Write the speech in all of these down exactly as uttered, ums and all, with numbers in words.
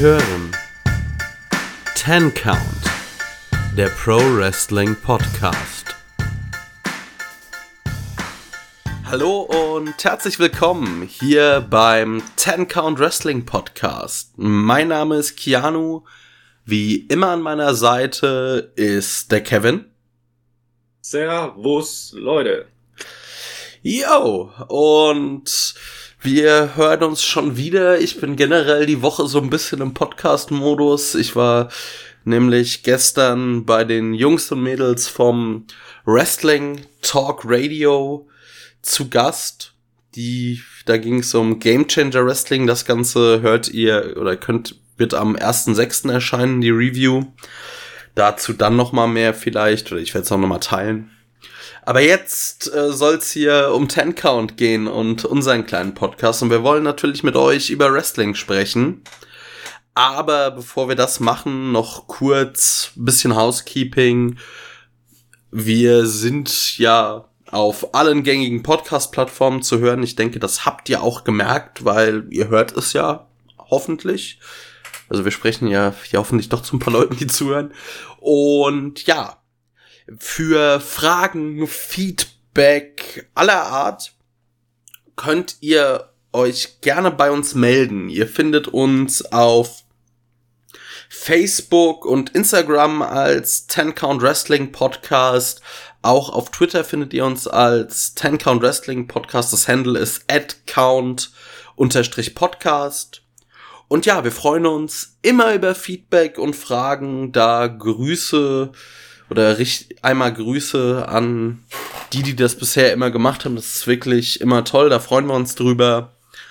hören Ten Count, der Pro Wrestling Podcast. Hallo und herzlich willkommen hier beim Ten Count Wrestling Podcast. Mein Name ist Keanu. Wie immer an meiner Seite ist der Kevin. Servus, Leute. Yo, und wir hören uns schon wieder. Ich bin generell die Woche so ein bisschen im Podcast-Modus. Ich war nämlich gestern bei den Jungs und Mädels vom Wrestling Talk Radio zu Gast. Die, da ging es um Game Changer Wrestling. Das Ganze hört ihr oder könnt, wird am ersten sechsten erscheinen, die Review. Dazu dann nochmal mehr vielleicht, oder ich werde es auch nochmal teilen. Aber jetzt äh, soll es hier um Ten Count gehen und unseren kleinen Podcast. Und wir wollen natürlich mit euch über Wrestling sprechen. Aber bevor wir das machen, noch kurz ein bisschen Housekeeping. Wir sind ja auf allen gängigen Podcast-Plattformen zu hören. Ich denke, das habt ihr auch gemerkt, weil ihr hört es ja hoffentlich. Also wir sprechen ja, ja hoffentlich doch zu ein paar Leuten, die zuhören. Und ja, für Fragen, Feedback aller Art könnt ihr euch gerne bei uns melden. Ihr findet uns auf Facebook und Instagram als Ten Count Wrestling Podcast. Auch auf Twitter findet ihr uns als Ten Count Wrestling Podcast. Das Handle ist at count Podcast. Und ja, wir freuen uns immer über Feedback und Fragen. Da Grüße oder richt einmal Grüße an die, die das bisher immer gemacht haben. Das ist wirklich immer toll, da freuen wir uns drüber.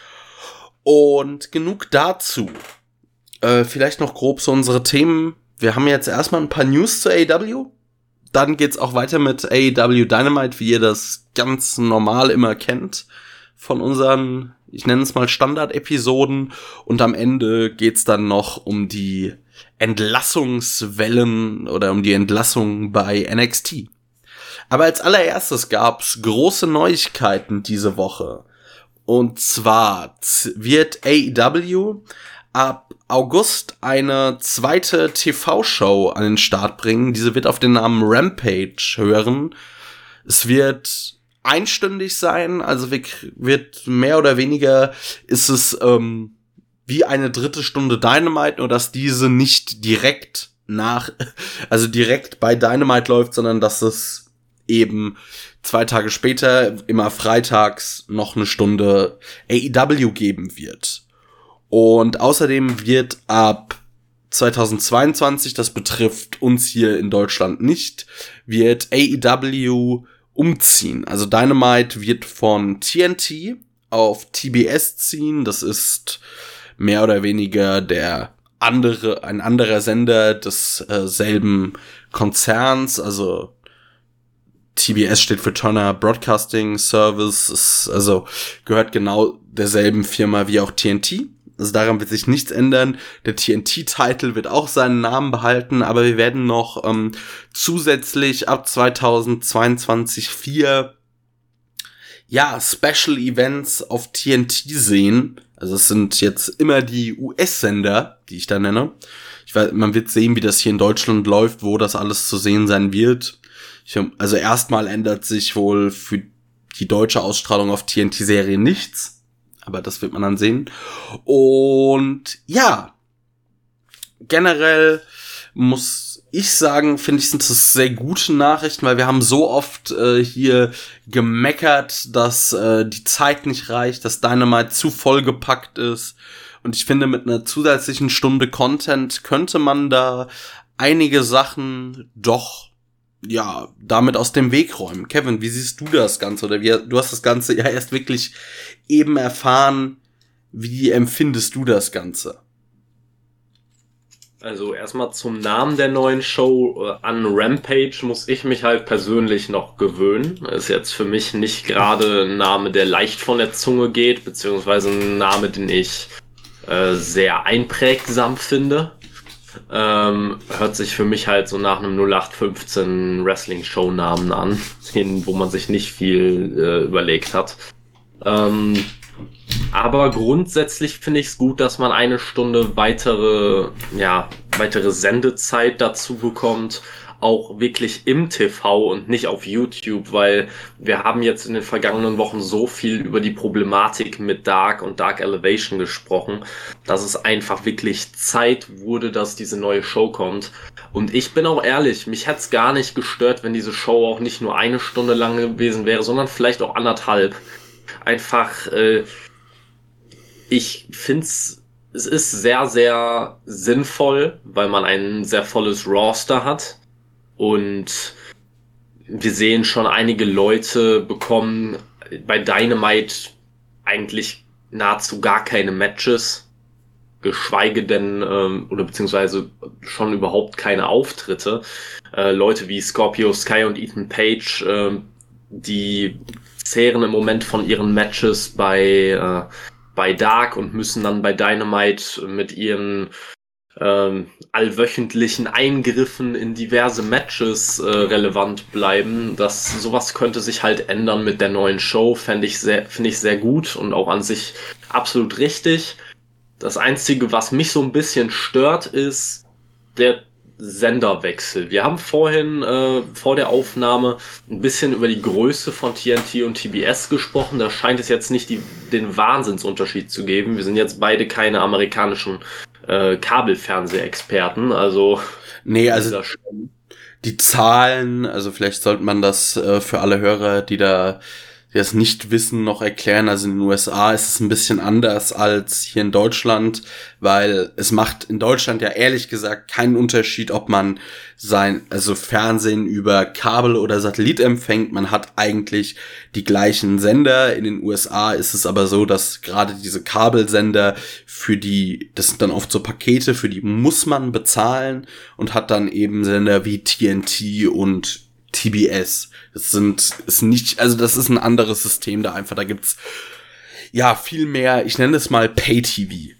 Und genug dazu. Äh, vielleicht noch grob so unsere Themen. Wir haben jetzt erstmal ein paar News zu A E W. Dann geht's auch weiter mit A E W Dynamite, wie ihr das ganz normal immer kennt von unseren, ich nenne es mal Standard-Episoden. Und am Ende geht's dann noch um die Entlassungswellen oder um die Entlassung bei N X T. Aber als allererstes gab's große Neuigkeiten diese Woche. Und zwar wird A E W ab August eine zweite T V-Show an den Start bringen. Diese wird auf den Namen Rampage hören. Es wird einstündig sein, also wird mehr oder weniger ist es ähm, wie eine dritte Stunde Dynamite, nur dass diese nicht direkt nach, also direkt bei Dynamite läuft, sondern dass es eben zwei Tage später, immer freitags, noch eine Stunde A E W geben wird. Und außerdem wird ab zweitausendzweiundzwanzig, das betrifft uns hier in Deutschland nicht, wird A E W umziehen. Also Dynamite wird von T N T auf T B S ziehen. Das ist mehr oder weniger der andere, ein anderer Sender des äh, selben Konzerns. Also T B S steht für Turner Broadcasting Service. Ist, also gehört genau derselben Firma wie auch T N T. Also daran wird sich nichts ändern. Der T N T-Titel wird auch seinen Namen behalten, aber wir werden noch ähm, zusätzlich ab zweitausendzweiundzwanzig vier ja, Special Events auf T N T sehen. Also es sind jetzt immer die U S-Sender, die ich da nenne. Ich weiß, man wird sehen, wie das hier in Deutschland läuft, wo das alles zu sehen sein wird. Ich, also erstmal ändert sich wohl für die deutsche Ausstrahlung auf T N T-Serie nichts. Aber das wird man dann sehen. Und ja, generell muss ich sagen, finde ich, sind das sehr gute Nachrichten, weil wir haben so oft äh, hier gemeckert, dass äh, die Zeit nicht reicht, dass Dynamite zu vollgepackt ist. Und ich finde, mit einer zusätzlichen Stunde Content könnte man da einige Sachen doch ja, damit aus dem Weg räumen. Kevin, wie siehst du das Ganze? Oder wie, du hast das Ganze ja erst wirklich eben erfahren. Wie empfindest du das Ganze? Also erstmal zum Namen der neuen Show. An Rampage muss ich mich halt persönlich noch gewöhnen. Ist jetzt für mich nicht gerade ein Name, der leicht von der Zunge geht, beziehungsweise ein Name, den ich äh, sehr einprägsam finde. Ähm, hört sich für mich halt so nach einem null acht fünfzehn Wrestling-Show-Namen an, hin, wo man sich nicht viel äh, überlegt hat. Ähm, Aber grundsätzlich finde ich es gut, dass man eine Stunde weitere, ja, weitere Sendezeit dazu bekommt, auch wirklich im T V und nicht auf YouTube, weil wir haben jetzt in den vergangenen Wochen so viel über die Problematik mit Dark und Dark Elevation gesprochen, dass es einfach wirklich Zeit wurde, dass diese neue Show kommt. Und ich bin auch ehrlich, mich hätte es gar nicht gestört, wenn diese Show auch nicht nur eine Stunde lang gewesen wäre, sondern vielleicht auch anderthalb. Einfach, äh, ich finde es, es ist sehr, sehr sinnvoll, weil man ein sehr volles Roster hat. Und wir sehen schon, einige Leute bekommen bei Dynamite eigentlich nahezu gar keine Matches, geschweige denn, ähm, oder beziehungsweise schon überhaupt keine Auftritte. Äh, Leute wie Scorpio Sky und Ethan Page, äh, die zehren im Moment von ihren Matches bei, äh, bei Dark und müssen dann bei Dynamite mit ihren ähm, allwöchentlichen Eingriffen in diverse Matches äh, relevant bleiben. Das sowas könnte sich halt ändern mit der neuen Show, fände ich sehr, finde ich sehr gut und auch an sich absolut richtig. Das Einzige, was mich so ein bisschen stört, ist der Senderwechsel. Wir haben vorhin äh, vor der Aufnahme ein bisschen über die Größe von T N T und T B S gesprochen. Da scheint es jetzt nicht die, den Wahnsinnsunterschied zu geben. Wir sind jetzt beide keine amerikanischen äh, Kabelfernsehexperten, also nee, also die Zahlen, also vielleicht sollte man das äh, für alle Hörer, die da die das nicht wissen, noch erklären. Also in den U S A ist es ein bisschen anders als hier in Deutschland, weil es macht in Deutschland ja ehrlich gesagt keinen Unterschied, ob man sein, also Fernsehen über Kabel oder Satellit empfängt. Man hat eigentlich die gleichen Sender. In den U S A ist es aber so, dass gerade diese Kabelsender für die, das sind dann oft so Pakete, für die muss man bezahlen und hat dann eben Sender wie T N T und T B S. Das sind, ist nicht, also das ist ein anderes System da einfach. Da gibt's, ja, viel mehr, ich nenne es mal Pay-T V.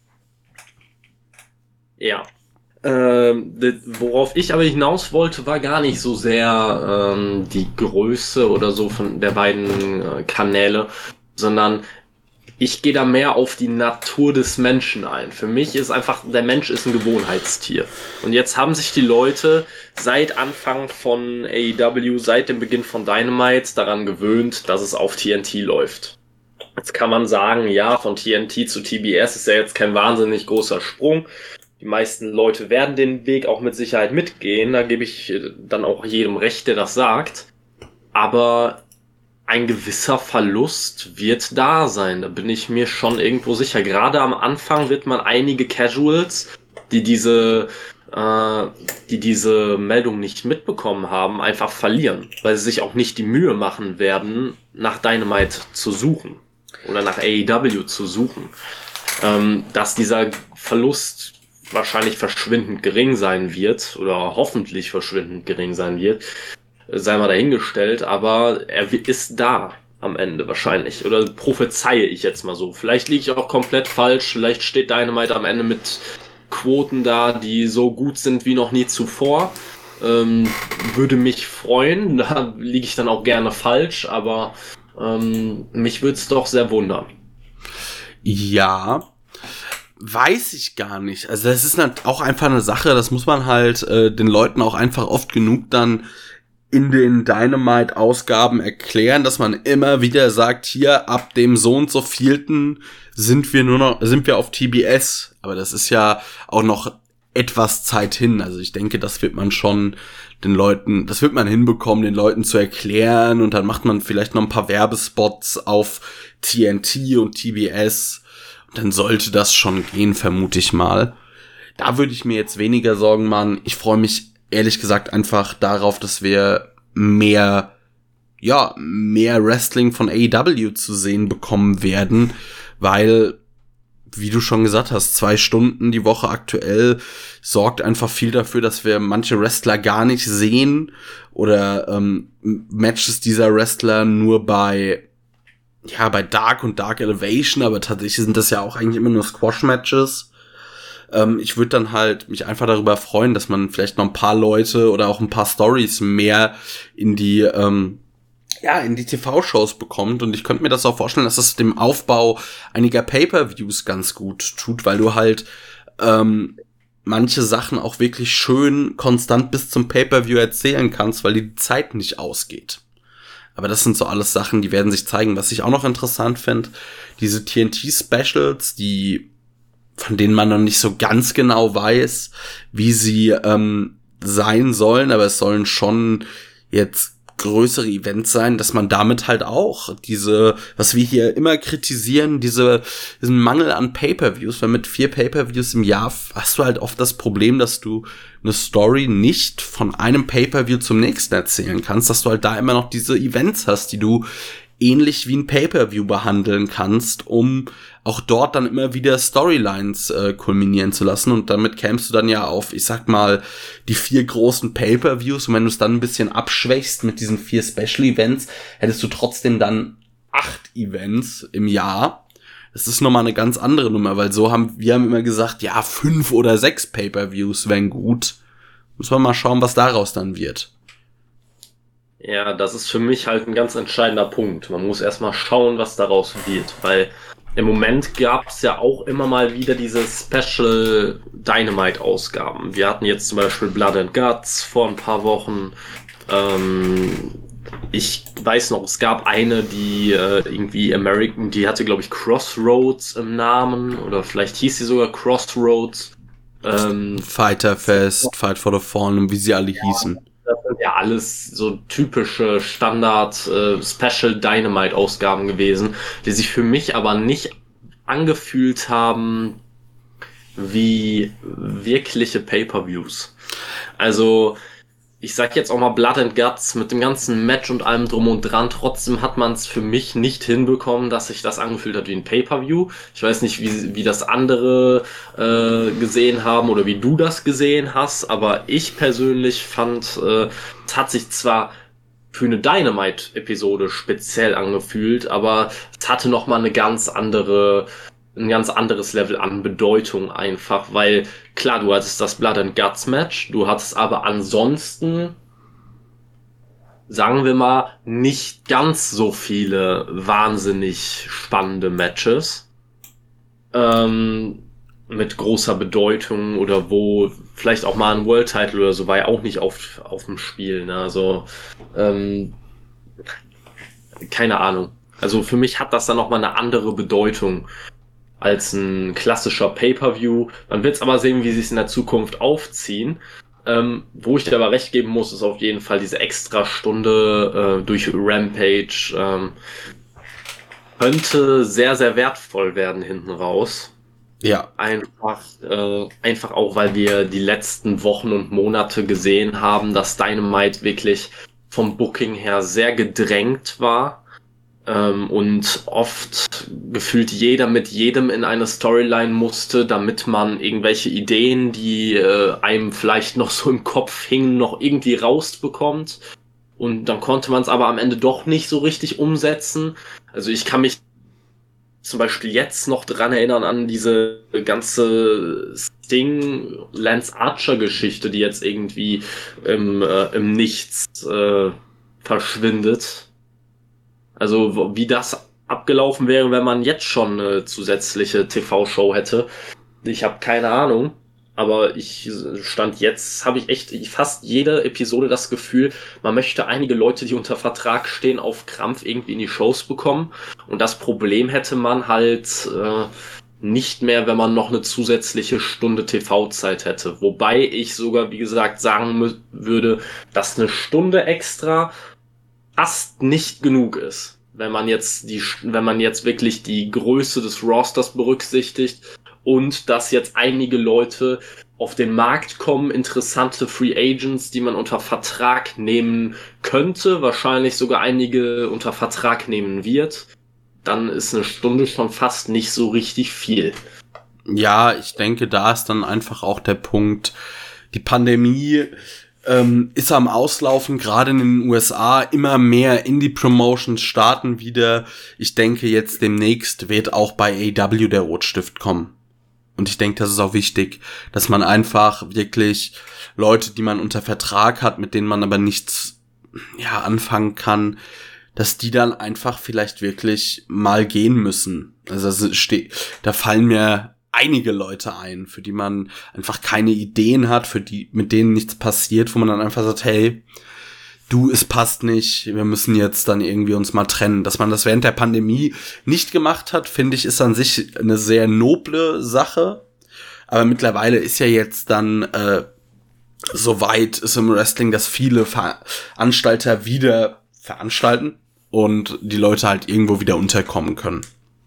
Ja. Ähm, worauf ich aber hinaus wollte, war gar nicht so sehr ähm, die Größe oder so von der beiden äh, Kanäle, sondern ich gehe da mehr auf die Natur des Menschen ein. Für mich ist einfach, der Mensch ist ein Gewohnheitstier. Und jetzt haben sich die Leute seit Anfang von A E W, seit dem Beginn von Dynamite daran gewöhnt, dass es auf T N T läuft. Jetzt kann man sagen, ja, von T N T zu T B S ist ja jetzt kein wahnsinnig großer Sprung. Die meisten Leute werden den Weg auch mit Sicherheit mitgehen. Da gebe ich dann auch jedem recht, der das sagt. Aber ein gewisser Verlust wird da sein, da bin ich mir schon irgendwo sicher. Gerade am Anfang wird man einige Casuals, die diese, äh, die diese Meldung nicht mitbekommen haben, einfach verlieren, weil sie sich auch nicht die Mühe machen werden, nach Dynamite zu suchen oder nach A E W zu suchen. Ähm, dass dieser Verlust wahrscheinlich verschwindend gering sein wird oder hoffentlich verschwindend gering sein wird, sei mal dahingestellt, aber er ist da am Ende wahrscheinlich. Oder prophezeie ich jetzt mal so. Vielleicht liege ich auch komplett falsch. Vielleicht steht Dynamite am Ende mit Quoten da, die so gut sind wie noch nie zuvor. Ähm, würde mich freuen. Da liege ich dann auch gerne falsch, aber ähm, mich würde es doch sehr wundern. Ja, weiß ich gar nicht. Also das ist auch einfach eine Sache, das muss man halt äh, den Leuten auch einfach oft genug dann in den Dynamite-Ausgaben erklären, dass man immer wieder sagt, hier, ab dem so und so vielten sind wir nur noch, sind wir auf T B S. Aber das ist ja auch noch etwas Zeit hin. Also ich denke, das wird man schon den Leuten, das wird man hinbekommen, den Leuten zu erklären, und dann macht man vielleicht noch ein paar Werbespots auf T N T und T B S. Und dann sollte das schon gehen, vermute ich mal. Da würde ich mir jetzt weniger Sorgen machen. Ich freue mich ehrlich gesagt einfach darauf, dass wir mehr, ja, mehr Wrestling von A E W zu sehen bekommen werden, weil, wie du schon gesagt hast, zwei Stunden die Woche aktuell sorgt einfach viel dafür, dass wir manche Wrestler gar nicht sehen oder ähm, Matches dieser Wrestler nur bei, ja, bei Dark und Dark Elevation, aber tatsächlich sind das ja auch eigentlich immer nur Squash-Matches. Ähm, ich würde dann halt mich einfach darüber freuen, dass man vielleicht noch ein paar Leute oder auch ein paar Stories mehr in die ähm, ja, in die T V-Shows bekommt. Und ich könnte mir das auch vorstellen, dass das dem Aufbau einiger Pay-Per-Views ganz gut tut, weil du halt ähm, manche Sachen auch wirklich schön konstant bis zum Pay-Per-View erzählen kannst, weil die Zeit nicht ausgeht. Aber das sind so alles Sachen, die werden sich zeigen. Was ich auch noch interessant finde, diese T N T-Specials, die von denen man noch nicht so ganz genau weiß, wie sie ähm, sein sollen, aber es sollen schon jetzt größere Events sein, dass man damit halt auch diese, was wir hier immer kritisieren, diese diesen Mangel an Pay-Per-Views, weil mit vier Pay-Per-Views im Jahr hast du halt oft das Problem, dass du eine Story nicht von einem Pay-Per-View zum nächsten erzählen kannst, dass du halt da immer noch diese Events hast, die du ähnlich wie ein Pay-Per-View behandeln kannst, um auch dort dann immer wieder Storylines äh, kulminieren zu lassen. Und damit kämst du dann ja auf, ich sag mal, die vier großen Pay-Per-Views. Und wenn du es dann ein bisschen abschwächst mit diesen vier Special-Events, hättest du trotzdem dann acht Events im Jahr. Das ist nochmal eine ganz andere Nummer, weil so haben wir haben immer gesagt, ja, fünf oder sechs Pay-Per-Views wären gut. Muss man mal schauen, was daraus dann wird. Ja, das ist für mich halt ein ganz entscheidender Punkt. Man muss erstmal schauen, was daraus wird, weil im Moment gab es ja auch immer mal wieder diese Special Dynamite-Ausgaben. Wir hatten jetzt zum Beispiel Blood and Guts vor ein paar Wochen. Ähm, ich weiß noch, es gab eine, die äh, irgendwie American, die hatte, glaube ich, Crossroads im Namen oder vielleicht hieß sie sogar Crossroads. Ähm, Fighter Fest, Fight for the Fallen, wie sie alle ja. hießen. Das sind ja alles so typische Standard äh, Special Dynamite Ausgaben gewesen, die sich für mich aber nicht angefühlt haben wie wirkliche Pay-Per-Views. Also ich sag jetzt auch mal Blood and Guts mit dem ganzen Match und allem drum und dran. Trotzdem hat man es für mich nicht hinbekommen, dass sich das angefühlt hat wie ein Pay-Per-View. Ich weiß nicht, wie, wie das andere äh, gesehen haben oder wie du das gesehen hast, aber ich persönlich fand, äh, es hat sich zwar für eine Dynamite-Episode speziell angefühlt, aber es hatte nochmal eine ganz andere... ein ganz anderes Level an Bedeutung einfach, weil klar, du hattest das Blood and Guts Match, du hattest aber ansonsten, sagen wir mal, nicht ganz so viele wahnsinnig spannende Matches ähm, mit großer Bedeutung oder wo vielleicht auch mal ein World Title oder so war ja auch nicht auf, auf dem Spiel, ne? Also ähm, keine Ahnung. Also für mich hat das dann nochmal eine andere Bedeutung als ein klassischer Pay-Per-View. Man wird es aber sehen, wie sie es in der Zukunft aufziehen. Ähm, wo ich dir aber recht geben muss, ist auf jeden Fall diese extra Stunde äh, durch Rampage ähm, könnte sehr, sehr wertvoll werden hinten raus. Ja. Einfach, äh, einfach auch, weil wir die letzten Wochen und Monate gesehen haben, dass Dynamite wirklich vom Booking her sehr gedrängt war. Ähm, und oft gefühlt jeder mit jedem in eine Storyline musste, damit man irgendwelche Ideen, die äh, einem vielleicht noch so im Kopf hingen, noch irgendwie rausbekommt. Und dann konnte man es aber am Ende doch nicht so richtig umsetzen. Also ich kann mich zum Beispiel jetzt noch dran erinnern an diese ganze Sting Lance Archer Geschichte, die jetzt irgendwie im, äh, im Nichts äh, verschwindet. Also wie das abgelaufen wäre, wenn man jetzt schon eine zusätzliche T V-Show hätte. Ich habe keine Ahnung, aber ich stand jetzt, habe ich echt fast jede Episode das Gefühl, man möchte einige Leute, die unter Vertrag stehen, auf Krampf irgendwie in die Shows bekommen. Und das Problem hätte man halt äh, nicht mehr, wenn man noch eine zusätzliche Stunde T V-Zeit hätte. Wobei ich sogar, wie gesagt, sagen mü- würde, dass eine Stunde extra fast nicht genug ist, wenn man jetzt die, wenn man jetzt wirklich die Größe des Rosters berücksichtigt und dass jetzt einige Leute auf den Markt kommen, interessante Free Agents, die man unter Vertrag nehmen könnte, wahrscheinlich sogar einige unter Vertrag nehmen wird, dann ist eine Stunde schon fast nicht so richtig viel. Ja, ich denke, da ist dann einfach auch der Punkt, die Pandemie Ähm, ist am Auslaufen, gerade in den U S A, immer mehr Indie-Promotions starten wieder. Ich denke, jetzt demnächst wird auch bei A E W der Rotstift kommen. Und ich denke, das ist auch wichtig, dass man einfach wirklich Leute, die man unter Vertrag hat, mit denen man aber nichts ja anfangen kann, dass die dann einfach vielleicht wirklich mal gehen müssen. Also es steht, da fallen mir einige Leute ein, für die man einfach keine Ideen hat, für die, mit denen nichts passiert, wo man dann einfach sagt, hey, du, es passt nicht, wir müssen jetzt dann irgendwie uns mal trennen. Dass man das während der Pandemie nicht gemacht hat, finde ich, ist an sich eine sehr noble Sache. Aber mittlerweile ist ja jetzt dann äh, so weit ist im Wrestling, dass viele Veranstalter wieder veranstalten und die Leute halt irgendwo wieder unterkommen können.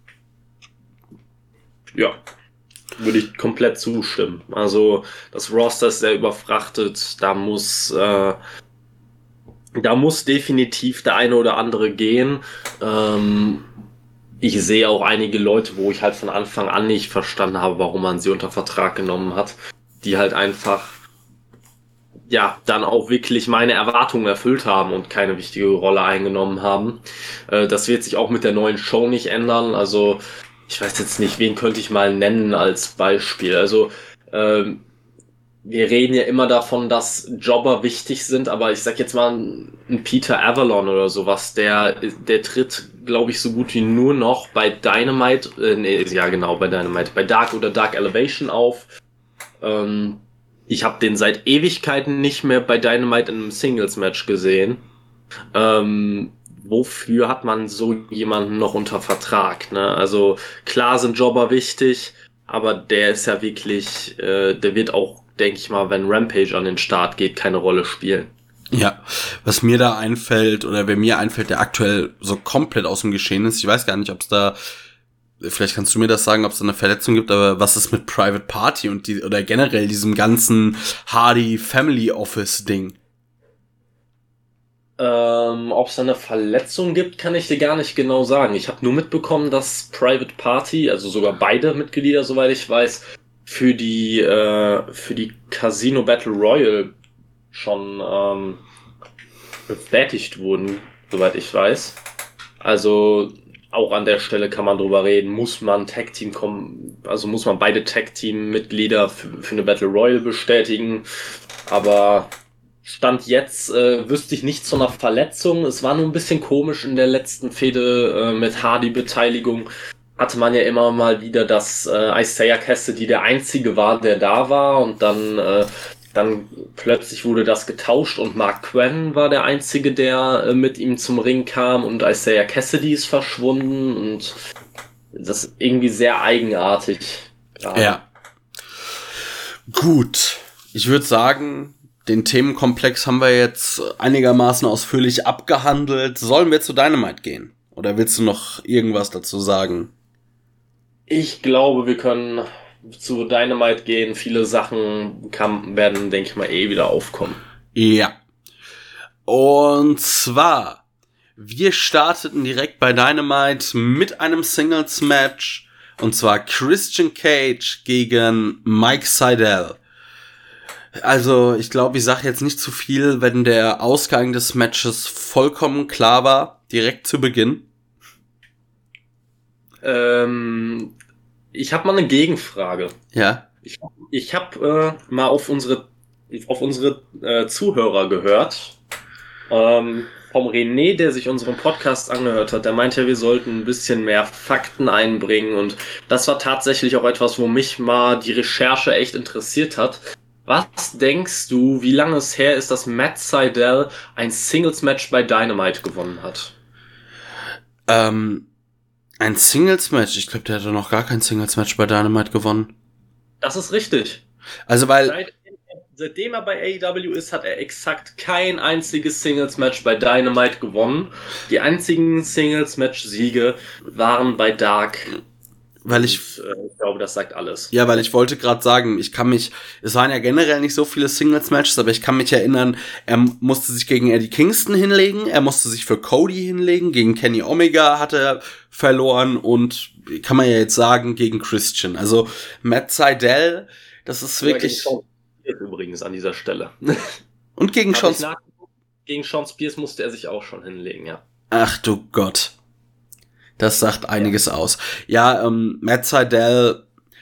Ja, würde ich komplett zustimmen. Also das Roster ist sehr überfrachtet, da muss äh, da muss definitiv der eine oder andere gehen. Ähm, ich sehe auch einige Leute, wo ich halt von Anfang an nicht verstanden habe, warum man sie unter Vertrag genommen hat, die halt einfach ja dann auch wirklich meine Erwartungen erfüllt haben und keine wichtige Rolle eingenommen haben. Äh, das wird sich auch mit der neuen Show nicht ändern. Also ich weiß jetzt nicht, wen könnte ich mal nennen als Beispiel. Also ähm, wir reden ja immer davon, dass Jobber wichtig sind, aber ich sag jetzt mal, ein Peter Avalon oder sowas, der der tritt, glaube ich, so gut wie nur noch bei Dynamite, äh, nee, ja genau, bei Dynamite, bei Dark oder Dark Elevation auf. Ähm, ich habe den seit Ewigkeiten nicht mehr bei Dynamite in einem Singles-Match gesehen. Ähm, wofür hat man so jemanden noch unter Vertrag? Ne? Also klar sind Jobber wichtig, aber der ist ja wirklich, äh, der wird auch, denke ich mal, wenn Rampage an den Start geht, keine Rolle spielen. Ja, was mir da einfällt, oder wer mir einfällt, der aktuell so komplett aus dem Geschehen ist, ich weiß gar nicht, ob es da, vielleicht kannst du mir das sagen, ob es da eine Verletzung gibt, aber was ist mit Private Party und die, oder generell diesem ganzen Hardy Family Office Ding? Ähm, ob es da eine Verletzung gibt, kann ich dir gar nicht genau sagen. Ich habe nur mitbekommen, dass Private Party, also sogar beide Mitglieder, soweit ich weiß, für die äh, für die Casino Battle Royale schon ähm, bestätigt wurden, soweit ich weiß. Also auch an der Stelle kann man drüber reden, muss man Tag Team kommen, also muss man beide Tag Team Mitglieder für, für eine Battle Royale bestätigen. Aber Stand jetzt äh, wüsste ich nichts von einer Verletzung. Es war nur ein bisschen komisch in der letzten Fehde äh, mit Hardy-Beteiligung. Hatte man ja immer mal wieder, dass äh, Isaiah Cassidy der Einzige war, der da war. Und dann, äh, dann plötzlich wurde das getauscht und Mark Quinn war der Einzige, der äh, mit ihm zum Ring kam. Und Isaiah Cassidy ist verschwunden. Und das ist irgendwie sehr eigenartig. Gerade. Ja. Gut. Ich würde sagen, den Themenkomplex haben wir jetzt einigermaßen ausführlich abgehandelt. Sollen wir zu Dynamite gehen? Oder willst du noch irgendwas dazu sagen? Ich glaube, wir können zu Dynamite gehen. Viele Sachen kann, werden, denke ich mal, eh wieder aufkommen. Ja. Und zwar, wir starteten direkt bei Dynamite mit einem Singles-Match. Und zwar Christian Cage gegen Mike Sydal. Also, ich glaube, ich sage jetzt nicht zu viel, wenn der Ausgang des Matches vollkommen klar war, direkt zu Beginn. Ähm, ich habe mal eine Gegenfrage. Ja. Ich, ich habe äh, mal auf unsere auf unsere äh, Zuhörer gehört. Ähm, vom René, der sich unseren Podcast angehört hat, der meinte ja, wir sollten ein bisschen mehr Fakten einbringen. Und das war tatsächlich auch etwas, wo mich mal die Recherche echt interessiert hat. Was denkst du, wie lange es her ist, dass Matt Sydal ein Singles-Match bei Dynamite gewonnen hat? Ähm, ein Singles-Match? Ich glaube, der hatte noch gar kein Singles-Match bei Dynamite gewonnen. Das ist richtig. Also, weil... Seit, seitdem er bei A E W ist, hat er exakt kein einziges Singles-Match bei Dynamite gewonnen. Die einzigen Singles-Match-Siege waren bei Dark. Weil ich, Und, äh, ich glaube, das sagt alles. Ja, weil ich wollte gerade sagen, ich kann mich, es waren ja generell nicht so viele Singles-Matches, aber ich kann mich erinnern, er musste sich gegen Eddie Kingston hinlegen, er musste sich für Cody hinlegen, gegen Kenny Omega hat er verloren und kann man ja jetzt sagen, gegen Christian. Also Matt Sydal, das ist wirklich... Gegen Sean Spears übrigens an dieser Stelle. Und gegen Sean Spears? Gegen Sean Spears musste er sich auch schon hinlegen, ja. Ach du Gott. Das sagt einiges ja aus. Ja, ähm, Matt Sydal,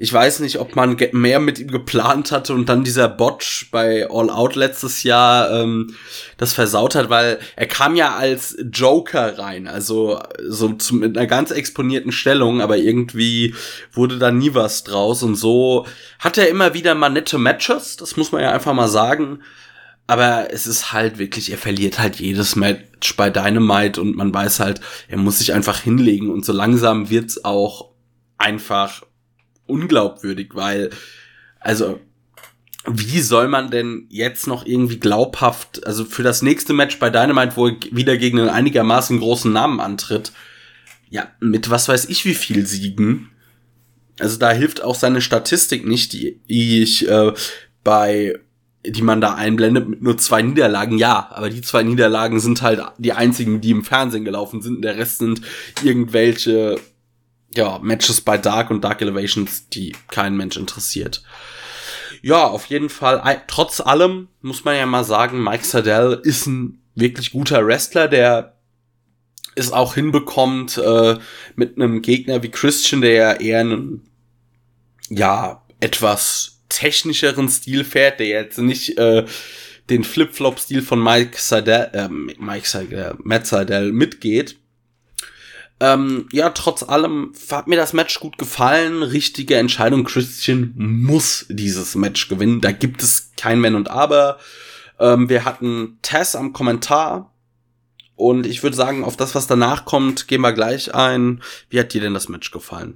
ich weiß nicht, ob man ge- mehr mit ihm geplant hatte und dann dieser Botch bei All Out letztes Jahr ähm, das versaut hat, weil er kam ja als Joker rein, also so zum, mit einer ganz exponierten Stellung, aber irgendwie wurde da nie was draus und so hat er immer wieder mal nette Matches, das muss man ja einfach mal sagen, aber es ist halt wirklich, er verliert halt jedes Match bei Dynamite und man weiß halt, er muss sich einfach hinlegen und so langsam wird's auch einfach unglaubwürdig, weil, also, wie soll man denn jetzt noch irgendwie glaubhaft, also für das nächste Match bei Dynamite, wo er wieder gegen einen einigermaßen großen Namen antritt, ja, mit was weiß ich wie viel Siegen, also da hilft auch seine Statistik nicht, die ich äh, bei, die man da einblendet mit nur zwei Niederlagen, ja, aber die zwei Niederlagen sind halt die einzigen, die im Fernsehen gelaufen sind, der Rest sind irgendwelche ja, Matches bei Dark und Dark Elevations, die kein Mensch interessiert. Ja, auf jeden Fall, trotz allem muss man ja mal sagen, Mike Sydal ist ein wirklich guter Wrestler, der es auch hinbekommt, äh, mit einem Gegner wie Christian, der ja eher einen, ja, etwas technischeren Stil fährt, der jetzt nicht äh, den Flip-Flop-Stil von Mike Sydal, äh, Mike Sydal, Matt Sydal mitgeht. Ähm, ja, trotz allem hat mir das Match gut gefallen. Richtige Entscheidung. Christian muss dieses Match gewinnen. Da gibt es kein Wenn und Aber. Ähm, wir hatten Tess am Kommentar. Und ich würde sagen, auf das, was danach kommt, gehen wir gleich ein. Wie hat dir denn das Match gefallen?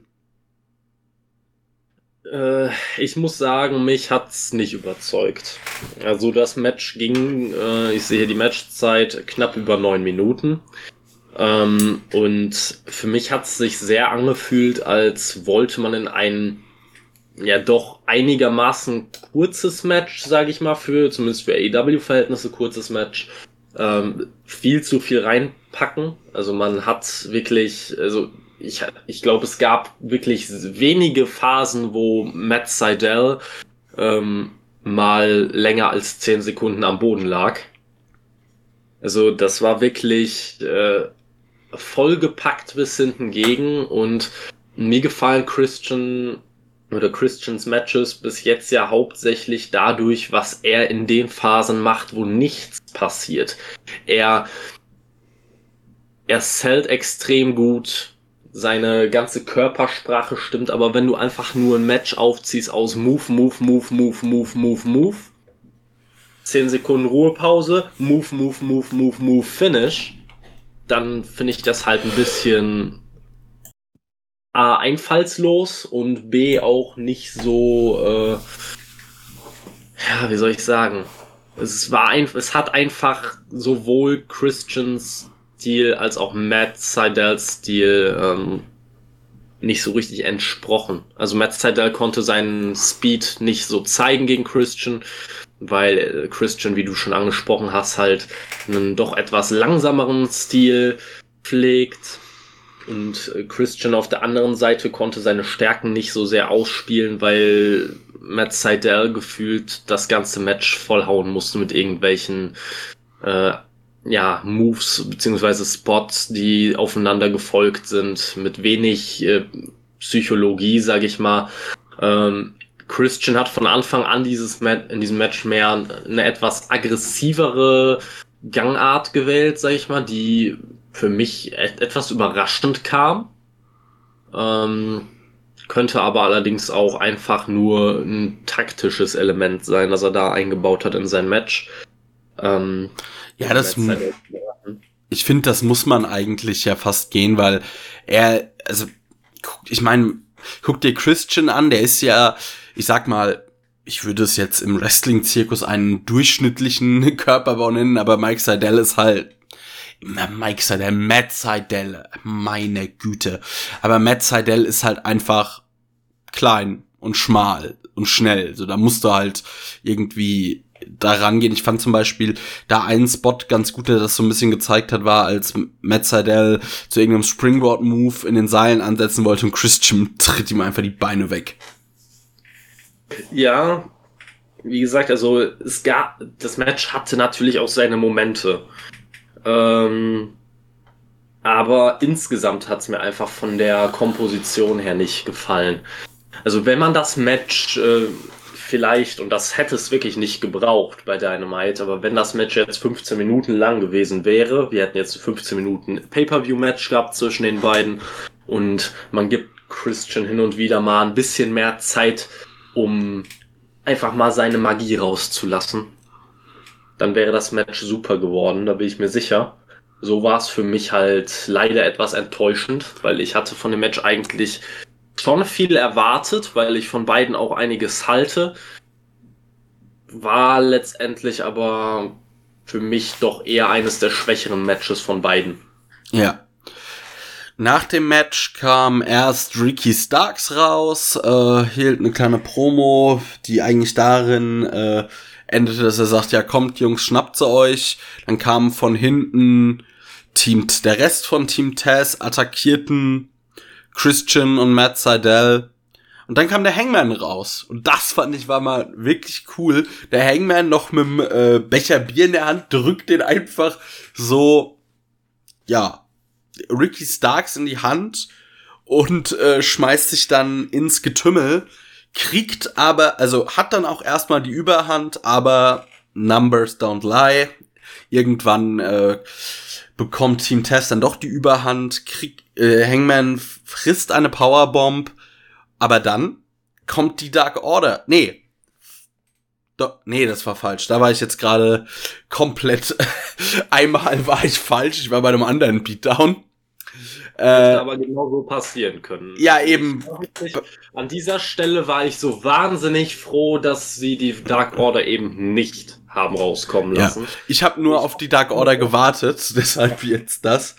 Äh, ich muss sagen, mich hat's nicht überzeugt. Also das Match ging, äh, ich sehe die Matchzeit, knapp über neun Minuten. Ähm, und für mich hat es sich sehr angefühlt, als wollte man in ein ja doch einigermaßen kurzes Match, sage ich mal, für zumindest für A E W-Verhältnisse kurzes Match, ähm, viel zu viel reinpacken. Also man hat wirklich, also ich, ich glaube, es gab wirklich wenige Phasen, wo Matt Sydal ähm, mal länger als zehn Sekunden am Boden lag. Also das war wirklich äh, vollgepackt bis hinten gegen und mir gefallen Christian oder Christians Matches bis jetzt ja hauptsächlich dadurch, was er in den Phasen macht, wo nichts passiert. Er er sellt extrem gut, seine ganze Körpersprache stimmt, aber wenn du einfach nur ein Match aufziehst aus Move, Move, Move, Move, Move, Move, Move, zehn Sekunden Ruhepause, Move, Move, Move, Move, Move, Finish, dann finde ich das halt ein bisschen A, einfallslos und B, auch nicht so, äh, ja, wie soll ich sagen, es war ein, es hat einfach sowohl Christians Stil als auch Matt Sydals Stil ähm, nicht so richtig entsprochen. Also Matt Sydal konnte seinen Speed nicht so zeigen gegen Christian, weil Christian, wie du schon angesprochen hast, halt einen doch etwas langsameren Stil pflegt. Und Christian auf der anderen Seite konnte seine Stärken nicht so sehr ausspielen, weil Matt Sydal gefühlt das ganze Match vollhauen musste mit irgendwelchen äh, ja, Moves beziehungsweise Spots, die aufeinander gefolgt sind, mit wenig äh, Psychologie, sag ich mal. Ähm, Christian hat von Anfang an dieses Mat- in diesem Match mehr eine etwas aggressivere Gangart gewählt, sag ich mal, die für mich et- etwas überraschend kam. Ähm, könnte aber allerdings auch einfach nur ein taktisches Element sein, das er da eingebaut hat in sein Match. Ähm, ja, das, ich finde, das muss man eigentlich ja fast gehen, weil er, also, ich meine, guck dir Christian an, der ist ja, ich sag mal, ich würde es jetzt im Wrestling-Zirkus einen durchschnittlichen Körperbau nennen, aber Mike Sydal ist halt, Mike Sydal, Matt Sydal, meine Güte. Aber Matt Sydal ist halt einfach klein und schmal und schnell. So, da musst du halt irgendwie da rangehen. Ich fand zum Beispiel da einen Spot ganz gut, der das so ein bisschen gezeigt hat, war, als Matt Sydal zu irgendeinem Springboard-Move in den Seilen ansetzen wollte und Christian tritt ihm einfach die Beine weg. Ja, wie gesagt, also es gab, das Match hatte natürlich auch seine Momente. Ähm, aber insgesamt hat es mir einfach von der Komposition her nicht gefallen. Also wenn man das Match äh, vielleicht, und das hätte es wirklich nicht gebraucht bei Dynamite, aber wenn das Match jetzt fünfzehn Minuten lang gewesen wäre, wir hätten jetzt fünfzehn Minuten Pay-Per-View-Match gehabt zwischen den beiden und man gibt Christian hin und wieder mal ein bisschen mehr Zeit, um einfach mal seine Magie rauszulassen, dann wäre das Match super geworden, da bin ich mir sicher. So war es für mich halt leider etwas enttäuschend, weil ich hatte von dem Match eigentlich schon viel erwartet, weil ich von beiden auch einiges halte. War letztendlich aber für mich doch eher eines der schwächeren Matches von beiden. Ja. Nach dem Match kam erst Ricky Starks raus, äh, hielt eine kleine Promo, die eigentlich darin äh, endete, dass er sagt, ja kommt Jungs, schnappt sie euch. Dann kam von hinten Team, der Rest von Team Taz, attackierten Christian und Matt Sydal. Und dann kam der Hangman raus. Und das fand ich war mal wirklich cool. Der Hangman noch mit dem äh, Becher Bier in der Hand, drückt den einfach so, ja, Ricky Starks in die Hand und äh, schmeißt sich dann ins Getümmel, kriegt aber, also hat dann auch erstmal die Überhand, aber Numbers don't lie. Irgendwann äh, bekommt Team Taz dann doch die Überhand, kriegt, äh, Hangman frisst eine Powerbomb, aber dann kommt die Dark Order. Nee. Do- nee, das war falsch. Da war ich jetzt gerade komplett einmal war ich falsch. Ich war bei einem anderen Beatdown. Äh, hätte aber genauso passieren können. Ja, eben. Ich, an dieser Stelle war ich so wahnsinnig froh, dass sie die Dark Order eben nicht haben rauskommen lassen. Ja. Ich habe nur ich auf die Dark Order gewartet, deshalb jetzt das.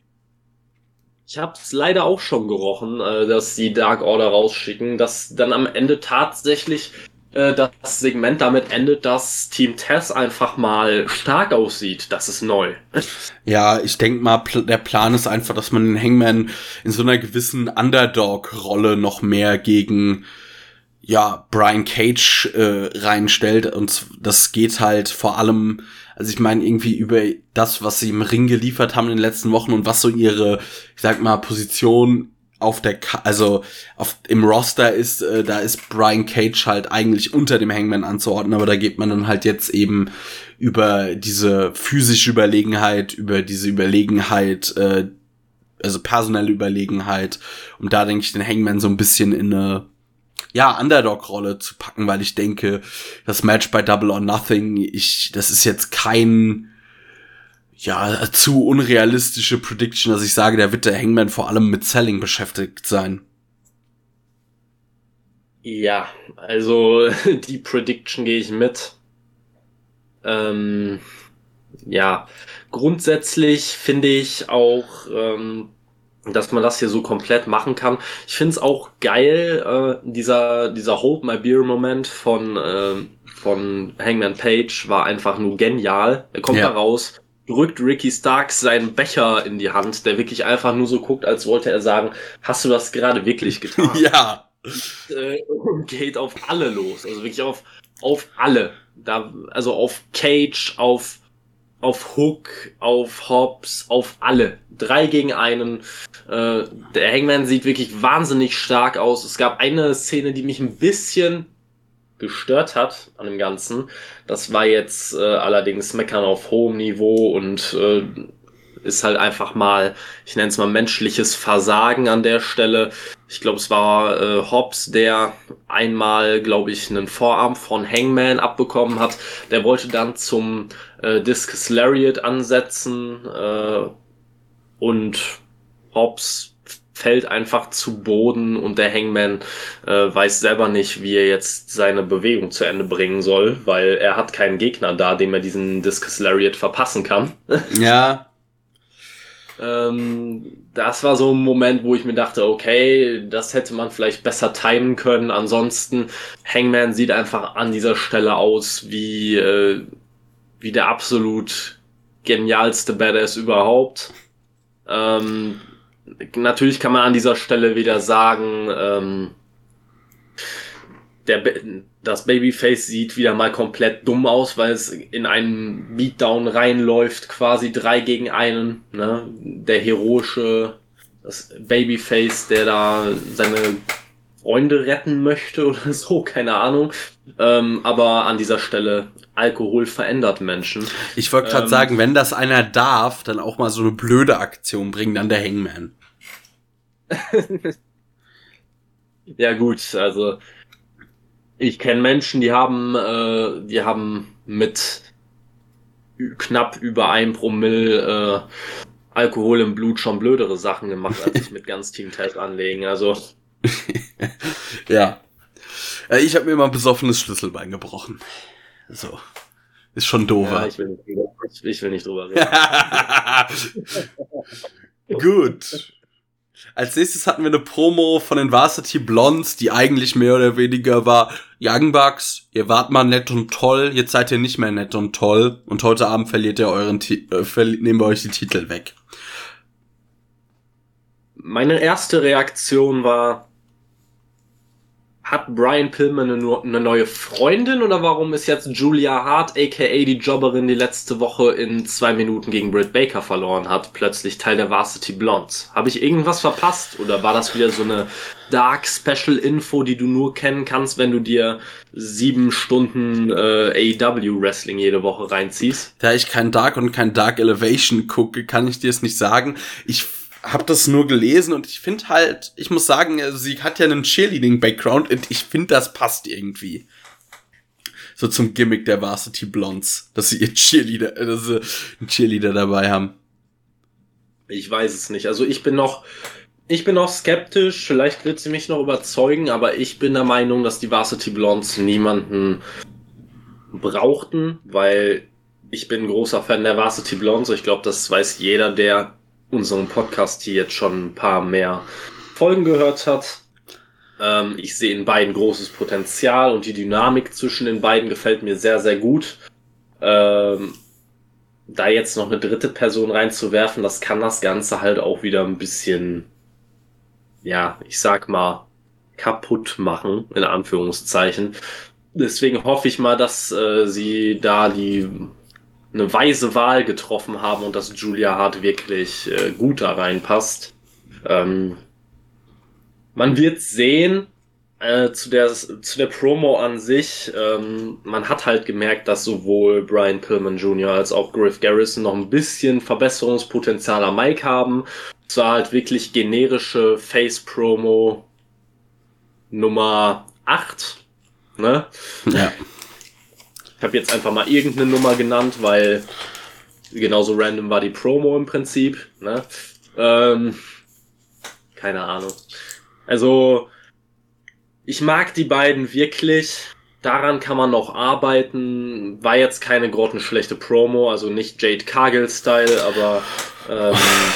Ich habe es leider auch schon gerochen, dass die Dark Order rausschicken, dass dann am Ende tatsächlich das Segment damit endet, dass Team Taz einfach mal stark aussieht. Das ist neu. Ja, ich denke mal, der Plan ist einfach, dass man den Hangman in so einer gewissen Underdog-Rolle noch mehr gegen ja Brian Cage äh, reinstellt. Und das geht halt vor allem, also ich meine irgendwie über das, was sie im Ring geliefert haben in den letzten Wochen und was so ihre, ich sag mal, Position auf der, Ka- also auf im Roster ist, äh, da ist Brian Cage halt eigentlich unter dem Hangman anzuordnen, aber da geht man dann halt jetzt eben über diese physische Überlegenheit, über diese Überlegenheit, äh, also personelle Überlegenheit, um da denke ich den Hangman so ein bisschen in eine ja Underdog-Rolle zu packen, weil ich denke, das Match bei Double or Nothing, ich, das ist jetzt kein ja, zu unrealistische Prediction, dass ich sage, der wird der Hangman vor allem mit Selling beschäftigt sein. Ja, also die Prediction gehe ich mit. Ähm, ja, grundsätzlich finde ich auch, ähm, dass man das hier so komplett machen kann. Ich finde es auch geil, äh, dieser dieser Hold My Beer Moment von äh, von Hangman Page war einfach nur genial. Er kommt ja. da raus, drückt Ricky Starks seinen Becher in die Hand, der wirklich einfach nur so guckt, als wollte er sagen, hast du das gerade wirklich getan? Ja. Und, äh, und geht auf alle los, also wirklich auf auf alle. Da, also auf Cage, auf auf Hook, auf Hobbs, auf alle. Drei gegen einen. Äh, der Hangman sieht wirklich wahnsinnig stark aus. Es gab eine Szene, die mich ein bisschen gestört hat an dem Ganzen. Das war jetzt äh, allerdings Meckern auf hohem Niveau und äh, ist halt einfach mal, ich nenne es mal menschliches Versagen an der Stelle. Ich glaube, es war äh, Hobbs, der einmal, glaube ich, einen Vorarm von Hangman abbekommen hat. Der wollte dann zum äh, Discus Lariat ansetzen äh, und Hobbs fällt einfach zu Boden und der Hangman äh, weiß selber nicht, wie er jetzt seine Bewegung zu Ende bringen soll, weil er hat keinen Gegner da, dem er diesen Discus Lariat verpassen kann. Ja. ähm, das war so ein Moment, wo ich mir dachte, okay, das hätte man vielleicht besser timen können. Ansonsten, Hangman sieht einfach an dieser Stelle aus wie, äh, wie der absolut genialste Badass überhaupt. Ähm, Natürlich kann man an dieser Stelle wieder sagen, ähm, der Be- das Babyface sieht wieder mal komplett dumm aus, weil es in einen Beatdown reinläuft, quasi drei gegen einen. Ne? Der heroische, das Babyface, der da seine Freunde retten möchte oder so, keine Ahnung. Ähm, aber an dieser Stelle, Alkohol verändert Menschen. Ich wollte gerade ähm, sagen, wenn das einer darf, dann auch mal so eine blöde Aktion bringen, dann der Hangman. Ja gut, also ich kenne Menschen, die haben, äh, die haben mit knapp über ein Promille äh, Alkohol im Blut schon blödere Sachen gemacht, als sich mit ganz Team Test anlegen. Also ja. Äh, Ich habe mir mal ein besoffenes Schlüsselbein gebrochen. So. Ist schon doof. ja, ich, will nicht, ich, ich will nicht drüber reden. Gut. Als nächstes hatten wir eine Promo von den Varsity Blondes, die eigentlich mehr oder weniger war: Young Bucks, ihr wart mal nett und toll, jetzt seid ihr nicht mehr nett und toll und heute Abend verliert ihr euren Ti- äh, verli- nehmen wir euch die Titel weg. Meine erste Reaktion war, hat Brian Pillman eine, eine neue Freundin oder warum ist jetzt Julia Hart, aka die Jobberin, die letzte Woche in zwei Minuten gegen Britt Baker verloren hat, plötzlich Teil der Varsity Blondes? Habe ich irgendwas verpasst oder war das wieder so eine Dark Special Info, die du nur kennen kannst, wenn du dir sieben Stunden äh, A E W Wrestling jede Woche reinziehst? Da ich kein Dark und kein Dark Elevation gucke, kann ich dir es nicht sagen. Ich hab das nur gelesen und ich finde halt, ich muss sagen, sie hat ja einen Cheerleading-Background und ich finde, das passt irgendwie. So zum Gimmick der Varsity Blondes, dass sie ihr Cheerleader, dass sie einen Cheerleader dabei haben. Ich weiß es nicht. Also ich bin noch, ich bin noch skeptisch. Vielleicht wird sie mich noch überzeugen, aber ich bin der Meinung, dass die Varsity Blondes niemanden brauchten, weil ich bin ein großer Fan der Varsity Blondes. Ich glaube, das weiß jeder, der unseren Podcast hier jetzt schon ein paar mehr Folgen gehört hat. Ähm, ich sehe in beiden großes Potenzial und die Dynamik zwischen den beiden gefällt mir sehr, sehr gut. Ähm, da jetzt noch eine dritte Person reinzuwerfen, das kann das Ganze halt auch wieder ein bisschen, ja, ich sag mal, kaputt machen, in Anführungszeichen. Deswegen hoffe ich mal, dass äh, sie da die eine weise Wahl getroffen haben und dass Julia Hart wirklich äh, gut da reinpasst. Ähm, man wird sehen, äh, zu der zu der Promo an sich, ähm, man hat halt gemerkt, dass sowohl Brian Pillman Junior als auch Griff Garrison noch ein bisschen Verbesserungspotenzial am Mic haben. Es war halt wirklich generische Face-Promo Nummer acht, ne? Ja. Ich habe jetzt einfach mal irgendeine Nummer genannt, weil genauso random war die Promo im Prinzip. Ne? Ähm, keine Ahnung. Also, ich mag die beiden wirklich. Daran kann man noch arbeiten. War jetzt keine grottenschlechte Promo, also nicht Jade Cargill-Style, aber ähm,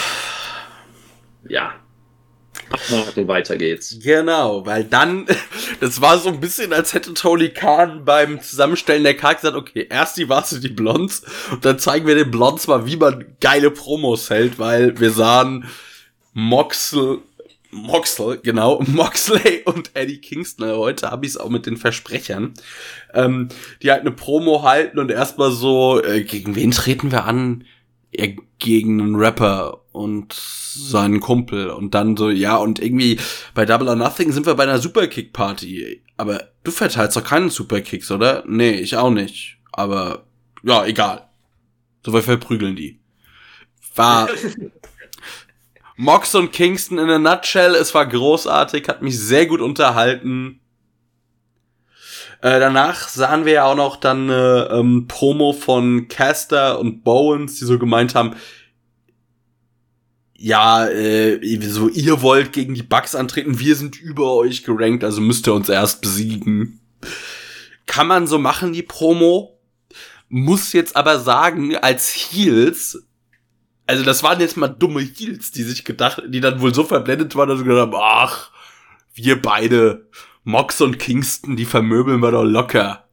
ja. Und weiter geht's. Genau, weil dann, das war so ein bisschen, als hätte Tony Khan beim Zusammenstellen der Card gesagt, okay, erst die Varsity Blondes und dann zeigen wir den Blondes mal, wie man geile Promos hält, weil wir sahen Moxley, Moxley, genau, Moxley und Eddie Kingston, heute habe ich es auch mit den Versprechern, ähm, die halt eine Promo halten und erstmal so, äh, gegen wen treten wir an? Ja, gegen einen Rapper und seinen Kumpel und dann so, ja, und irgendwie bei Double or Nothing sind wir bei einer Superkick-Party. Aber du verteilst doch keinen Superkicks, oder? Nee, ich auch nicht. Aber, ja, egal. So, wir verprügeln die. War Mox und Kingston in a nutshell. Es war großartig, hat mich sehr gut unterhalten. Äh, danach sahen wir ja auch noch dann eine ähm, Promo von Caster und Bowens, die so gemeint haben, ja, äh, so ihr wollt gegen die Bucks antreten, wir sind über euch gerankt, also müsst ihr uns erst besiegen. Kann man so machen, die Promo. Muss jetzt aber sagen, als Heels, also das waren jetzt mal dumme Heels, die sich gedacht, die dann wohl so verblendet waren, dass sie gedacht haben, ach, wir beide, Mox und Kingston, die vermöbeln wir doch locker.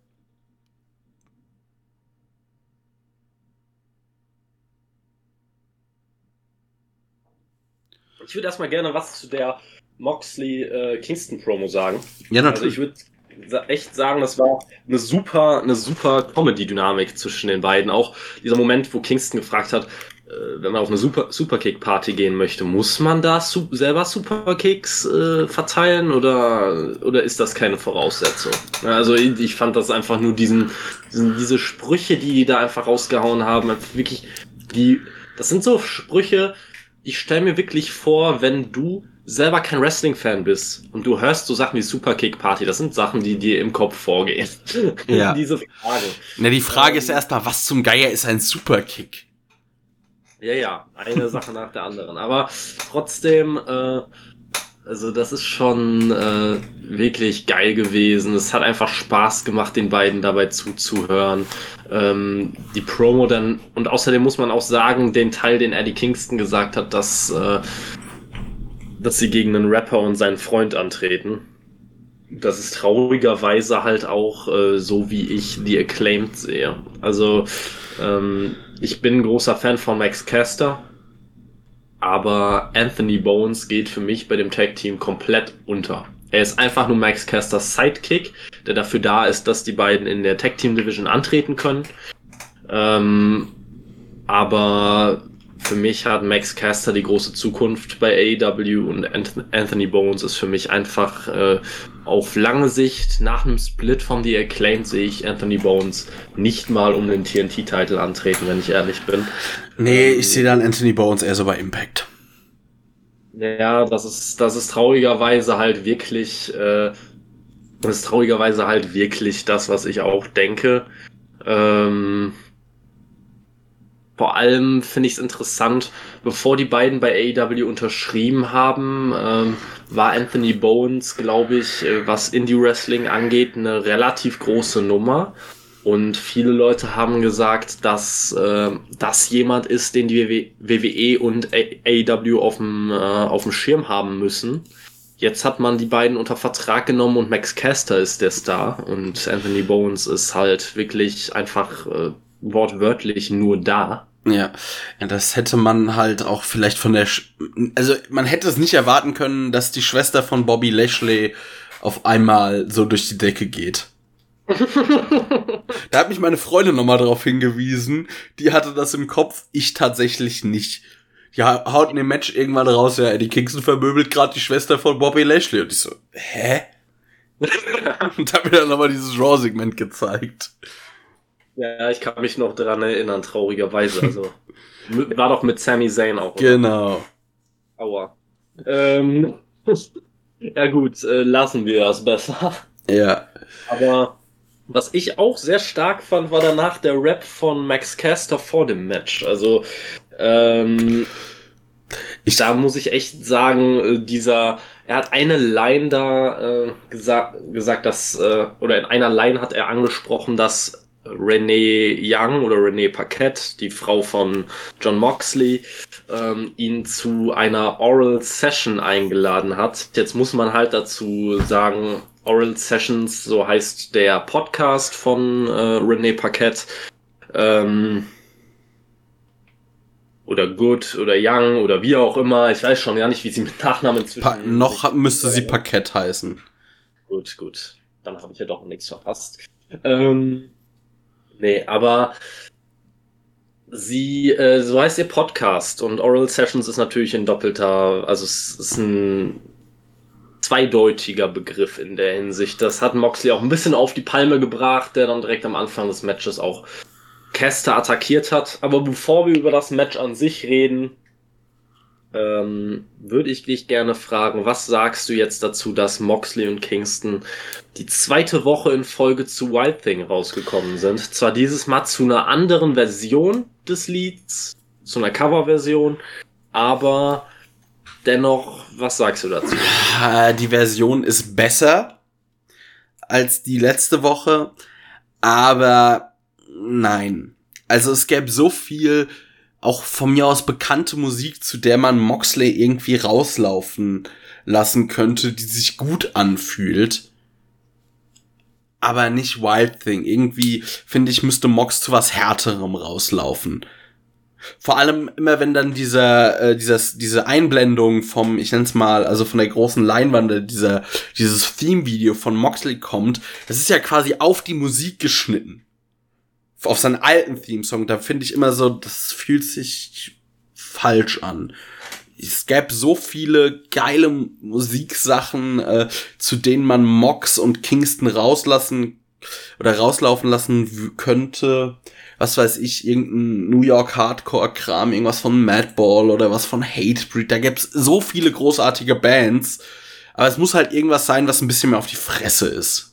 Ich würde erstmal gerne was zu der Moxley-Kingston-Promo äh, sagen. Ja, natürlich. Also ich würde echt sagen, das war eine super, eine super Comedy-Dynamik zwischen den beiden. Auch dieser Moment, wo Kingston gefragt hat, wenn man auf eine Super Superkick-Party gehen möchte, muss man da su- selber Superkicks äh, verteilen oder oder ist das keine Voraussetzung? Also ich, ich fand das einfach nur diesen, diesen diese Sprüche, die die da einfach rausgehauen haben, wirklich die das sind so Sprüche, ich stelle mir wirklich vor, wenn du selber kein Wrestling-Fan bist und du hörst so Sachen wie Superkick-Party, das sind Sachen, die dir im Kopf vorgehen. Ja. Diese Fragen. Na, die Frage ähm, ist erstmal, was zum Geier ist ein Superkick? Ja, ja, eine Sache nach der anderen. Aber trotzdem, äh, also das ist schon äh, wirklich geil gewesen. Es hat einfach Spaß gemacht, den beiden dabei zuzuhören. Ähm, die Promo dann, und außerdem muss man auch sagen, den Teil, den Eddie Kingston gesagt hat, dass, äh, dass sie gegen einen Rapper und seinen Freund antreten. Das ist traurigerweise halt auch äh, so, wie ich die Acclaimed sehe. Also, ähm, ich bin ein großer Fan von Max Caster, aber Anthony Bowens geht für mich bei dem Tag-Team komplett unter. Er ist einfach nur Max Casters Sidekick, der dafür da ist, dass die beiden in der Tag-Team-Division antreten können. Ähm, aber für mich hat Max Caster die große Zukunft bei A E W und Anthony Bowens ist für mich einfach äh, auf lange Sicht, nach einem Split von The Acclaimed sehe ich Anthony Bowens nicht mal um den T N T-Titel antreten, wenn ich ehrlich bin. Nee, ähm, ich sehe dann Anthony Bowens eher so bei Impact. Ja, das ist, das ist traurigerweise halt wirklich, äh, das ist traurigerweise halt wirklich das, was ich auch denke. Ähm, Vor allem finde ich es interessant, bevor die beiden bei A E W unterschrieben haben, ähm, war Anthony Bowens, glaube ich, äh, was Indie-Wrestling angeht, eine relativ große Nummer. Und viele Leute haben gesagt, dass äh, das jemand ist, den die W W E und A E W auf dem, äh, auf dem Schirm haben müssen. Jetzt hat man die beiden unter Vertrag genommen und Max Caster ist der Star. Und Anthony Bowens ist halt wirklich einfach äh, wortwörtlich nur da. Ja, ja, das hätte man halt auch vielleicht von der, Sch- also man hätte es nicht erwarten können, dass die Schwester von Bobby Lashley auf einmal so durch die Decke geht. Da hat mich meine Freundin nochmal drauf hingewiesen, die hatte das im Kopf, ich tatsächlich nicht. Die ha- haut in dem Match irgendwann raus, ja, Eddie Kingston vermöbelt gerade die Schwester von Bobby Lashley und ich so, hä? Und hab mir dann nochmal dieses Raw-Segment gezeigt. Ja, ich kann mich noch dran erinnern, traurigerweise. Also war doch mit Sami Zayn auch. Oder? Genau. Aua. Ähm, ja gut, äh, lassen wir das besser. Ja. Aber was ich auch sehr stark fand, war danach der Rap von Max Caster vor dem Match. Also ähm, ich, da muss ich echt sagen, äh, dieser, er hat eine Line da äh, gesagt, gesagt, dass äh, oder in einer Line hat er angesprochen, dass Renee Young oder Renee Paquette, die Frau von Jon Moxley, ähm, ihn zu einer Oral Session eingeladen hat. Jetzt muss man halt dazu sagen, Oral Sessions, so heißt der Podcast von äh, Renee Paquette. Ähm, oder Good oder Young oder wie auch immer. Ich weiß schon gar nicht, wie sie mit Nachnamen inzwischen... Pa- noch müsste sie Paquette heißen. Gut, gut. Dann habe ich ja doch nichts verpasst. Ähm... Nee, aber sie, äh, so heißt ihr Podcast und Oral Sessions ist natürlich ein doppelter, also es ist ein zweideutiger Begriff in der Hinsicht. Das hat Moxley auch ein bisschen auf die Palme gebracht, der dann direkt am Anfang des Matches auch Caster attackiert hat. Aber bevor wir über das Match an sich reden, ähm, würde ich dich gerne fragen, was sagst du jetzt dazu, dass Moxley und Kingston die zweite Woche in Folge zu Wild Thing rausgekommen sind? Zwar dieses Mal zu einer anderen Version des Lieds, zu einer Coverversion, aber dennoch, was sagst du dazu? Die Version ist besser als die letzte Woche, aber nein. Also es gäbe so viel auch von mir aus bekannte Musik, zu der man Moxley irgendwie rauslaufen lassen könnte, die sich gut anfühlt. Aber nicht Wild Thing. Irgendwie, finde ich, müsste Mox zu was Härterem rauslaufen. Vor allem immer, wenn dann dieser, äh, dieses, diese Einblendung vom, ich nenn's mal, also von der großen Leinwand, dieser, dieses Theme-Video von Moxley kommt, das ist ja quasi auf die Musik geschnitten. Auf seinen alten Theme-Song, da finde ich immer so, das fühlt sich falsch an. Es gäbe so viele geile Musiksachen, äh, zu denen man Mox und Kingston rauslassen oder rauslaufen lassen w- könnte. Was weiß ich, irgendein New York Hardcore-Kram, irgendwas von Madball oder was von Hatebreed. Da gäbe es so viele großartige Bands. Aber es muss halt irgendwas sein, was ein bisschen mehr auf die Fresse ist.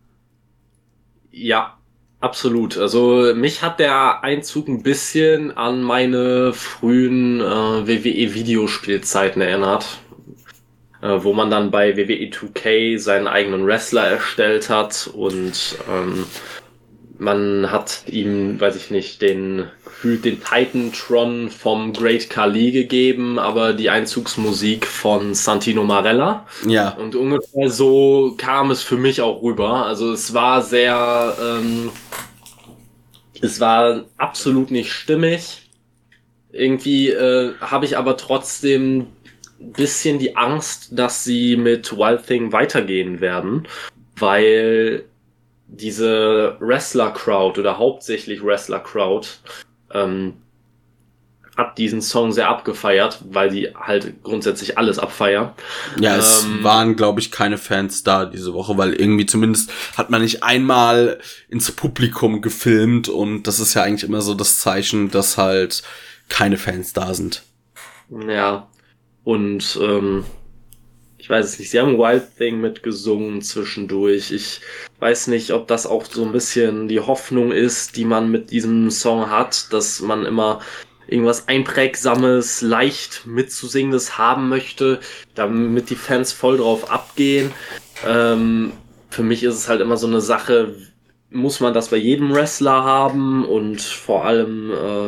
Ja, absolut. Also mich hat der Einzug ein bisschen an meine frühen äh, W W E-Videospielzeiten erinnert, äh, wo man dann bei W W E zwei K seinen eigenen Wrestler erstellt hat und ähm, man hat ihm, weiß ich nicht, den gefühlt den Titantron vom Great Khali gegeben, aber die Einzugsmusik von Santino Marella. Ja. Und ungefähr so kam es für mich auch rüber. Also es war sehr, ähm, es war absolut nicht stimmig. Irgendwie äh, habe ich aber trotzdem ein bisschen die Angst, dass sie mit Wild Thing weitergehen werden, weil diese Wrestler-Crowd oder hauptsächlich Wrestler-Crowd ähm, hat diesen Song sehr abgefeiert, weil die halt grundsätzlich alles abfeiern. Ja, es ähm, waren, glaube ich, keine Fans da diese Woche, weil irgendwie zumindest hat man nicht einmal ins Publikum gefilmt und das ist ja eigentlich immer so das Zeichen, dass halt keine Fans da sind. Ja, und ähm, ich weiß es nicht, sie haben Wild Thing mitgesungen zwischendurch. Ich weiß nicht, ob das auch so ein bisschen die Hoffnung ist, die man mit diesem Song hat, dass man immer irgendwas Einprägsames, leicht mitzusingendes haben möchte, damit die Fans voll drauf abgehen. Ähm, für mich ist es halt immer so eine Sache, muss man das bei jedem Wrestler haben und vor allem äh,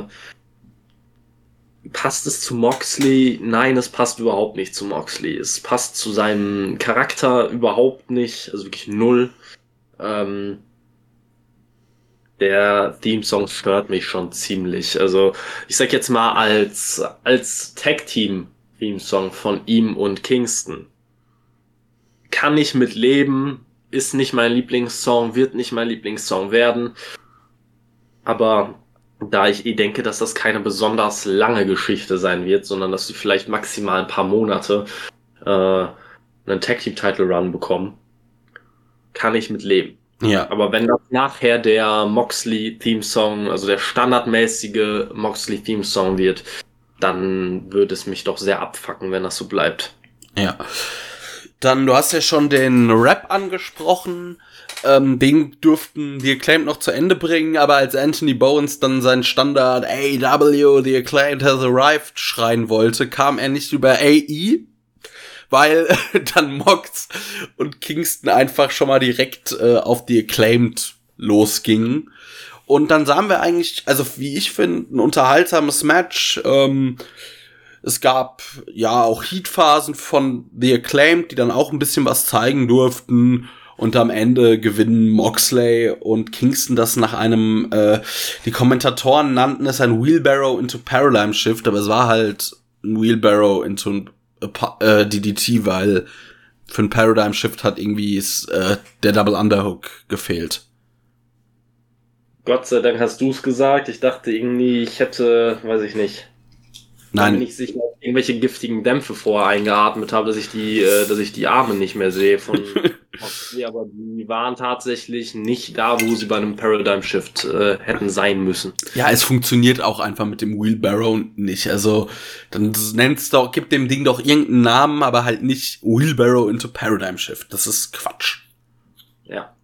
passt es zu Moxley? Nein, es passt überhaupt nicht zu Moxley. Es passt zu seinem Charakter überhaupt nicht, also wirklich null. Ähm, der Theme-Song stört mich schon ziemlich. Also ich sag jetzt mal als als Tag-Team-Theme-Song von ihm und Kingston kann ich mit leben, ist nicht mein Lieblingssong, wird nicht mein Lieblingssong werden. Aber da ich eh denke, dass das keine besonders lange Geschichte sein wird, sondern dass sie vielleicht maximal ein paar Monate äh, einen Tag-Team-Title-Run bekommen, kann ich mit leben. Ja. Aber wenn das nachher der Moxley-Theme-Song, also der standardmäßige Moxley-Theme-Song wird, dann würde es mich doch sehr abfucken, wenn das so bleibt. Ja. Dann, du hast ja schon den Rap angesprochen. Ähm, den durften die Acclaimed noch zu Ende bringen, aber als Anthony Bowens dann seinen Standard A E W, The Acclaimed has arrived schreien wollte, kam er nicht über A E, weil dann Mox und Kingston einfach schon mal direkt äh, auf die Acclaimed losgingen. Und dann sahen wir eigentlich, also wie ich finde, ein unterhaltsames Match. Ähm, es gab ja auch Heatphasen von The Acclaimed, die dann auch ein bisschen was zeigen durften. Und am Ende gewinnen Moxley und Kingston das nach einem, äh, die Kommentatoren nannten es ein Wheelbarrow into Paradigm Shift, aber es war halt ein Wheelbarrow into ein äh, D D T, weil für ein Paradigm Shift hat irgendwie ist, äh, der Double Underhook gefehlt. Gott sei Dank hast du es gesagt. Ich dachte irgendwie, ich hätte, weiß ich nicht. Nein. Wenn ich sich irgendwelche giftigen Dämpfe vorher eingeatmet habe, dass ich die, äh, dass ich die Arme nicht mehr sehe von Moxley, aber die waren tatsächlich nicht da, wo sie bei einem Paradigm Shift äh, hätten sein müssen. Ja, es funktioniert auch einfach mit dem Wheelbarrow nicht. Also, dann nennst doch, gib dem Ding doch irgendeinen Namen, aber halt nicht Wheelbarrow into Paradigm Shift. Das ist Quatsch. Ja.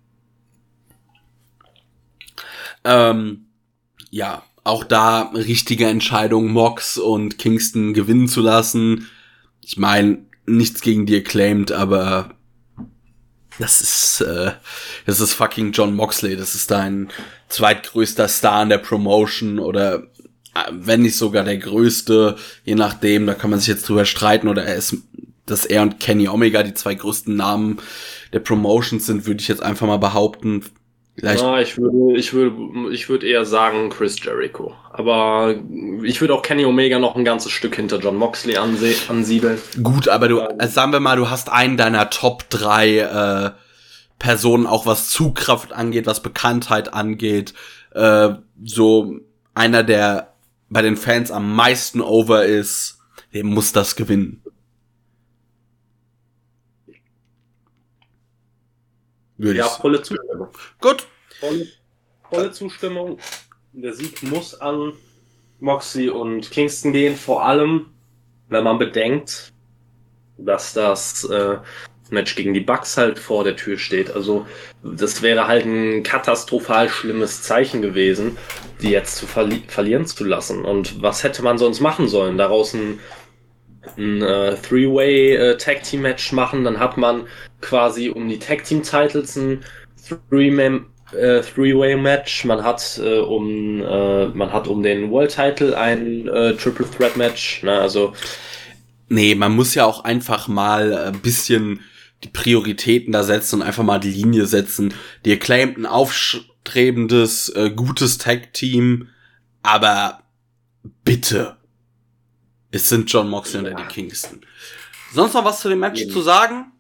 Ähm, ja, auch da richtige Entscheidung, Mox und Kingston gewinnen zu lassen. Ich meine, nichts gegen die Acclaimed, aber das ist, äh, das ist fucking Jon Moxley. Das ist dein zweitgrößter Star in der Promotion oder äh, wenn nicht sogar der größte, je nachdem, da kann man sich jetzt drüber streiten oder er ist, dass er und Kenny Omega die zwei größten Namen der Promotions sind, würde ich jetzt einfach mal behaupten. Vielleicht Ja, ich würde, ich würde, ich würde eher sagen Chris Jericho. Aber ich würde auch Kenny Omega noch ein ganzes Stück hinter Jon Moxley anse- ansiedeln. Gut, aber du, also sagen wir mal, du hast einen deiner Top drei äh, Personen, auch was Zugkraft angeht, was Bekanntheit angeht, äh, so einer der bei den Fans am meisten over ist, der muss das gewinnen. Würde ja, volle Zustimmung. Gut. Volle, volle Zustimmung. Der Sieg muss an Moxley und Kingston gehen, vor allem, wenn man bedenkt, dass das äh, Match gegen die Bucks halt vor der Tür steht. Also das wäre halt ein katastrophal schlimmes Zeichen gewesen, die jetzt zu verli- verlieren zu lassen. Und was hätte man sonst machen sollen? Daraus ein, ein äh, Three-Way äh, Tag-Team-Match machen, dann hat man quasi um die Tag-Team-Titles ein Three-Man äh, Three-Way-Match, man hat äh, um äh, man hat um den World-Title ein äh, Triple-Threat-Match, ne? Also nee, man muss ja auch einfach mal ein bisschen die Prioritäten da setzen und einfach mal die Linie setzen. Die Acclaimed ein aufstrebendes, äh, gutes Tag-Team, aber bitte, es sind Jon Moxley ja. und Eddie Kingston. Sonst noch was zu dem Match ja. zu sagen?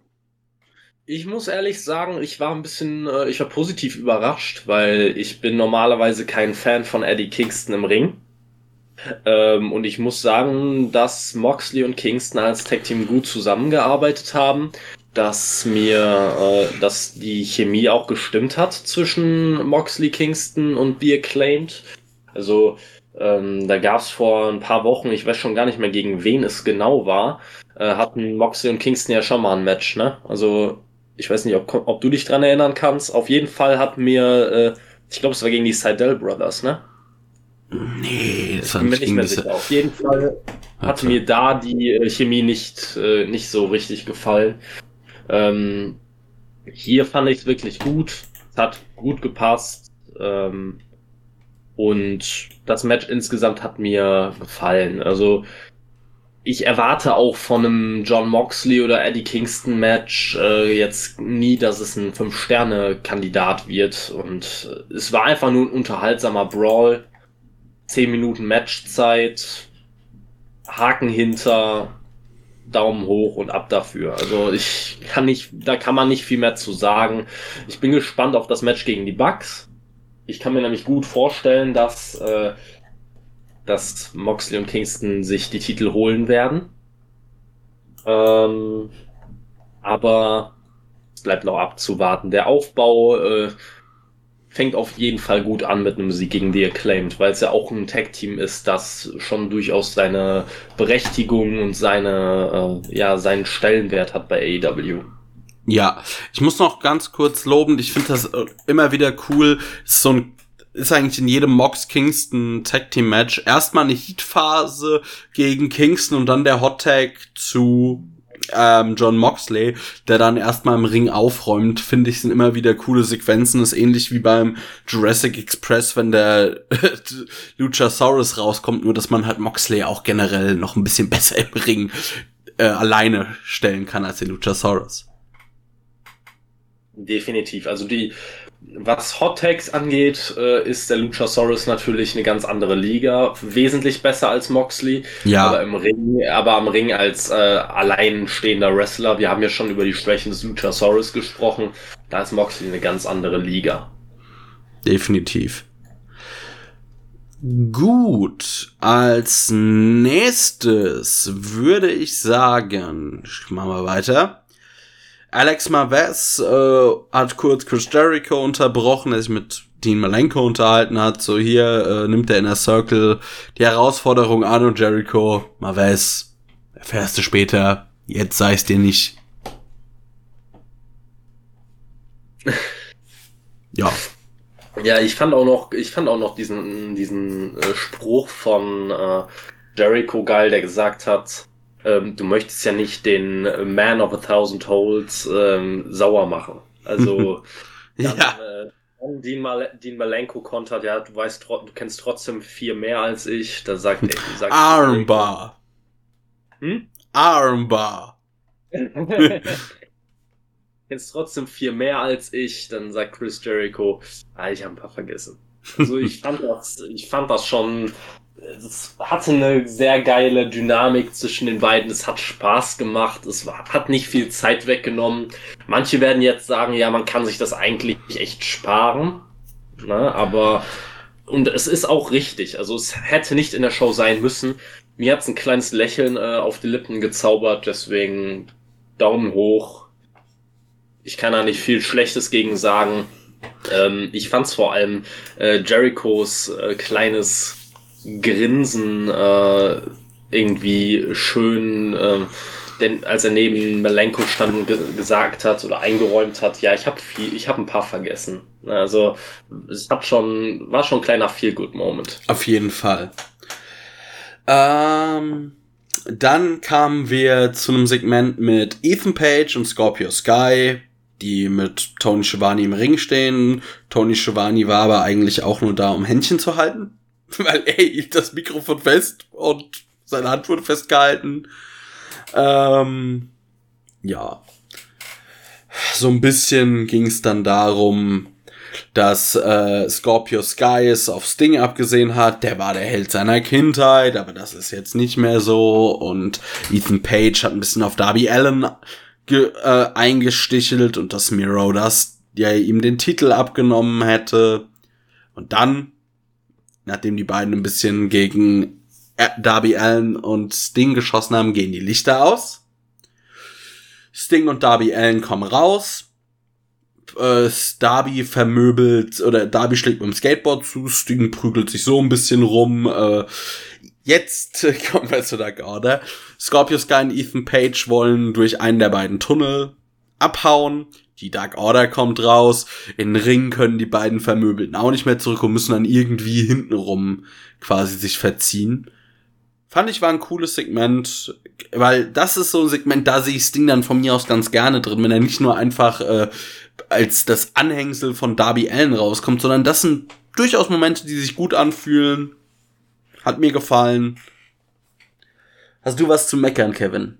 Ich muss ehrlich sagen, ich war ein bisschen, äh, ich war positiv überrascht, weil ich bin normalerweise kein Fan von Eddie Kingston im Ring. Ähm, und ich muss sagen, dass Moxley und Kingston als Tag-Team gut zusammengearbeitet haben, dass mir, äh, dass die Chemie auch gestimmt hat zwischen Moxley, Kingston und The Acclaimed. Also ähm, da gab es vor ein paar Wochen, ich weiß schon gar nicht mehr, gegen wen es genau war, äh, hatten Moxley und Kingston ja schon mal ein Match, ne? Also ich weiß nicht, ob, ob du dich dran erinnern kannst. Auf jeden Fall hat mir, äh, ich glaube, es war gegen die Seidel Brothers, ne? Nee, das war nicht, nicht mehr sicher. Auf jeden Fall hat Warte. mir da die äh, Chemie nicht äh, nicht so richtig gefallen. Ähm, hier fand ich es wirklich gut. Es hat gut gepasst. Ähm, und das Match insgesamt hat mir gefallen. Also ich erwarte auch von einem Jon Moxley oder Eddie Kingston Match äh, jetzt nie, dass es ein Fünf-Sterne-Kandidat wird. Und äh, es war einfach nur ein unterhaltsamer Brawl. Zehn Minuten Matchzeit, Haken hinter, Daumen hoch und ab dafür. Also ich kann nicht, da kann man nicht viel mehr zu sagen. Ich bin gespannt auf das Match gegen die Bucks. Ich kann mir nämlich gut vorstellen, dass, äh, dass Moxley und Kingston sich die Titel holen werden. Ähm, aber es bleibt noch abzuwarten. Der Aufbau äh, fängt auf jeden Fall gut an mit einem Sieg gegen The Acclaimed, weil es ja auch ein Tag-Team ist, das schon durchaus seine Berechtigung und seine, äh, ja, seinen Stellenwert hat bei A E W. Ja, ich muss noch ganz kurz loben, ich finde das immer wieder cool, ist so ein ist eigentlich in jedem Mox Kingston Tag Team Match erstmal eine Heat-Phase gegen Kingston und dann der Hot Tag zu ähm, Jon Moxley, der dann erstmal im Ring aufräumt, finde ich, sind immer wieder coole Sequenzen. Das ist ähnlich wie beim Jurassic Express, wenn der Luchasaurus rauskommt, nur dass man halt Moxley auch generell noch ein bisschen besser im Ring äh, alleine stellen kann als den Luchasaurus. Definitiv. Also die, was Hot Tags angeht, äh, ist der Luchasaurus natürlich eine ganz andere Liga, wesentlich besser als Moxley. Ja. Aber im Ring, aber am Ring als äh, alleinstehender Wrestler. Wir haben ja schon über die Schwächen des Luchasaurus gesprochen. Da ist Moxley eine ganz andere Liga. Definitiv. Gut, als nächstes würde ich sagen, machen wir weiter. Alex Marvez äh, hat kurz Chris Jericho unterbrochen, der sich mit Dean Malenko unterhalten hat. So, hier äh, nimmt der Inner Circle die Herausforderung an und Jericho, Marvez, erfährst du später, jetzt sei es dir nicht. Ja. Ja, ich fand auch noch, ich fand auch noch diesen, diesen äh, Spruch von äh, Jericho geil, der gesagt hat, ähm, du möchtest ja nicht den Man of a Thousand Holes ähm, sauer machen. Also, dann, ja. äh, Dean, Mal- Dean Malenko kontert, ja, du weißt, tro- du kennst trotzdem viel mehr als ich. Da sagt er, sagt Armbar. Hm? Armbar. Kennst trotzdem viel mehr als ich, dann sagt Chris Jericho, ah, ich habe ein paar vergessen. Also ich fand das, ich fand das schon, es hatte eine sehr geile Dynamik zwischen den beiden, es hat Spaß gemacht, es hat nicht viel Zeit weggenommen. Manche werden jetzt sagen, ja, man kann sich das eigentlich echt sparen, ne? Aber und es ist auch richtig, also es hätte nicht in der Show sein müssen. Mir hat's ein kleines Lächeln äh, auf die Lippen gezaubert, deswegen Daumen hoch. Ich kann da nicht viel Schlechtes gegen sagen. Ähm, ich fand's vor allem äh, Jerichos äh, kleines Grinsen äh, irgendwie schön, äh, denn als er neben Malenko stand und ge- gesagt hat oder eingeräumt hat, ja, ich habe viel, ich habe ein paar vergessen. Also es hat schon, war schon ein kleiner Feel-Good-Moment. Auf jeden Fall. Ähm, dann kamen wir zu einem Segment mit Ethan Page und Scorpio Sky, die mit Tony Schiavone im Ring stehen. Tony Schiavone war aber eigentlich auch nur da, um Händchen zu halten, weil er hielt das Mikrofon fest und seine Hand wurde festgehalten. Ähm, ja. So ein bisschen ging es dann darum, dass äh, Scorpio Sky es auf Sting abgesehen hat. Der war der Held seiner Kindheit, aber das ist jetzt nicht mehr so. Und Ethan Page hat ein bisschen auf Darby Allin ge- äh, eingestichelt und dass Miro das ja ihm den Titel abgenommen hätte. Und dann, nachdem die beiden ein bisschen gegen Darby Allin und Sting geschossen haben, gehen die Lichter aus. Sting und Darby Allin kommen raus. Äh, Darby vermöbelt, oder Darby schlägt mit dem Skateboard zu, Sting prügelt sich so ein bisschen rum. Äh, jetzt äh, kommen wir zu Dark Order. Scorpio Sky und Ethan Page wollen durch einen der beiden Tunnel abhauen. Die Dark Order kommt raus. In den Ring können die beiden Vermöbelten auch nicht mehr zurück und müssen dann irgendwie hintenrum quasi sich verziehen. Fand ich, war ein cooles Segment, weil das ist so ein Segment, da sehe ich Sting dann von mir aus ganz gerne drin, wenn er nicht nur einfach äh, als das Anhängsel von Darby Allin rauskommt, sondern das sind durchaus Momente, die sich gut anfühlen. Hat mir gefallen. Hast du was zu meckern, Kevin?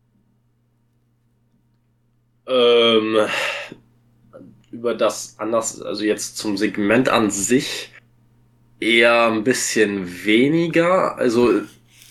Ähm, über das anders, also jetzt zum Segment an sich eher ein bisschen weniger. Also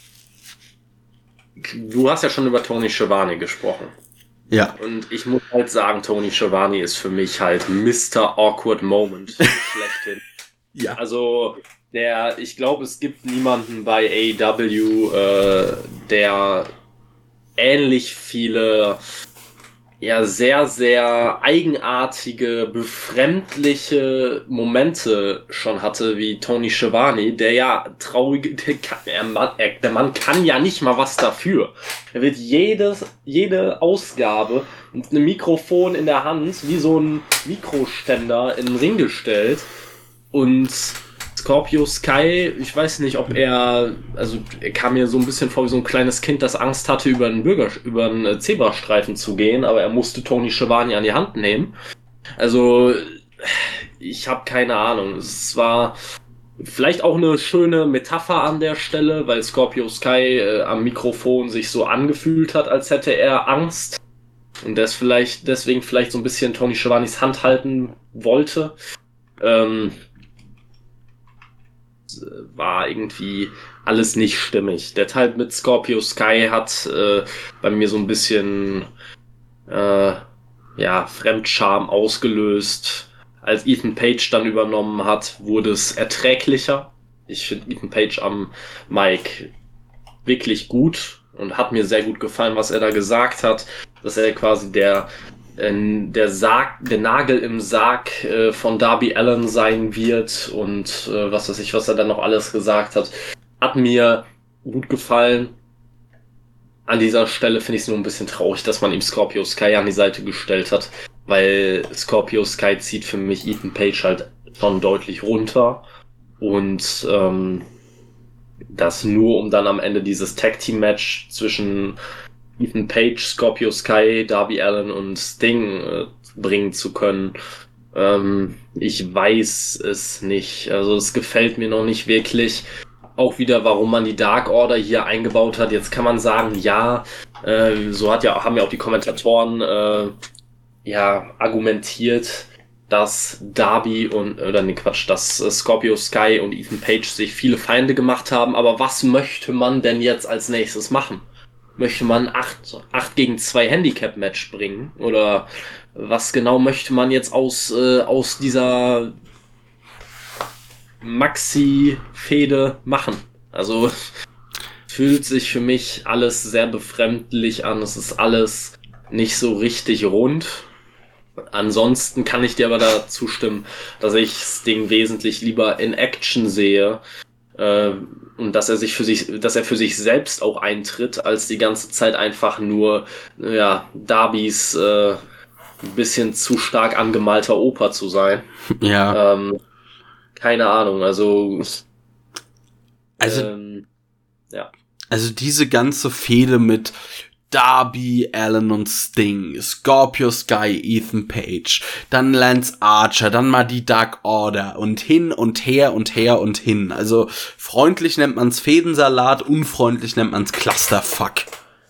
du hast ja schon über Tony Schiavone gesprochen. Ja. Und ich muss halt sagen, Tony Schiavone ist für mich halt Mister Awkward Moment schlechthin. Ja. Also der, ich glaube, es gibt niemanden bei A E W, äh, der ähnlich viele ja sehr, sehr eigenartige, befremdliche Momente schon hatte wie Tony Schiavone, der ja traurige, der, kann, er, der Mann kann ja nicht mal was dafür. Er wird jedes, jede Ausgabe mit einem Mikrofon in der Hand, wie so ein Mikroständer in den Ring gestellt und Scorpio Sky, ich weiß nicht, ob er, also er kam mir so ein bisschen vor wie so ein kleines Kind, das Angst hatte, über einen Bürger, über einen Zebrastreifen zu gehen, aber er musste Tony Schiavone an die Hand nehmen. Also, ich habe keine Ahnung. Es war vielleicht auch eine schöne Metapher an der Stelle, weil Scorpio Sky äh, am Mikrofon sich so angefühlt hat, als hätte er Angst. Und das vielleicht, deswegen vielleicht so ein bisschen Tony Schiavones Hand halten wollte. Ähm, war irgendwie alles nicht stimmig. Der Teil mit Scorpio Sky hat äh, bei mir so ein bisschen äh, ja, Fremdscham ausgelöst. Als Ethan Page dann übernommen hat, wurde es erträglicher. Ich finde Ethan Page am Mic wirklich gut und hat mir sehr gut gefallen, was er da gesagt hat, dass er quasi der der Sarg, der Nagel im Sarg äh, von Darby Allin sein wird und äh, was weiß ich, was er dann noch alles gesagt hat, hat mir gut gefallen. An dieser Stelle finde ich es nur ein bisschen traurig, dass man ihm Scorpio Sky an die Seite gestellt hat, weil Scorpio Sky zieht für mich Ethan Page halt schon deutlich runter und ähm, das nur, um dann am Ende dieses Tag-Team-Match zwischen Ethan Page, Scorpio Sky, Darby Allin und Sting äh, bringen zu können. Ähm, ich weiß es nicht. Also es gefällt mir noch nicht wirklich. Auch wieder, warum man die Dark Order hier eingebaut hat. Jetzt kann man sagen, ja, äh, so hat ja, haben ja auch die Kommentatoren äh, ja argumentiert, dass Darby und, oder ne Quatsch, dass äh, Scorpio Sky und Ethan Page sich viele Feinde gemacht haben. Aber was möchte man denn jetzt als nächstes machen? Möchte man acht, acht gegen zwei Handicap-Match bringen? Oder was genau möchte man jetzt aus, äh, aus dieser Maxi-Fehde machen. Also fühlt sich für mich alles sehr befremdlich an. Es ist alles nicht so richtig rund. Ansonsten kann ich dir aber dazu stimmen, dass ich Sting wesentlich lieber in Action sehe äh, und dass er sich für sich, dass er für sich selbst auch eintritt, als die ganze Zeit einfach nur ja Darbys äh, ein bisschen zu stark angemalter Opa zu sein. Ja. Ähm, keine Ahnung, also Also, ähm, ja. also diese ganze Fehde mit Darby, Allin und Sting, Scorpio Sky, Ethan Page, dann Lance Archer, dann mal die Dark Order und hin und her und her und hin. Also freundlich nennt man's Fädensalat, unfreundlich nennt man's Clusterfuck.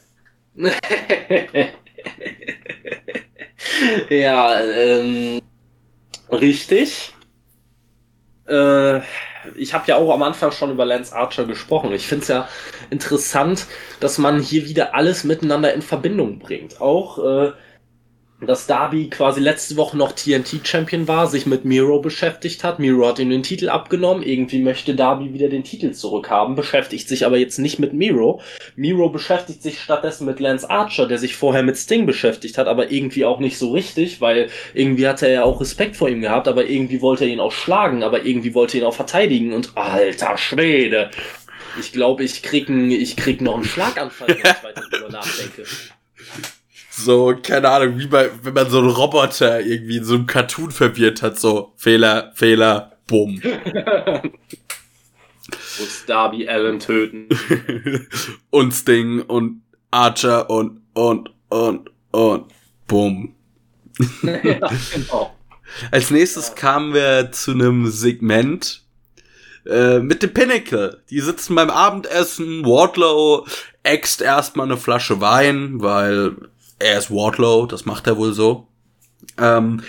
Ja, ähm, richtig. Äh, ich habe ja auch am Anfang schon über Lance Archer gesprochen. Ich finde es ja interessant, dass man hier wieder alles miteinander in Verbindung bringt. Auch, äh, dass Darby quasi letzte Woche noch T N T-Champion war, sich mit Miro beschäftigt hat. Miro hat ihm den Titel abgenommen. Irgendwie möchte Darby wieder den Titel zurückhaben, beschäftigt sich aber jetzt nicht mit Miro. Miro beschäftigt sich stattdessen mit Lance Archer, der sich vorher mit Sting beschäftigt hat, aber irgendwie auch nicht so richtig, weil irgendwie hatte er ja auch Respekt vor ihm gehabt, aber irgendwie wollte er ihn auch schlagen, aber irgendwie wollte er ihn auch verteidigen und alter Schwede. Ich glaube, ich krieg, n, ich krieg noch einen Schlaganfall, wenn ich weiter drüber nachdenke. So, keine Ahnung, wie bei, wenn man so einen Roboter irgendwie in so einem Cartoon verwirrt hat, so Fehler, Fehler, bumm. Muss Darby Allin töten. Und Sting und Archer und, und, und, und, bumm. Ja, genau. Als nächstes kamen wir zu einem Segment äh, mit dem Pinnacle. Die sitzen beim Abendessen, Wardlow äxt erstmal eine Flasche Wein, weil er ist Wardlow, das macht er wohl so. Ähm,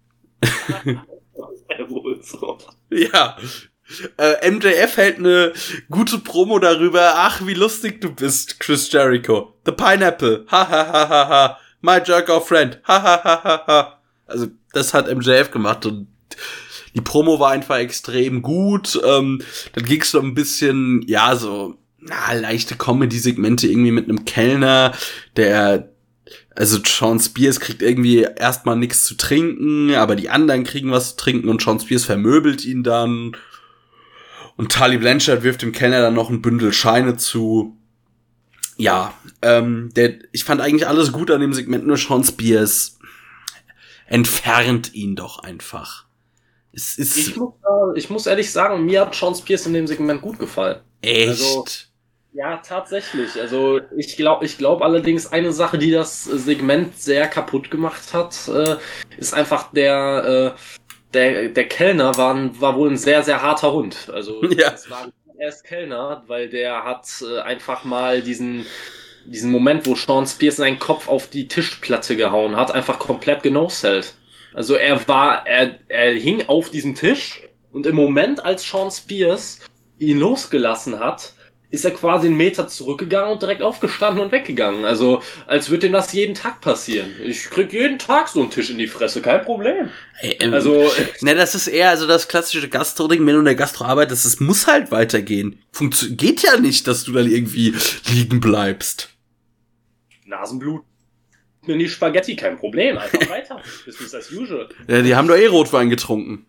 Er wohl so. ja. Äh, M J F hält eine gute Promo darüber. Ach, wie lustig du bist, Chris Jericho. The Pineapple. Ha, ha, ha, ha, ha. My jerk-off friend. Ha, ha, ha, ha, ha. Also, das hat M J F gemacht und die Promo war einfach extrem gut. Ähm, dann ging's so ein bisschen, ja, so, na, leichte Comedy-Segmente irgendwie mit einem Kellner, der Also Sean Spears kriegt irgendwie erstmal nichts zu trinken, aber die anderen kriegen was zu trinken und Sean Spears vermöbelt ihn dann. Und Tully Blanchard wirft dem Kellner dann noch ein Bündel Scheine zu. Ja, ähm, der, ich fand eigentlich alles gut an dem Segment, nur Sean Spears entfernt ihn doch einfach. Es ist Ich muss, äh, ich muss ehrlich sagen, mir hat Sean Spears in dem Segment gut gefallen. echt. Also, ja, tatsächlich. Also ich glaube ich glaube allerdings, eine Sache, die das Segment sehr kaputt gemacht hat, äh, ist einfach der, äh, der, der Kellner war, ein, war wohl ein sehr, sehr harter Hund. Also Ja. es war erst Kellner, weil der hat äh, einfach mal diesen, diesen Moment, wo Sean Spears seinen Kopf auf die Tischplatte gehauen hat, einfach komplett genosellt. Also er war, er, er hing auf diesem Tisch und im Moment, als Sean Spears ihn losgelassen hat, ist er quasi einen Meter zurückgegangen und direkt aufgestanden und weggegangen. Also, als würde ihm das jeden Tag passieren. Ich krieg jeden Tag so einen Tisch in die Fresse, kein Problem. Ey, ähm, Also, ne, das ist eher also das klassische Gastro-Ding, wenn du in der Gastro arbeitest, es muss halt weitergehen. Funktio- geht ja nicht, dass du dann irgendwie liegen bleibst. Nasenblut in die Spaghetti, kein Problem. Einfach weiter. Business as usual. Ja, die haben doch eh Rotwein getrunken.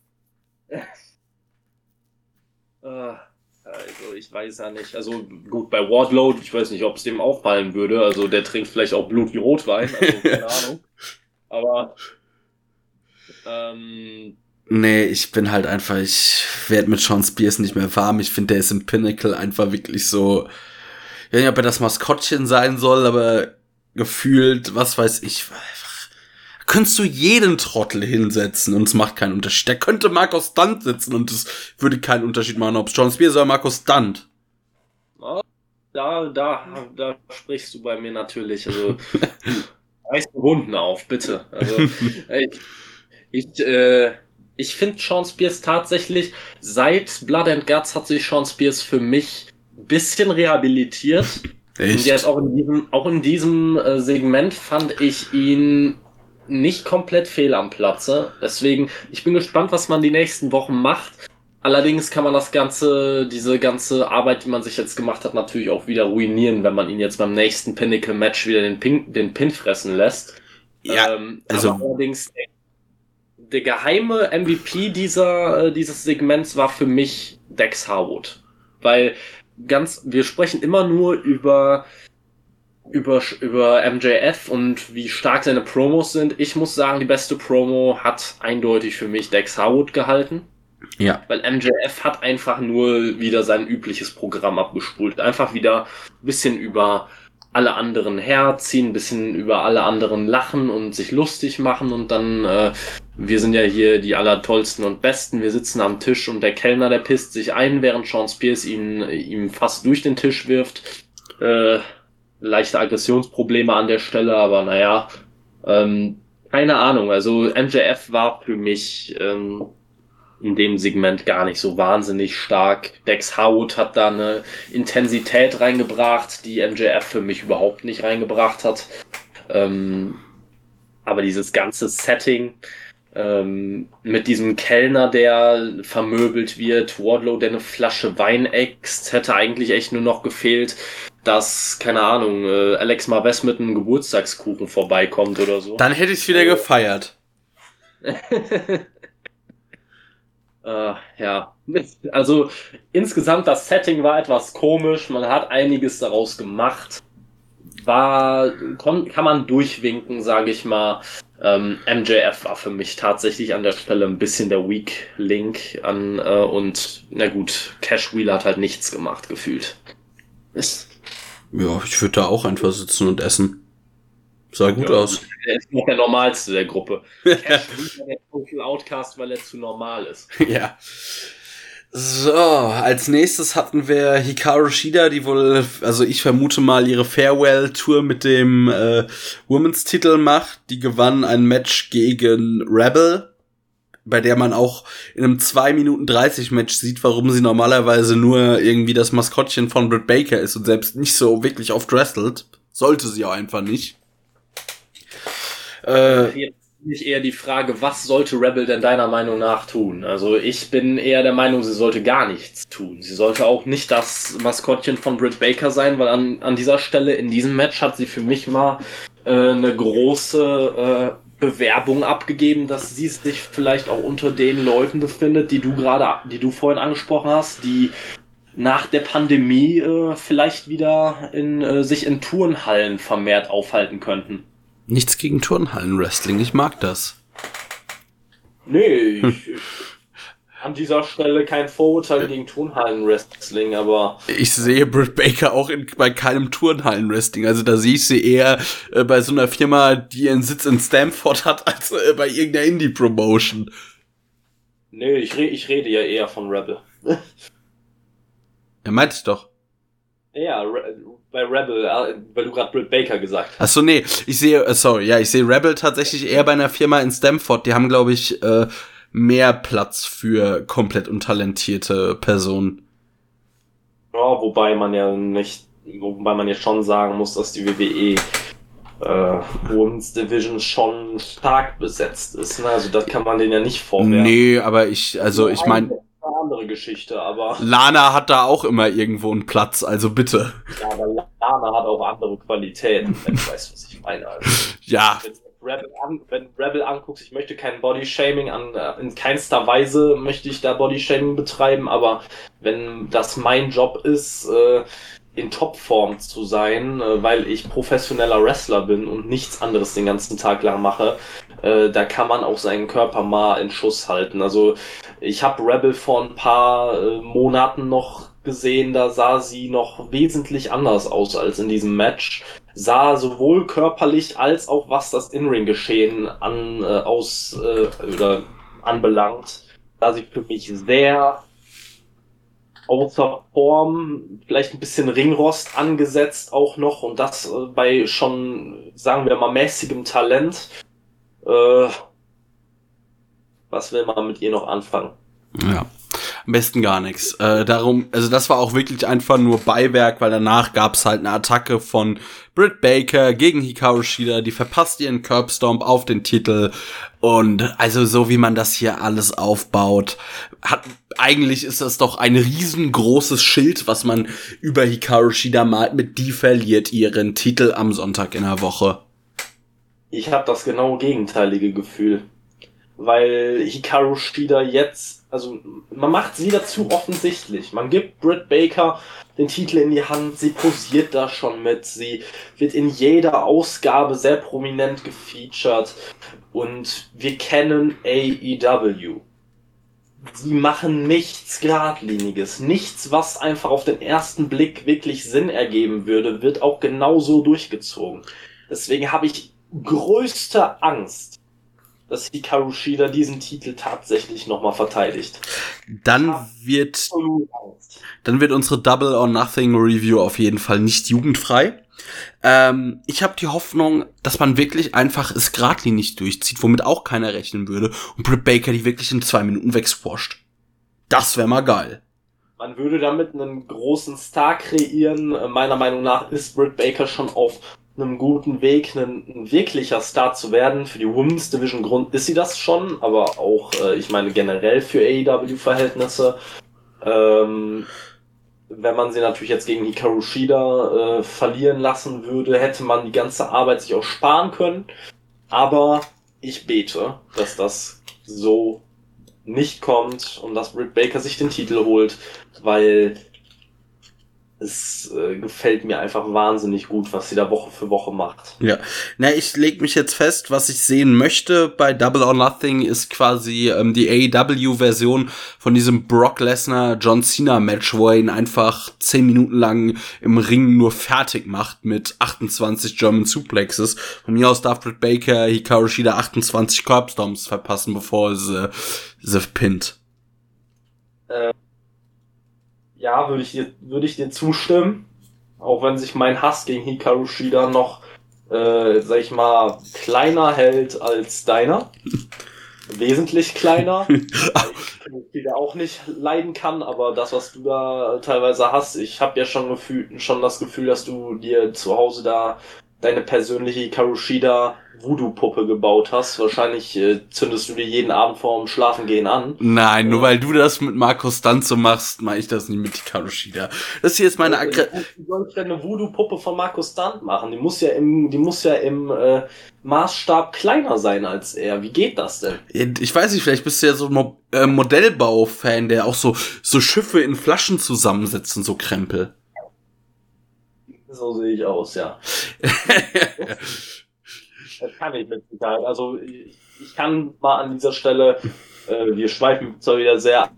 Äh, Also, ich weiß ja nicht. Also, gut, bei Wardlow, ich weiß nicht, ob es dem auffallen würde. Also, der trinkt vielleicht auch Blut wie Rotwein. Also, keine Ahnung. Aber, ähm, Nee, ich bin halt einfach, ich werde mit Sean Spears nicht mehr warm. Ich finde, der ist im Pinnacle einfach wirklich so, ich weiß nicht, ob er das Maskottchen sein soll, aber gefühlt, was weiß ich, einfach, da könntest du jeden Trottel hinsetzen und es macht keinen Unterschied. Da könnte Markus Stunt sitzen und es würde keinen Unterschied machen, ob es Sean Spears oder Markus Stunt. da, da, da sprichst du bei mir natürlich. Also, reiß die Wunden auf, bitte. Also, ich, ich, äh, ich finde Sean Spears tatsächlich, seit Blood and Guts hat sich Sean Spears für mich ein bisschen rehabilitiert. Echt? Und jetzt auch in diesem, auch in diesem äh, Segment fand ich ihn nicht komplett fehl am Platze. Deswegen, ich bin gespannt, was man die nächsten Wochen macht. Allerdings kann man das ganze, diese ganze Arbeit, die man sich jetzt gemacht hat, natürlich auch wieder ruinieren, wenn man ihn jetzt beim nächsten Pinnacle-Match wieder den Pin, den Pin fressen lässt. Ja, ähm, also aber allerdings der, der geheime M V P dieser äh, dieses Segments war für mich Dex Harwood, weil ganz wir sprechen immer nur über über über M J F und wie stark seine Promos sind. Ich muss sagen, die beste Promo hat eindeutig für mich Dex Harwood gehalten. ja, Weil M J F hat einfach nur wieder sein übliches Programm abgespult. Einfach wieder ein bisschen über alle anderen herziehen, ein bisschen über alle anderen lachen und sich lustig machen und dann, äh, wir sind ja hier die allertollsten und besten, wir sitzen am Tisch und der Kellner, der pisst sich ein, während Sean Spears ihn ihm fast durch den Tisch wirft. Äh, leichte Aggressionsprobleme an der Stelle, aber naja, ähm, keine Ahnung. Also M J F war für mich ähm, in dem Segment gar nicht so wahnsinnig stark. Dex Harwood hat da eine Intensität reingebracht, die M J F für mich überhaupt nicht reingebracht hat. Ähm, aber dieses ganze Setting ähm, mit diesem Kellner, der vermöbelt wird, Wardlow, der eine Flasche Wein äxt, hätte eigentlich echt nur noch gefehlt, dass, keine Ahnung, äh, Alex Marvez mit einem Geburtstagskuchen vorbeikommt oder so. dann hätte ich es wieder gefeiert. Äh, ja, also insgesamt das Setting war etwas komisch, man hat einiges daraus gemacht, war, kon, kann man durchwinken, sage ich mal. Ähm, M J F war für mich tatsächlich an der Stelle ein bisschen der Weak Link an äh, und na gut, Cash Wheeler hat halt nichts gemacht, gefühlt. Ist, Ja, ich würde da auch einfach sitzen und essen. Sah gut ja, aus. Er ist noch der normalste der Gruppe. Cash Wheeler der Total Outcast, weil er zu normal ist. Ja. So, als nächstes hatten wir Hikaru Shida, die wohl, also ich vermute mal, ihre Farewell-Tour mit dem äh, Women's-Titel macht. Die gewann ein Match gegen Rebel, bei der man auch in einem zwei Minuten dreißig Match sieht, warum sie normalerweise nur irgendwie das Maskottchen von Britt Baker ist und selbst nicht so wirklich oft wrestelt. Sollte sie auch einfach nicht. Äh, Jetzt nicht eher die Frage, was sollte Rebel denn deiner Meinung nach tun? Also ich bin eher der Meinung, sie sollte gar nichts tun. Sie sollte auch nicht das Maskottchen von Britt Baker sein, weil an, an dieser Stelle in diesem Match hat sie für mich mal äh, eine große äh, Bewerbung abgegeben, dass sie sich vielleicht auch unter den Leuten befindet, die du gerade, die du vorhin angesprochen hast, die nach der Pandemie äh, vielleicht wieder in äh, sich in Turnhallen vermehrt aufhalten könnten. nichts gegen Turnhallen-Wrestling, ich mag das. Nee, ich, ich, an dieser Stelle kein Vorurteil gegen Turnhallen-Wrestling, aber Ich sehe Britt Baker auch in, bei keinem Turnhallen-Wrestling. Also da sehe ich sie eher äh, bei so einer Firma, die ihren Sitz in Stamford hat, als äh, bei irgendeiner Indie-Promotion. nee, ich, re ich rede ja eher von Rebel. Er meint es doch. Ja, Re bei Rebel, äh, weil du gerade Britt Baker gesagt hast. Achso, nee, ich sehe, äh, sorry, ja, ich sehe Rebel tatsächlich eher bei einer Firma in Stamford. Die haben, glaube ich, äh, mehr Platz für komplett untalentierte Personen. Ja, wobei man ja nicht, wobei man ja schon sagen muss, dass die W W E äh, Women's Division schon stark besetzt ist. Ne? Also das kann man denen ja nicht vorwerfen. Nee, aber ich, also ich meine, Eine andere Geschichte, aber Lana hat da auch immer irgendwo einen Platz, also bitte. ja, aber Lana hat auch andere Qualitäten, wenn du weißt, was ich meine. Also, Ja, wenn du Rebel, an, wenn du Rebel anguckst, ich möchte kein Bodyshaming an, in keinster Weise möchte ich da Bodyshaming betreiben, aber wenn das mein Job ist, äh, in Topform zu sein, äh, weil ich professioneller Wrestler bin und nichts anderes den ganzen Tag lang mache, äh, da kann man auch seinen Körper mal in Schuss halten. Also ich habe Rebel vor ein paar äh, Monaten noch gesehen, da sah sie noch wesentlich anders aus als in diesem Match. Sah sowohl körperlich als auch was das In-Ring-Geschehen an, äh, aus, äh, oder anbelangt, sah sie für mich sehr außer Form, vielleicht ein bisschen Ringrost angesetzt auch noch und das äh, bei schon, sagen wir mal, mäßigem Talent. Äh, was will man mit ihr noch anfangen? ja. Am besten gar nichts. Äh, darum, also das war auch wirklich einfach nur Beiwerk, weil danach gab's halt eine Attacke von Britt Baker gegen Hikaru Shida, die verpasst ihren Curbstomp auf den Titel und also so wie man das hier alles aufbaut, hat eigentlich ist das doch ein riesengroßes Schild, was man über Hikaru Shida malt, mit die verliert ihren Titel am Sonntag in der Woche. Ich habe das genau gegenteilige Gefühl. Weil Hikaru Shida jetzt, also man macht es wieder zu offensichtlich. Man gibt Britt Baker den Titel in die Hand, sie posiert da schon mit, sie wird in jeder Ausgabe sehr prominent gefeatured und wir kennen A E W. Sie machen nichts Geradliniges, nichts, was einfach auf den ersten Blick wirklich Sinn ergeben würde, wird auch genauso durchgezogen. Deswegen habe ich größte Angst, dass Hikaru Shida diesen Titel tatsächlich nochmal verteidigt. Dann wird, dann wird unsere Double or Nothing Review auf jeden Fall nicht jugendfrei. Ähm, ich habe die Hoffnung, dass man wirklich einfach es geradlinig durchzieht, womit auch keiner rechnen würde, und Britt Baker die wirklich in zwei Minuten wegsquasht. Das wäre mal geil. Man würde damit einen großen Star kreieren. Meiner Meinung nach ist Britt Baker schon auf einem guten Weg, ein, ein wirklicher Star zu werden. Für die Women's Division Grund ist sie das schon, aber auch, äh, ich meine, generell für A E W-Verhältnisse. Ähm, wenn man sie natürlich jetzt gegen Hikaru Shida äh, verlieren lassen würde, hätte man die ganze Arbeit sich auch sparen können. Aber ich bete, dass das so nicht kommt und dass Britt Baker sich den Titel holt, weil es äh, gefällt mir einfach wahnsinnig gut, was sie da Woche für Woche macht. Ja, na, ich leg mich jetzt fest, was ich sehen möchte bei Double or Nothing ist quasi ähm, die A E W-Version von diesem Brock Lesnar John Cena Match, wo er ihn einfach zehn Minuten lang im Ring nur fertig macht mit achtundzwanzig German Suplexes. Von mir aus darf Britt Baker Hikaru Shida achtundzwanzig Curbstomps verpassen, bevor sie sie pinnt. Äh, ja, würde ich dir, würde ich dir zustimmen. Auch wenn sich mein Hass gegen Hikaru Shida noch, äh, sag ich mal, kleiner hält als deiner. Wesentlich kleiner. Ich Shida auch nicht leiden kann, aber das, was du da teilweise hast, ich habe ja schon gefühlt, schon das Gefühl, dass du dir zu Hause da deine persönliche Hikaru Shida Voodoo-Puppe gebaut hast. Wahrscheinlich äh, zündest du dir jeden Abend vorm Schlafengehen an. Nein, nur äh, weil du das mit Marco Stanzo machst, mache ich das nicht mit Hikaru Shida. Das hier ist meine Aggre... Wie soll ich denn eine Voodoo-Puppe von Marco Stunt machen? Die muss ja im, die muss ja im äh, Maßstab kleiner sein als er. Wie geht das denn? Ich weiß nicht, vielleicht bist du ja so ein Mo- äh, Modellbau-Fan, der auch so, so Schiffe in Flaschen zusammensetzt und so Krempel. So sehe ich aus, ja. Das kann ich mit Sicherheit. Also ich, ich kann mal an dieser Stelle, äh, wir schweifen zwar wieder sehr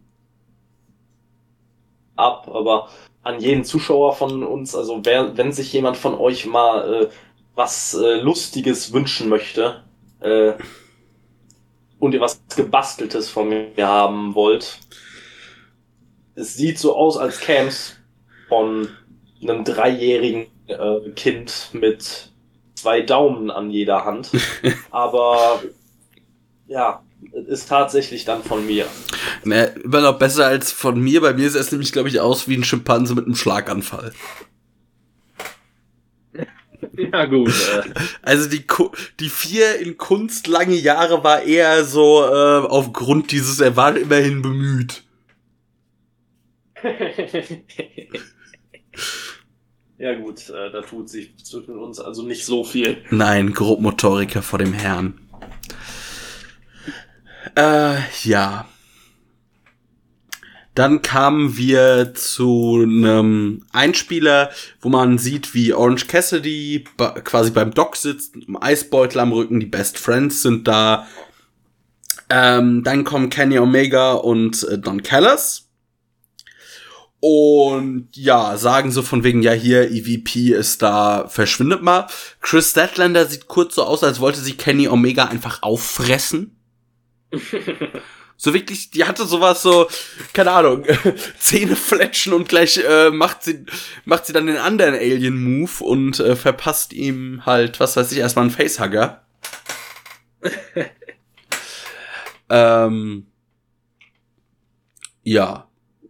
ab, aber an jeden Zuschauer von uns, also wer, wenn sich jemand von euch mal äh, was äh, Lustiges wünschen möchte äh, und ihr was Gebasteltes von mir haben wollt, es sieht so aus, als käm's von einem dreijährigen äh, Kind mit zwei Daumen an jeder Hand. Aber ja, ist tatsächlich dann von mir. Na, immer noch besser als von mir. Bei mir sieht es nämlich, glaube ich, aus wie ein Schimpanse mit einem Schlaganfall. Ja, gut. Äh. Also die Ku- die vier in Kunst lange Jahre war eher so äh, aufgrund dieses, er war immerhin bemüht. Ja gut, äh, da tut sich zwischen uns also nicht so viel. Nein, Grobmotoriker vor dem Herrn. Äh, ja. Dann kamen wir zu einem Einspieler, wo man sieht, wie Orange Cassidy ba- quasi beim Doc sitzt, mit einem Eisbeutel am Rücken, die Best Friends sind da. Ähm, dann kommen Kenny Omega und äh, Don Callis. Und ja, sagen so von wegen, ja hier, E V P ist da, verschwindet mal. Chris Statlander sieht kurz so aus, als wollte sie Kenny Omega einfach auffressen. So wirklich, die hatte sowas so, keine Ahnung, Zähne fletschen und gleich äh, macht sie macht sie dann den anderen Alien-Move und äh, verpasst ihm halt, was weiß ich, erstmal einen Facehugger. ähm... Ja.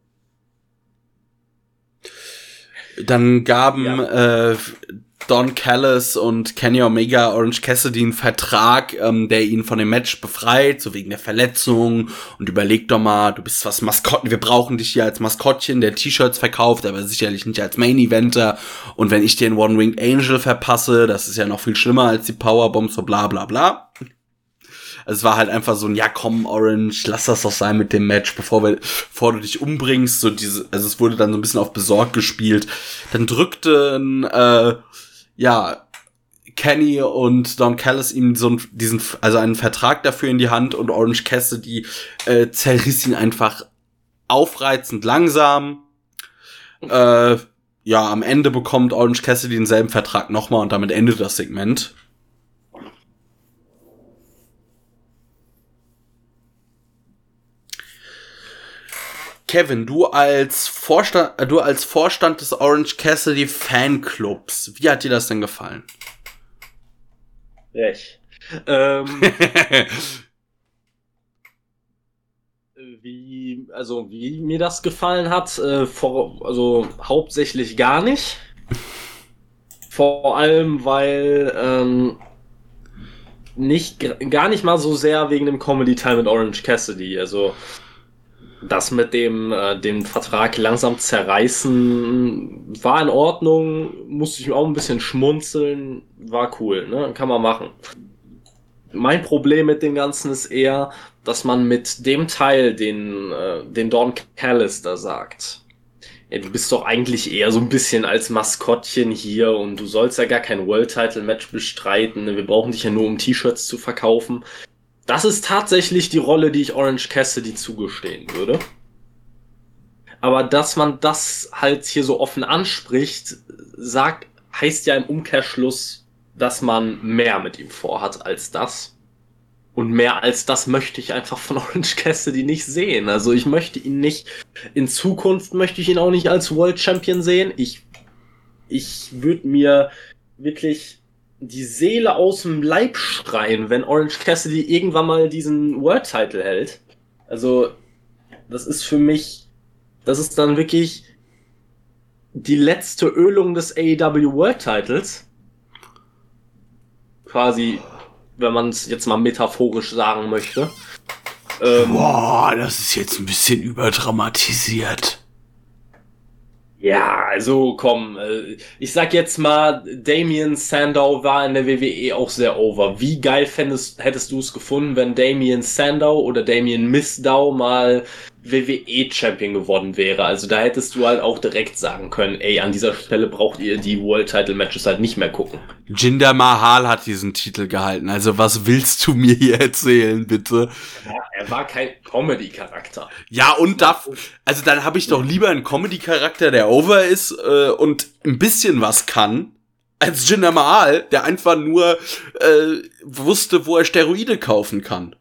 Dann gaben ja. äh, Don Callis und Kenny Omega Orange Cassidy einen Vertrag, ähm, der ihn von dem Match befreit, so wegen der Verletzung. Und überleg doch mal, du bist was Maskottchen, wir brauchen dich hier als Maskottchen, der T-Shirts verkauft, aber sicherlich nicht als Main-Eventer. Und wenn ich den One-Winged Angel verpasse, das ist ja noch viel schlimmer als die Powerbomb, so bla bla bla. Es war halt einfach so ein, ja komm, Orange, lass das doch sein mit dem Match, bevor wir, bevor du dich umbringst, so diese, also es wurde dann so ein bisschen auf besorgt gespielt. Dann drückten, äh, ja, Kenny und Don Callis ihm so einen, diesen, also einen Vertrag dafür in die Hand und Orange Cassidy, äh, zerriss ihn einfach aufreizend langsam. Äh, ja, am Ende bekommt Orange Cassidy denselben Vertrag nochmal und damit endet das Segment. Kevin, du als Vorstand, äh, du als Vorstand des Orange Cassidy Fanclubs, wie hat dir das denn gefallen? Recht. Ähm, wie, also wie mir das gefallen hat, äh, vor, also hauptsächlich gar nicht. Vor allem, weil ähm, nicht gar nicht mal so sehr wegen dem Comedy-Teil mit Orange Cassidy. Also das mit dem äh, den Vertrag langsam zerreißen war in Ordnung, musste ich auch ein bisschen schmunzeln, war cool, ne? Kann man machen. Mein Problem mit dem Ganzen ist eher, dass man mit dem Teil, den äh, den Don Callis da sagt, ja, du bist doch eigentlich eher so ein bisschen als Maskottchen hier und du sollst ja gar kein World-Title-Match bestreiten, wir brauchen dich ja nur, um T-Shirts zu verkaufen. Das ist tatsächlich die Rolle, die ich Orange Cassidy zugestehen würde. Aber dass man das halt hier so offen anspricht, sagt, heißt ja im Umkehrschluss, dass man mehr mit ihm vorhat als das. Und mehr als das möchte ich einfach von Orange Cassidy nicht sehen. Also ich möchte ihn nicht, in Zukunft möchte ich ihn auch nicht als World Champion sehen. Ich, ich würde mir wirklich die Seele aus dem Leib schreien, wenn Orange Cassidy irgendwann mal diesen World-Title hält. Also, das ist für mich, das ist dann wirklich die letzte Ölung des A E W World-Titles. Quasi, wenn man es jetzt mal metaphorisch sagen möchte. Ähm, Boah, das ist jetzt ein bisschen überdramatisiert. Ja, also komm, ich sag jetzt mal, Damien Sandow war in der W W E auch sehr over. Wie geil fändest, hättest du es gefunden, wenn Damien Sandow oder Damien Mizdow mal W W E-Champion geworden wäre? Also da hättest du halt auch direkt sagen können, ey, an dieser Stelle braucht ihr die World-Title-Matches halt nicht mehr gucken. Jinder Mahal hat diesen Titel gehalten, also was willst du mir hier erzählen, bitte? Ja, er war kein Comedy-Charakter. Ja, und da, also dann habe ich doch lieber einen Comedy-Charakter, der over ist äh, und ein bisschen was kann, als Jinder Mahal, der einfach nur äh, wusste, wo er Steroide kaufen kann.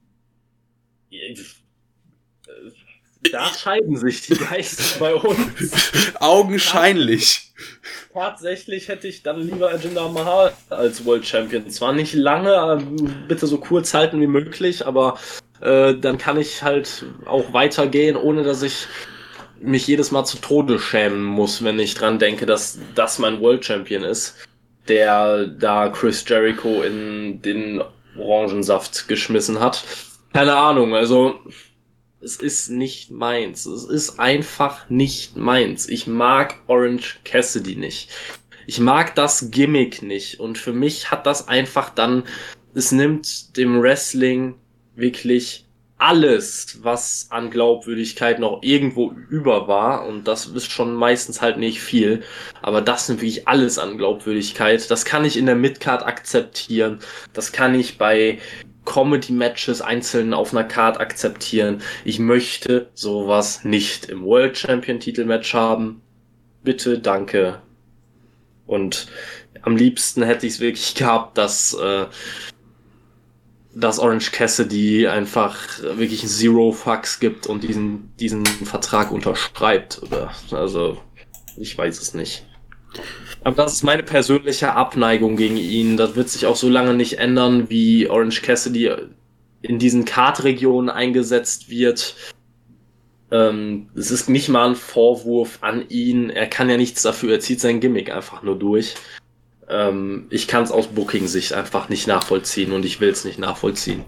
Da scheiden sich die Geister bei uns. Augenscheinlich. Tatsächlich hätte ich dann lieber Jinder Mahal als World Champion. Zwar nicht lange, bitte so kurz halten wie möglich, aber äh, dann kann ich halt auch weitergehen, ohne dass ich mich jedes Mal zu Tode schämen muss, wenn ich dran denke, dass das mein World Champion ist, der da Chris Jericho in den Orangensaft geschmissen hat. Keine Ahnung, also es ist nicht meins. Es ist einfach nicht meins. Ich mag Orange Cassidy nicht. Ich mag das Gimmick nicht. Und für mich hat das einfach dann, es nimmt dem Wrestling wirklich alles, was an Glaubwürdigkeit noch irgendwo über war. Und das ist schon meistens halt nicht viel. Aber das nimmt wirklich alles an Glaubwürdigkeit. Das kann ich in der Midcard akzeptieren. Das kann ich bei Comedy-Matches einzeln auf einer Card akzeptieren. Ich möchte sowas nicht im World Champion-Titelmatch haben. Bitte, danke. Und am liebsten hätte ich es wirklich gehabt, dass, äh, dass Orange Cassidy einfach wirklich Zero Fucks gibt und diesen, diesen Vertrag unterschreibt. Oder, also, ich weiß es nicht. Aber das ist meine persönliche Abneigung gegen ihn. Das wird sich auch so lange nicht ändern, wie Orange Cassidy in diesen Card-Regionen eingesetzt wird. Ähm, es ist nicht mal ein Vorwurf an ihn. Er kann ja nichts dafür. Er zieht sein Gimmick einfach nur durch. Ähm, ich kann es aus Booking-Sicht einfach nicht nachvollziehen und ich will es nicht nachvollziehen.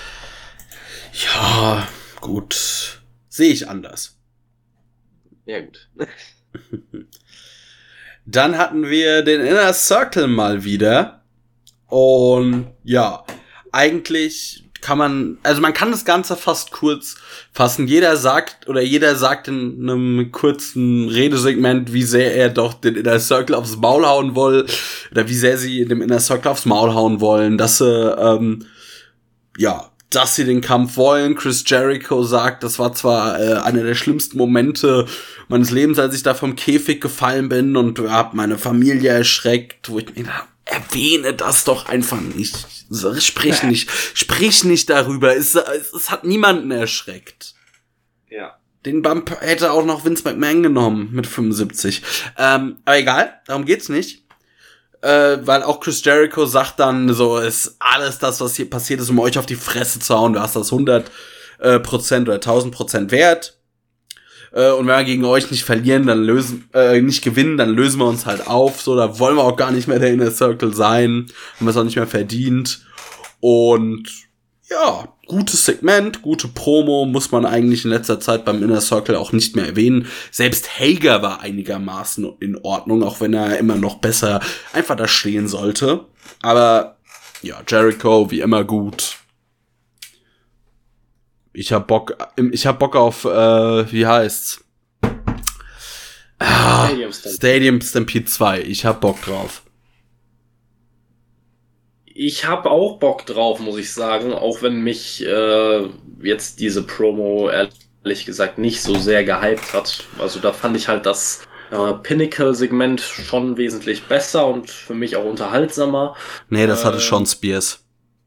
Ja, gut. Sehe ich anders. Ja, gut. Dann hatten wir den Inner Circle mal wieder. Und ja, eigentlich kann man, also man kann das Ganze fast kurz fassen. Jeder sagt, oder jeder sagt in einem kurzen Redesegment, wie sehr er doch den Inner Circle aufs Maul hauen will, oder wie sehr sie dem Inner Circle aufs Maul hauen wollen, dass sie, ähm, ja, dass sie den Kampf wollen. Chris Jericho sagt, das war zwar äh, einer der schlimmsten Momente meines Lebens, als ich da vom Käfig gefallen bin und hab meine Familie erschreckt, wo ich mir dachte, erwähne das doch einfach nicht. Sprich nicht, sprich nicht darüber. Es, es, es hat niemanden erschreckt. Ja. Den Bump hätte auch noch Vince McMahon genommen mit fünfundsiebzig. Ähm, aber egal, darum geht's nicht. Äh, weil auch Chris Jericho sagt dann so, ist alles das, was hier passiert ist, um euch auf die Fresse zu hauen. Du hast das hundert Prozent oder tausend Prozent wert. Äh, und wenn wir gegen euch nicht verlieren, dann lösen, äh, nicht gewinnen, dann lösen wir uns halt auf. So, da wollen wir auch gar nicht mehr der Inner Circle sein. Haben wir es auch nicht mehr verdient. Und ja, gutes Segment, gute Promo, muss man eigentlich in letzter Zeit beim Inner Circle auch nicht mehr erwähnen. Selbst Hager war einigermaßen in Ordnung, auch wenn er immer noch besser einfach da stehen sollte. Aber ja, Jericho wie immer gut. Ich hab Bock, ich hab Bock auf, äh, wie heißt's? Ah, Stadium Stampede. Stadium Stampede zwei. Ich hab Bock drauf. Ich habe auch Bock drauf, muss ich sagen, auch wenn mich äh, jetzt diese Promo ehrlich gesagt nicht so sehr gehypt hat. Also da fand ich halt das äh, Pinnacle-Segment schon wesentlich besser und für mich auch unterhaltsamer. Nee, das hatte äh, Sean Spears.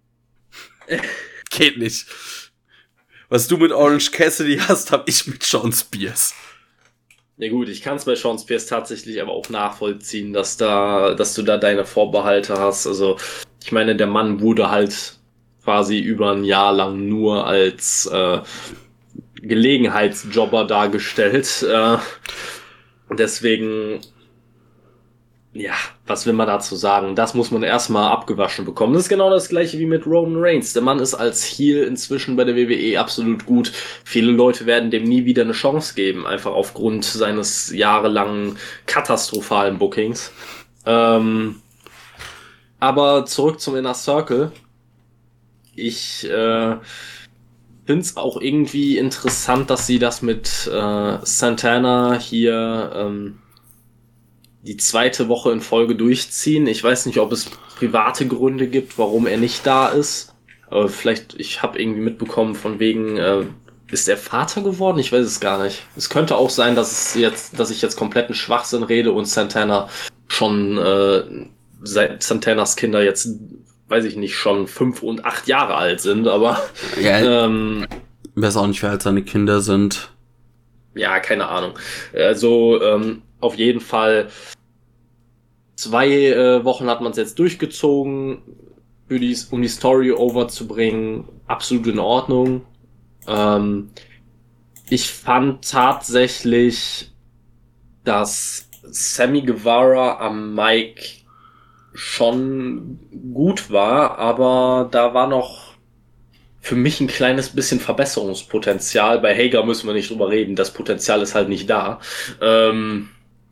Geht nicht. Was du mit Orange Cassidy hast, hab ich mit Sean Spears. Ja gut, ich kann es bei Sean Spears tatsächlich aber auch nachvollziehen, dass da, dass du da deine Vorbehalte hast. Also ich meine, der Mann wurde halt quasi über ein Jahr lang nur als äh, Gelegenheitsjobber dargestellt. Äh, deswegen, ja, was will man dazu sagen? Das muss man erstmal abgewaschen bekommen. Das ist genau das gleiche wie mit Roman Reigns. Der Mann ist als Heel inzwischen bei der W W E absolut gut. Viele Leute werden dem nie wieder eine Chance geben, einfach aufgrund seines jahrelangen katastrophalen Bookings. Ähm, aber zurück zum Inner Circle. Ich äh, finde es auch irgendwie interessant, dass sie das mit äh, Santana hier ähm, die zweite Woche in Folge durchziehen. Ich weiß nicht, ob es private Gründe gibt, warum er nicht da ist. Aber vielleicht, ich habe irgendwie mitbekommen, von wegen, äh, ist er Vater geworden? Ich weiß es gar nicht. Es könnte auch sein, dass es jetzt, dass ich jetzt kompletten Schwachsinn rede und Santana schon, äh, seit Santanas Kinder jetzt, weiß ich nicht, schon fünf und acht Jahre alt sind, aber ja, ähm, weiß auch nicht, wie alt seine Kinder sind. Ja, keine Ahnung. Also, ähm, auf jeden Fall zwei äh, Wochen hat man es jetzt durchgezogen, für die, um die Story overzubringen. Absolut in Ordnung. Ähm, ich fand tatsächlich, dass Sammy Guevara am Mic schon gut war, aber da war noch für mich ein kleines bisschen Verbesserungspotenzial. Bei Hager müssen wir nicht drüber reden, das Potenzial ist halt nicht da. Ähm,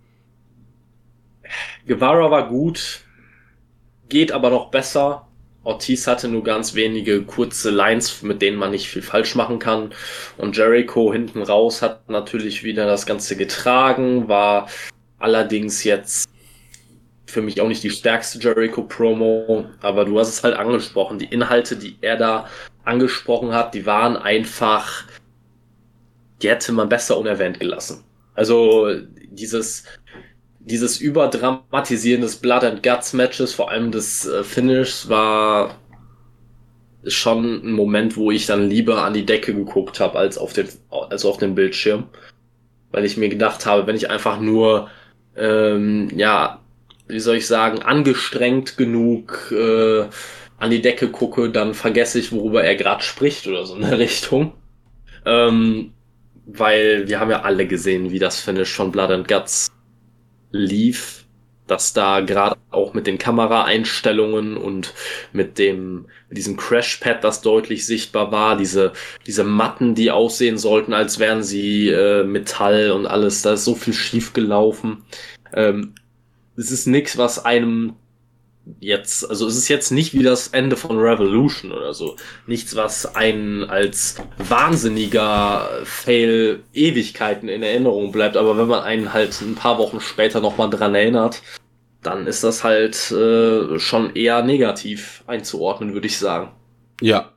Guevara war gut, geht aber noch besser. Ortiz hatte nur ganz wenige kurze Lines, mit denen man nicht viel falsch machen kann. Und Jericho hinten raus hat natürlich wieder das Ganze getragen, war allerdings jetzt für mich auch nicht die stärkste Jericho-Promo, aber du hast es halt angesprochen. Die Inhalte, die er da angesprochen hat, die waren einfach, die hätte man besser unerwähnt gelassen. Also dieses dieses Überdramatisieren des Blood and Guts Matches, vor allem des äh, Finishes, war schon ein Moment, wo ich dann lieber an die Decke geguckt habe als auf den als auf den Bildschirm, weil ich mir gedacht habe, wenn ich einfach nur ähm, ja, wie soll ich sagen, angestrengt genug äh, an die Decke gucke, dann vergesse ich, worüber er gerade spricht oder so in der Richtung. Ähm, weil wir haben ja alle gesehen, wie das Finish von Blood and Guts lief, dass da gerade auch mit den Kameraeinstellungen und mit dem mit diesem Crashpad, das deutlich sichtbar war, diese diese Matten, die aussehen sollten, als wären sie äh, Metall und alles, da ist so viel schief gelaufen. Ähm, es ist nichts, was einem jetzt, also es ist jetzt nicht wie das Ende von Revolution oder so. Nichts, was einen als wahnsinniger Fail Ewigkeiten in Erinnerung bleibt, aber wenn man einen halt ein paar Wochen später nochmal dran erinnert, dann ist das halt äh, schon eher negativ einzuordnen, würde ich sagen. Ja.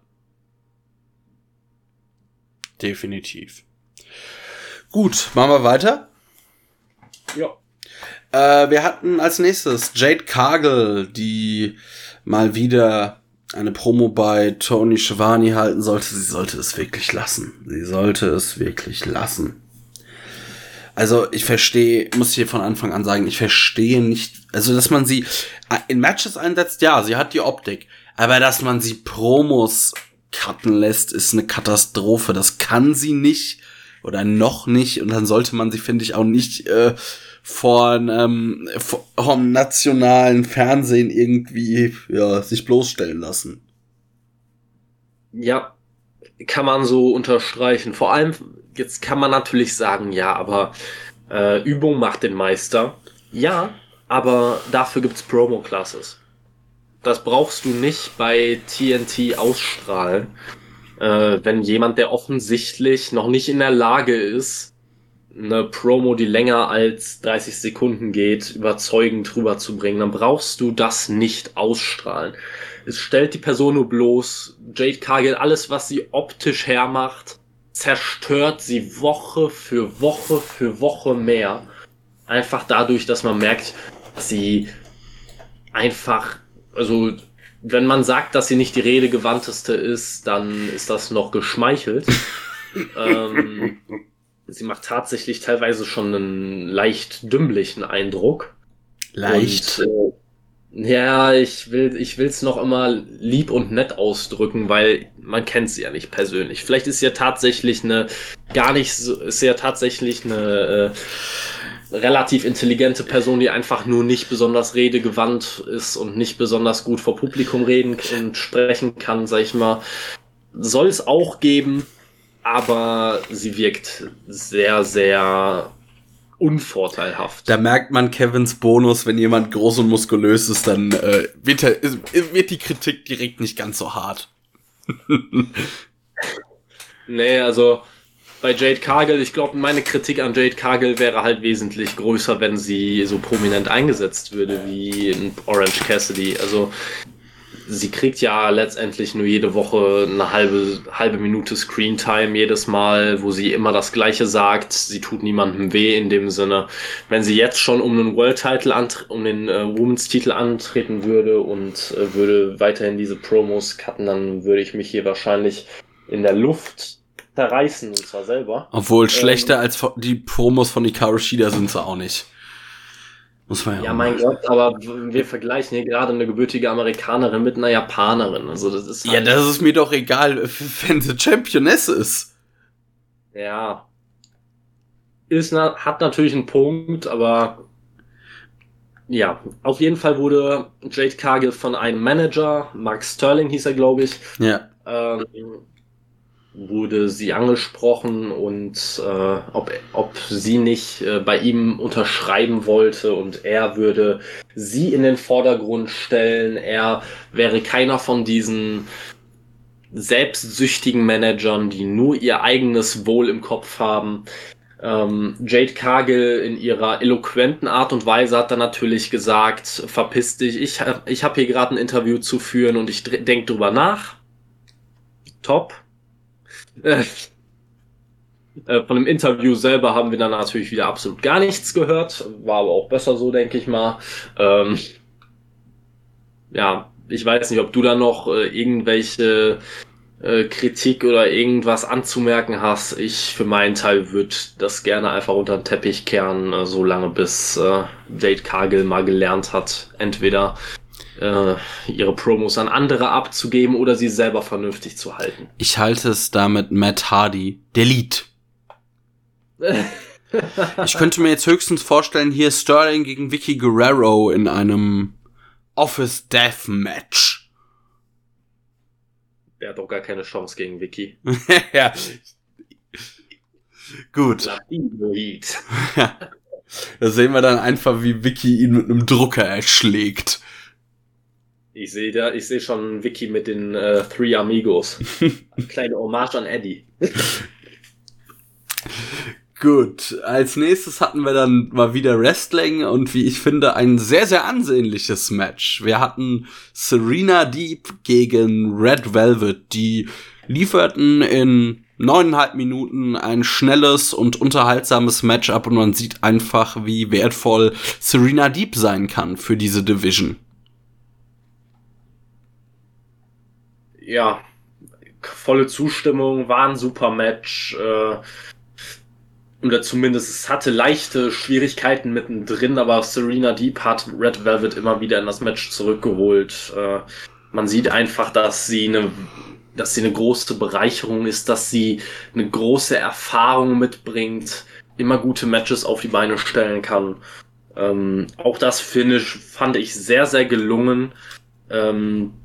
Definitiv. Gut, machen wir weiter. Ja. Äh, wir hatten als nächstes Jade Cargill, die mal wieder eine Promo bei Tony Schiavone halten sollte. Sie sollte es wirklich lassen. Sie sollte es wirklich lassen. Also ich verstehe, muss hier von Anfang an sagen, ich verstehe nicht, also dass man sie in Matches einsetzt, ja, sie hat die Optik. Aber dass man sie Promos cutten lässt, ist eine Katastrophe. Das kann sie nicht oder noch nicht. Und dann sollte man sie, finde ich, auch nicht äh, von ähm, vom nationalen Fernsehen irgendwie ja sich bloßstellen lassen. Ja, kann man so unterstreichen. Vor allem, jetzt kann man natürlich sagen, ja, aber äh, Übung macht den Meister. Ja, aber dafür gibt's Promo-Classes. Das brauchst du nicht bei T N T ausstrahlen, äh, wenn jemand, der offensichtlich noch nicht in der Lage ist, eine Promo, die länger als dreißig Sekunden geht, überzeugend rüberzubringen, dann brauchst du das nicht ausstrahlen. Es stellt die Person nur bloß. Jade Cargill, alles, was sie optisch hermacht, zerstört sie Woche für Woche für Woche mehr. Einfach dadurch, dass man merkt, dass sie einfach, also wenn man sagt, dass sie nicht die redegewandteste ist, dann ist das noch geschmeichelt. ähm, sie macht tatsächlich teilweise schon einen leicht dümmlichen Eindruck. Leicht? Und, äh, ja, ich will, ich will's noch immer lieb und nett ausdrücken, weil man kennt sie ja nicht persönlich. Vielleicht ist sie ja tatsächlich eine, gar nicht so, ist sie ja tatsächlich eine äh, relativ intelligente Person, die einfach nur nicht besonders redegewandt ist und nicht besonders gut vor Publikum reden und sprechen kann, sag ich mal. Soll es auch geben, aber sie wirkt sehr, sehr unvorteilhaft. Da merkt man Kevins Bonus, wenn jemand groß und muskulös ist, dann äh, wird, er, wird die Kritik direkt nicht ganz so hart. Nee, also bei Jade Cargill, ich glaube, meine Kritik an Jade Cargill wäre halt wesentlich größer, wenn sie so prominent eingesetzt würde wie ein Orange Cassidy. Also sie kriegt ja letztendlich nur jede Woche eine halbe, halbe Minute Screentime jedes Mal, wo sie immer das Gleiche sagt. Sie tut niemandem weh in dem Sinne. Wenn sie jetzt schon um den World Title antre- um den äh, Women's Titel antreten würde und äh, würde weiterhin diese Promos cutten, dann würde ich mich hier wahrscheinlich in der Luft zerreißen, und zwar selber. Obwohl, ähm, schlechter als die Promos von Hikaru Shida sind sie auch nicht. Muss man ja, ja, mein Gott, aber wir vergleichen hier gerade eine gebürtige Amerikanerin mit einer Japanerin. Also das ist halt, ja, das ist mir doch egal, wenn sie Championess ist. Ja. Ist na, hat natürlich einen Punkt, aber ja, auf jeden Fall wurde Jade Cargill von einem Manager, Mark Sterling hieß er, glaube ich, Ja. ähm, wurde sie angesprochen und äh, ob, ob sie nicht äh, bei ihm unterschreiben wollte und er würde sie in den Vordergrund stellen. Er wäre keiner von diesen selbstsüchtigen Managern, die nur ihr eigenes Wohl im Kopf haben. Ähm, Jade Cargill in ihrer eloquenten Art und Weise hat dann natürlich gesagt, verpiss dich, ich, ich habe hier gerade ein Interview zu führen und ich denke drüber nach. Top. Äh, von dem Interview selber haben wir dann natürlich wieder absolut gar nichts gehört. War aber auch besser so, denke ich mal. Ähm, ja, ich weiß nicht, ob du da noch äh, irgendwelche äh, Kritik oder irgendwas anzumerken hast. Ich für meinen Teil würde das gerne einfach unter den Teppich kehren, äh, so lange bis äh, Jade Cargill mal gelernt hat, entweder äh, ihre Promos an andere abzugeben oder sie selber vernünftig zu halten. Ich halte es da mit Matt Hardy. Der Lied. Ich könnte mir jetzt höchstens vorstellen, hier Sterling gegen Vicky Guerrero in einem Office Death Match. Der hat doch gar keine Chance gegen Vicky. Ja. Gut. Ja. Da sehen wir dann einfach, wie Vicky ihn mit einem Drucker erschlägt. Ich sehe da, ich sehe schon Vicky mit den äh, Three Amigos. Kleine Hommage an Eddie. Gut, als nächstes hatten wir dann mal wieder Wrestling und wie ich finde, ein sehr, sehr ansehnliches Match. Wir hatten Serena Deeb gegen Red Velvet. Die lieferten in neuneinhalb Minuten ein schnelles und unterhaltsames Matchup und man sieht einfach, wie wertvoll Serena Deeb sein kann für diese Division. Ja, volle Zustimmung, war ein super Match. Äh, oder zumindest es hatte leichte Schwierigkeiten mittendrin, aber Serena Deeb hat Red Velvet immer wieder in das Match zurückgeholt. Äh, man sieht einfach, dass sie eine dass sie eine große Bereicherung ist, dass sie eine große Erfahrung mitbringt, immer gute Matches auf die Beine stellen kann. Ähm, auch das Finish fand ich sehr, sehr gelungen, ähm,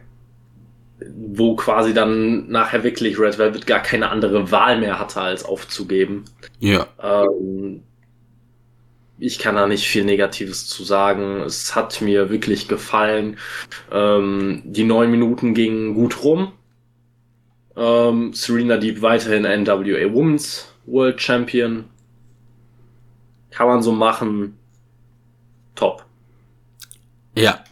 wo quasi dann nachher wirklich Red Velvet gar keine andere Wahl mehr hatte, als aufzugeben. Ja. Ähm, ich kann da nicht viel Negatives zu sagen. Es hat mir wirklich gefallen. Ähm, die neun Minuten gingen gut rum. Ähm, Serena Deeb weiterhin N W A Women's World Champion. Kann man so machen. Top. Ja.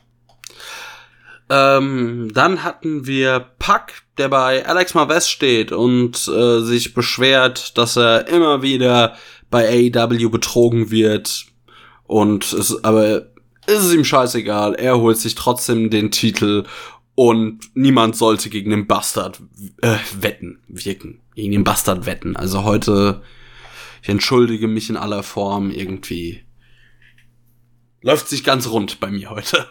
Ähm, dann hatten wir Pac, der bei Alex Marvez steht und äh, sich beschwert, dass er immer wieder bei A E W betrogen wird. Und es, aber ist es ihm scheißegal. Er holt sich trotzdem den Titel. Und niemand sollte gegen den Bastard äh, wetten, wirken. Gegen den Bastard wetten. Also heute, ich entschuldige mich in aller Form, irgendwie läuft sich ganz rund bei mir heute.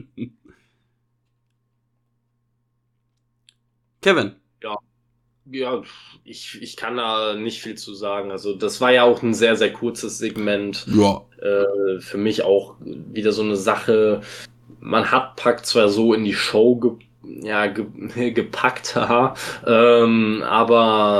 Kevin. Ja, ja, ich, ich kann da nicht viel zu sagen. Also das war ja auch ein sehr, sehr kurzes Segment. Ja. Äh, für mich auch wieder so eine Sache. Man hat Pac zwar so in die Show ge ja, ge gepackt, haha, ähm, aber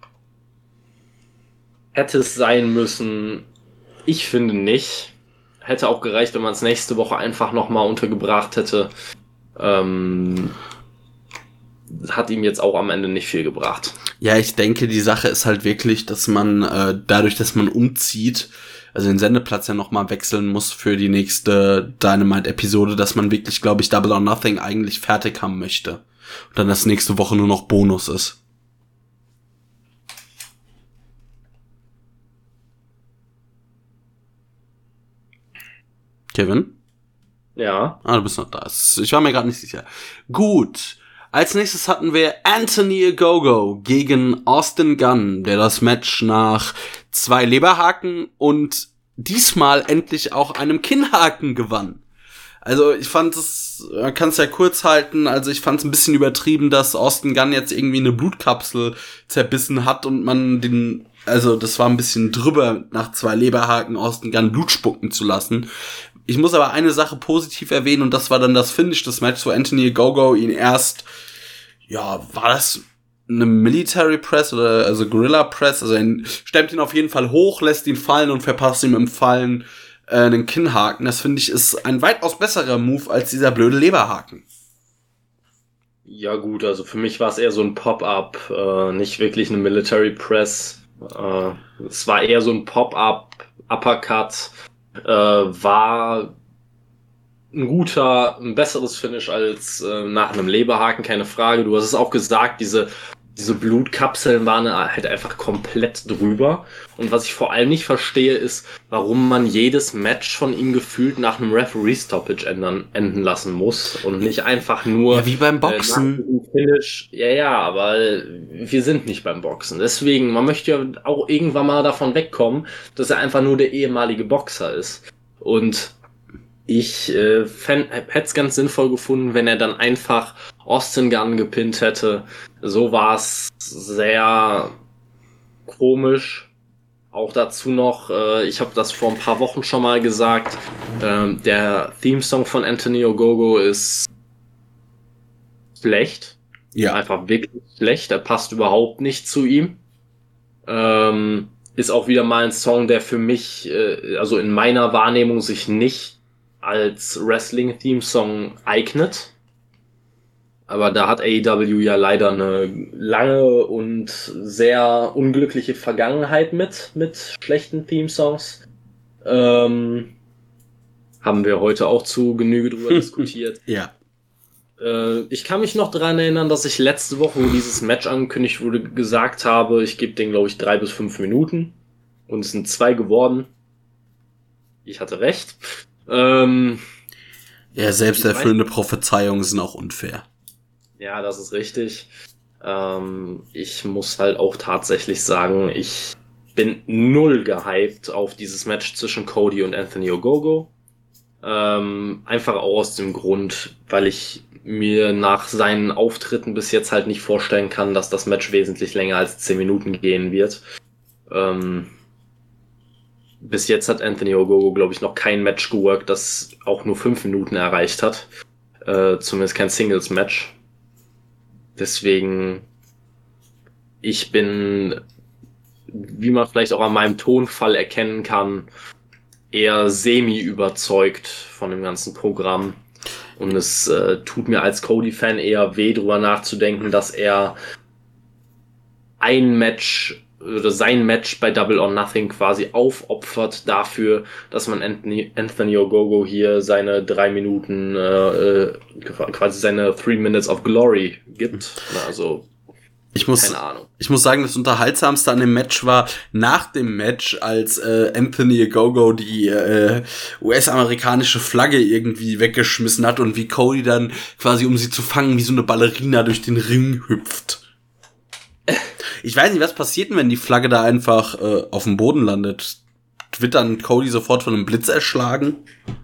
hätte es sein müssen? Ich finde nicht. Hätte auch gereicht, wenn man es nächste Woche einfach nochmal untergebracht hätte. Ähm, hat ihm jetzt auch am Ende nicht viel gebracht. Ja, ich denke, die Sache ist halt wirklich, dass man äh, dadurch, dass man umzieht, also den Sendeplatz ja nochmal wechseln muss für die nächste Dynamite-Episode, dass man wirklich, glaube ich, Double or Nothing eigentlich fertig haben möchte. Und dann das nächste Woche nur noch Bonus ist. Kevin? Ja. Ah, du bist noch da. Ich war mir gerade nicht sicher. Gut. Als nächstes hatten wir Anthony Ogogo gegen Austin Gunn, der das Match nach zwei Leberhaken und diesmal endlich auch einem Kinnhaken gewann. Also ich fand es, man kann es ja kurz halten, also ich fand es ein bisschen übertrieben, dass Austin Gunn jetzt irgendwie eine Blutkapsel zerbissen hat und man den, also das war ein bisschen drüber, nach zwei Leberhaken Austin Gunn Blut spucken zu lassen. Ich muss aber eine Sache positiv erwähnen und das war dann das Finish des Matches, wo Anthony Ogogo ihn erst, ja, war das eine Military Press oder also Gorilla Press, also er stemmt ihn auf jeden Fall hoch, lässt ihn fallen und verpasst ihm im Fallen äh, einen Kinnhaken. Das finde ich ist ein weitaus besserer Move als dieser blöde Leberhaken. Ja gut, also für mich war es eher so ein Pop-Up, äh, nicht wirklich eine Military Press. Äh, es war eher so ein Pop-Up, Uppercut, äh, war ein guter, ein besseres Finish als äh, nach einem Leberhaken, keine Frage. Du hast es auch gesagt, diese diese Blutkapseln waren halt einfach komplett drüber. Und was ich vor allem nicht verstehe, ist, warum man jedes Match von ihm gefühlt nach einem Referee-Stoppage ändern, enden lassen muss und nicht einfach nur ja, wie beim Boxen. Äh, nach dem Finish. Ja, ja, aber wir sind nicht beim Boxen. Deswegen, man möchte ja auch irgendwann mal davon wegkommen, dass er einfach nur der ehemalige Boxer ist. Und ich äh, hätte es ganz sinnvoll gefunden, wenn er dann einfach Austin Gunn gepinnt hätte. So war es sehr komisch. Auch dazu noch, äh, ich habe das vor ein paar Wochen schon mal gesagt, ähm, der Theme-Song von Anthony Ogogo ist schlecht. Ja. Einfach wirklich schlecht. Er passt überhaupt nicht zu ihm. Ähm, ist auch wieder mal ein Song, der für mich, äh, also in meiner Wahrnehmung, sich nicht als Wrestling-Theme-Song eignet. Aber da hat A E W ja leider eine lange und sehr unglückliche Vergangenheit mit, mit schlechten Theme-Songs. Ähm, haben wir heute auch zu Genüge drüber diskutiert. Ja. Äh, ich kann mich noch daran erinnern, dass ich letzte Woche, wo dieses Match angekündigt wurde, gesagt habe, ich gebe den, glaube ich, drei bis fünf Minuten. Und es sind zwei geworden. Ich hatte recht. Ähm, ja, selbsterfüllende Prophezeiungen sind auch unfair. Ja, das ist richtig. Ähm, ich muss halt auch tatsächlich sagen, ich bin null gehypt auf dieses Match zwischen Cody und Anthony Ogogo. Ähm, einfach auch aus dem Grund, weil ich mir nach seinen Auftritten bis jetzt halt nicht vorstellen kann, dass das Match wesentlich länger als zehn Minuten gehen wird. Ähm, bis jetzt hat Anthony Ogogo, glaube ich, noch kein Match geworkt, das auch nur fünf Minuten erreicht hat. Äh, zumindest kein Singles-Match. Deswegen, ich bin, wie man vielleicht auch an meinem Tonfall erkennen kann, eher semi-überzeugt von dem ganzen Programm. Und es äh, tut mir als Cody-Fan eher weh, drüber nachzudenken, dass er ein Match oder sein Match bei Double or Nothing quasi aufopfert dafür, dass man Anthony, Anthony Ogogo hier seine drei Minuten, äh, quasi seine Three Minutes of Glory gibt. Also, ich muss, keine Ahnung. Ich muss sagen, das Unterhaltsamste an dem Match war nach dem Match, als äh, Anthony Ogogo die äh, U S-amerikanische Flagge irgendwie weggeschmissen hat und wie Cody dann quasi, um sie zu fangen, wie so eine Ballerina durch den Ring hüpft. Ich weiß nicht, was passiert denn, wenn die Flagge da einfach äh, auf dem Boden landet? Wird dann Cody sofort von einem Blitz erschlagen?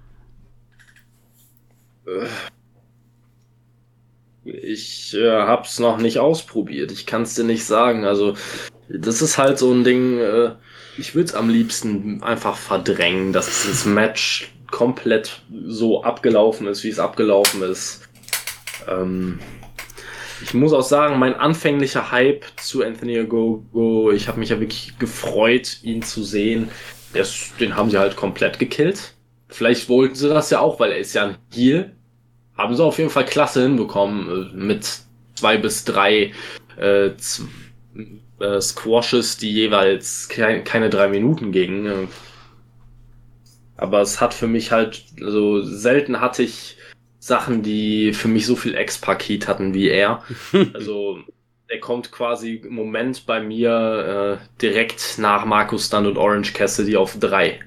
Ich äh, hab's noch nicht ausprobiert. Ich kann's dir nicht sagen. Also, das ist halt so ein Ding, äh, ich würde es am liebsten einfach verdrängen, dass dieses Match komplett so abgelaufen ist, wie es abgelaufen ist. Ähm... Ich muss auch sagen, mein anfänglicher Hype zu Anthony Ogogo, ich habe mich ja wirklich gefreut, ihn zu sehen. Das, den haben sie halt komplett gekillt. Vielleicht wollten sie das ja auch, weil er ist ja ein Heel. Haben sie auf jeden Fall klasse hinbekommen mit zwei bis drei äh, z- äh, Squashes, die jeweils ke- keine drei Minuten gingen. Aber es hat für mich halt, also selten hatte ich Sachen, die für mich so viel Ex-Paket hatten wie er. Also er kommt quasi im Moment bei mir äh, direkt nach Markus Stunt und Orange Cassidy auf drei.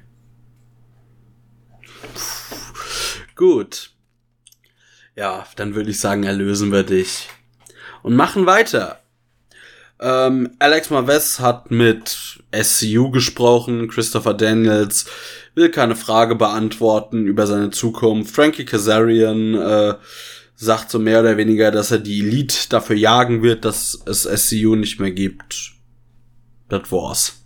Gut. Ja, dann würde ich sagen, erlösen wir dich. Und machen weiter. Ähm, Alex Marvez hat mit S C U gesprochen, Christopher Daniels will keine Frage beantworten über seine Zukunft. Frankie Kazarian äh, sagt so mehr oder weniger, dass er die Elite dafür jagen wird, dass es S C U nicht mehr gibt. Das war's.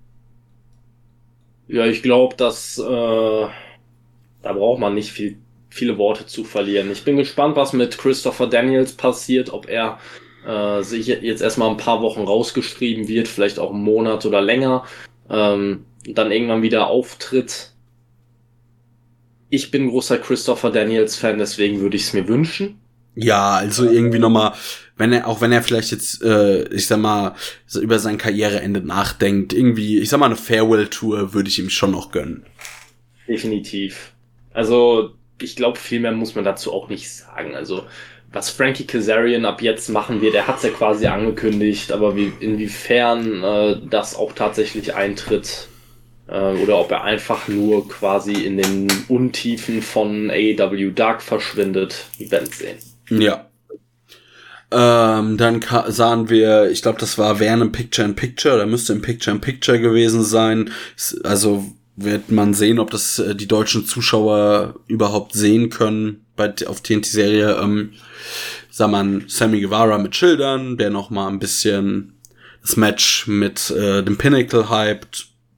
Ja, ich glaube, dass äh, da braucht man nicht viel, viele Worte zu verlieren. Ich bin gespannt, was mit Christopher Daniels passiert, ob er äh, sich jetzt erstmal ein paar Wochen rausgeschrieben wird, vielleicht auch einen Monat oder länger. Ähm, dann irgendwann wieder auftritt. Ich bin großer Christopher Daniels Fan, deswegen würde ich es mir wünschen. Ja, also irgendwie nochmal, wenn er, auch wenn er vielleicht jetzt, äh, ich sag mal, so über sein Karriereende nachdenkt, irgendwie, ich sag mal, eine Farewell-Tour würde ich ihm schon noch gönnen. Definitiv. Also, ich glaube, viel mehr muss man dazu auch nicht sagen. Also, was Frankie Kazarian ab jetzt machen wird, er hat es ja quasi angekündigt, aber wie, inwiefern äh, das auch tatsächlich eintritt, oder ob er einfach nur quasi in den Untiefen von A E W Dark verschwindet. Wir werden sehen. Ja. Ähm, dann ka- sahen wir, ich glaube, das war während einem Picture-in-Picture, oder müsste im Picture-in-Picture gewesen sein. Also wird man sehen, ob das äh, die deutschen Zuschauer überhaupt sehen können bei auf T N T-Serie. Ähm, sah man Sammy Guevara mit Schildern, der noch mal ein bisschen das Match mit äh, dem Pinnacle hypt.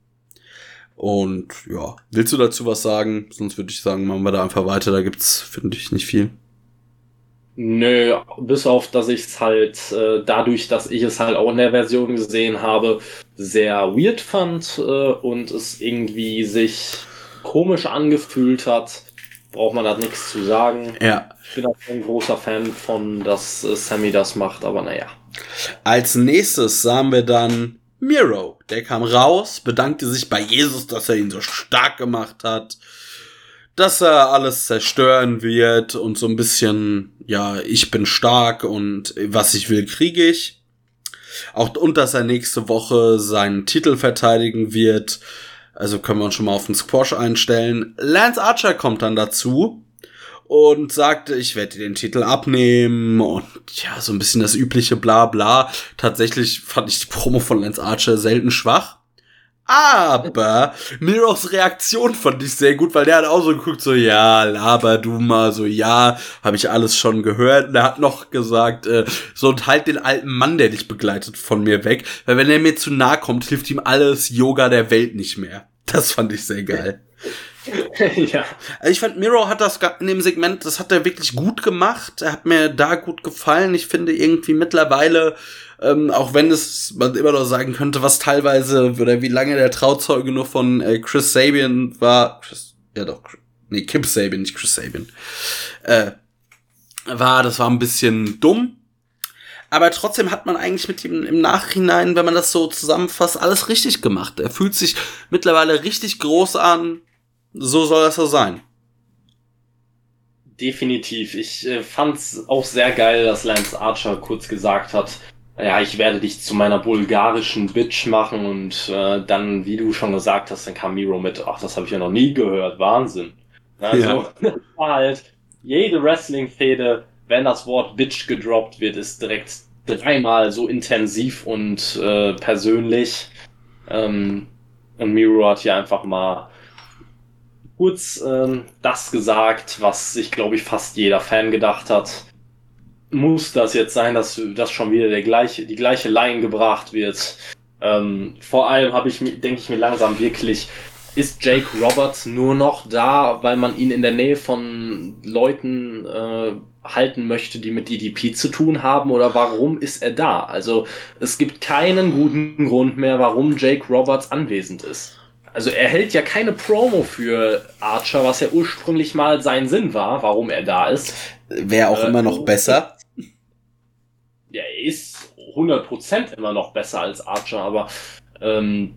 Und ja, willst du dazu was sagen? Sonst würde ich sagen, machen wir da einfach weiter. Da gibt's, finde ich, nicht viel. Nö, bis auf, dass ich es halt äh, dadurch, dass ich es halt auch in der Version gesehen habe, sehr weird fand äh, und es irgendwie sich komisch angefühlt hat, braucht man da nichts zu sagen. Ja. Ich bin auch ein großer Fan von, dass äh, Sammy das macht, aber naja. Als nächstes sahen wir dann Miro. Der kam raus, bedankte sich bei Jesus, dass er ihn so stark gemacht hat, dass er alles zerstören wird und so ein bisschen, ja, ich bin stark und was ich will, kriege ich. Auch, und dass er nächste Woche seinen Titel verteidigen wird. Also können wir uns schon mal auf den Squash einstellen. Lance Archer kommt dann dazu und sagte, ich werde den Titel abnehmen und ja, so ein bisschen das übliche Blabla. Tatsächlich fand ich die Promo von Lance Archer selten schwach. Aber Miros Reaktion fand ich sehr gut, weil der hat auch so geguckt, so, ja, laber du mal, so, ja, habe ich alles schon gehört. Und er hat noch gesagt, äh, so, und halt den alten Mann, der dich begleitet, von mir weg. Weil wenn er mir zu nahe kommt, hilft ihm alles Yoga der Welt nicht mehr. Das fand ich sehr geil. Ja. Also ich fand, Miro hat das in dem Segment, das hat er wirklich gut gemacht. Er hat mir da gut gefallen. Ich finde irgendwie mittlerweile, ähm, auch wenn es man immer noch sagen könnte, was teilweise, oder wie lange der Trauzeuge nur von äh, Chris Sabian war, Chris, ja doch, nee, Kip Sabian, nicht Chris Sabian, äh, war, das war ein bisschen dumm. Aber trotzdem hat man eigentlich mit ihm im Nachhinein, wenn man das so zusammenfasst, alles richtig gemacht. Er fühlt sich mittlerweile richtig groß an. So soll das so sein. Definitiv. Ich äh, fand's auch sehr geil, dass Lance Archer kurz gesagt hat, ja, ich werde dich zu meiner bulgarischen Bitch machen und äh, dann, wie du schon gesagt hast, dann kam Miro mit, ach, das habe ich ja noch nie gehört, Wahnsinn. Also, ja. War halt jede Wrestling-Fehde, wenn das Wort Bitch gedroppt wird, ist direkt dreimal so intensiv und äh, persönlich. Ähm, und Miro hat hier einfach mal kurz ähm, das gesagt, was sich, glaube ich, fast jeder Fan gedacht hat. Muss das jetzt sein, dass das schon wieder der gleiche, die gleiche Line gebracht wird? Ähm, vor allem habe ich, denke ich mir langsam wirklich, ist Jake Roberts nur noch da, weil man ihn in der Nähe von Leuten äh, halten möchte, die mit D D P zu tun haben, oder warum ist er da? Also es gibt keinen guten Grund mehr, warum Jake Roberts anwesend ist. Also er hält ja keine Promo für Archer, was ja ursprünglich mal sein Sinn war, warum er da ist. Wäre auch äh, immer noch besser. Ja, er ist hundert Prozent immer noch besser als Archer, aber ähm,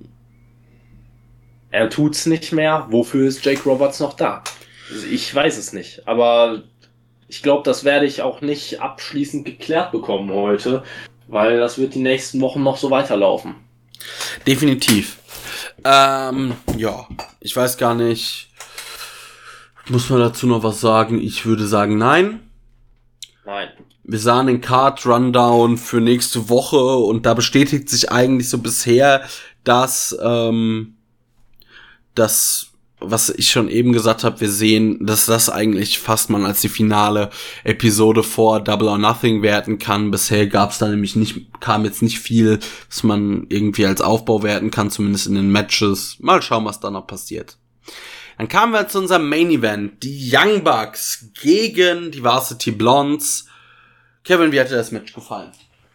er tut's nicht mehr. Wofür ist Jake Roberts noch da? Also ich weiß es nicht, aber ich glaube, das werde ich auch nicht abschließend geklärt bekommen heute, weil das wird die nächsten Wochen noch so weiterlaufen. Definitiv. Ähm, ja, ich weiß gar nicht, muss man dazu noch was sagen? Ich würde sagen, nein. Nein. Wir sahen den Card-Rundown für nächste Woche und da bestätigt sich eigentlich so bisher, dass, ähm, das, was ich schon eben gesagt habe, wir sehen, dass das eigentlich fast man als die finale Episode vor Double or Nothing werten kann. Bisher gab es da nämlich nicht, kam jetzt nicht viel, was man irgendwie als Aufbau werten kann, zumindest in den Matches. Mal schauen, was da noch passiert. Dann kamen wir zu unserem Main Event, die Young Bucks gegen die Varsity Blondes. Kevin, wie hat dir das Match gefallen?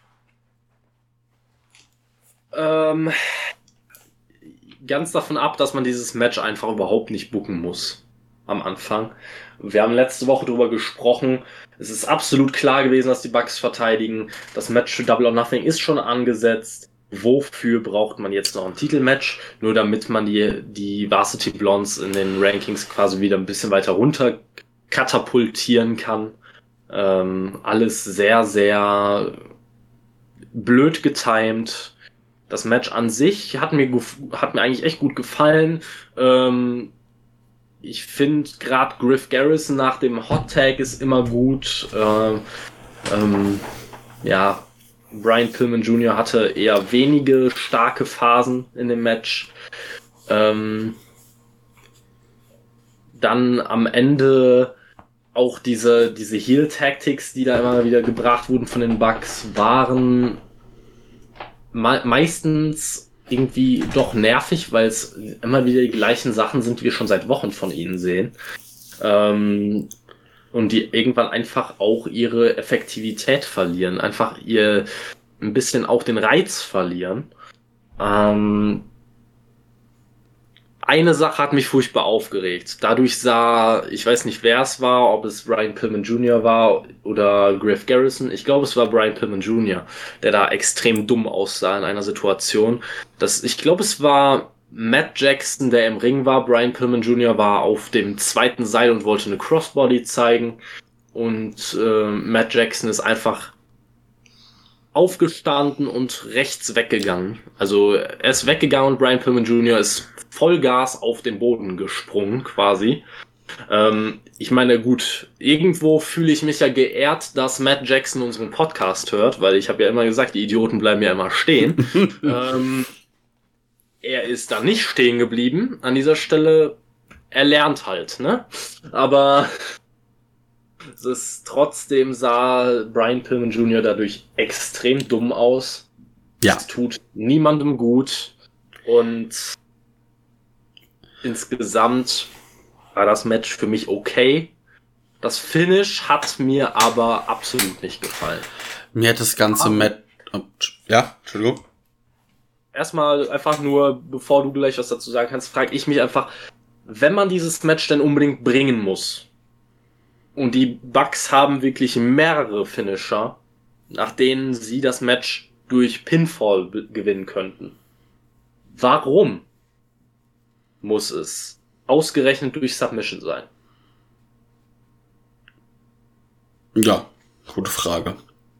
Ähm, ganz davon ab, dass man dieses Match einfach überhaupt nicht booken muss am Anfang. Wir haben letzte Woche darüber gesprochen. Es ist absolut klar gewesen, dass die Bucks verteidigen. Das Match für Double or Nothing ist schon angesetzt. Wofür braucht man jetzt noch ein Titelmatch? Nur damit man die, die Varsity Blondes in den Rankings quasi wieder ein bisschen weiter runter katapultieren kann. Ähm, alles sehr, sehr blöd getimed. Das Match an sich hat mir, hat mir eigentlich echt gut gefallen. Ähm, ich finde gerade Griff Garrison nach dem Hot Tag ist immer gut. Ähm, ähm, ja, Brian Pillman Junior hatte eher wenige starke Phasen in dem Match. Ähm, dann am Ende auch diese, diese Heel-Tactics, die da immer wieder gebracht wurden von den Bucks, waren me- meistens irgendwie doch nervig, weil es immer wieder die gleichen Sachen sind, die wir schon seit Wochen von ihnen sehen. Ähm, und die irgendwann einfach auch ihre Effektivität verlieren, einfach ihr ein bisschen auch den Reiz verlieren. Ähm, eine Sache hat mich furchtbar aufgeregt. Dadurch sah, ich weiß nicht, wer es war, ob es Brian Pillman Junior war oder Griff Garrison. Ich glaube, es war Brian Pillman Junior, der da extrem dumm aussah in einer Situation. Das, ich glaube, es war Matt Jackson, der im Ring war. Brian Pillman Junior war auf dem zweiten Seil und wollte eine Crossbody zeigen. Und äh, Matt Jackson ist einfach aufgestanden und rechts weggegangen. Also er ist weggegangen und Brian Pillman Junior ist Vollgas auf den Boden gesprungen, quasi. Ähm, ich meine, gut, irgendwo fühle ich mich ja geehrt, dass Matt Jackson unseren Podcast hört, weil ich habe ja immer gesagt, die Idioten bleiben ja immer stehen. ähm, er ist da nicht stehen geblieben. An dieser Stelle, er lernt halt, ne? Aber es ist trotzdem sah Brian Pillman Junior dadurch extrem dumm aus. Ja. Es tut niemandem gut. Und insgesamt war das Match für mich okay. Das Finish hat mir aber absolut nicht gefallen. Mir hat das ganze Match... Ja, Entschuldigung. Erstmal einfach nur, bevor du gleich was dazu sagen kannst, frage ich mich einfach, wenn man dieses Match denn unbedingt bringen muss, und die Bucks haben wirklich mehrere Finisher, nach denen sie das Match durch Pinfall be- gewinnen könnten. Warum muss es ausgerechnet durch Submission sein? Ja, gute Frage.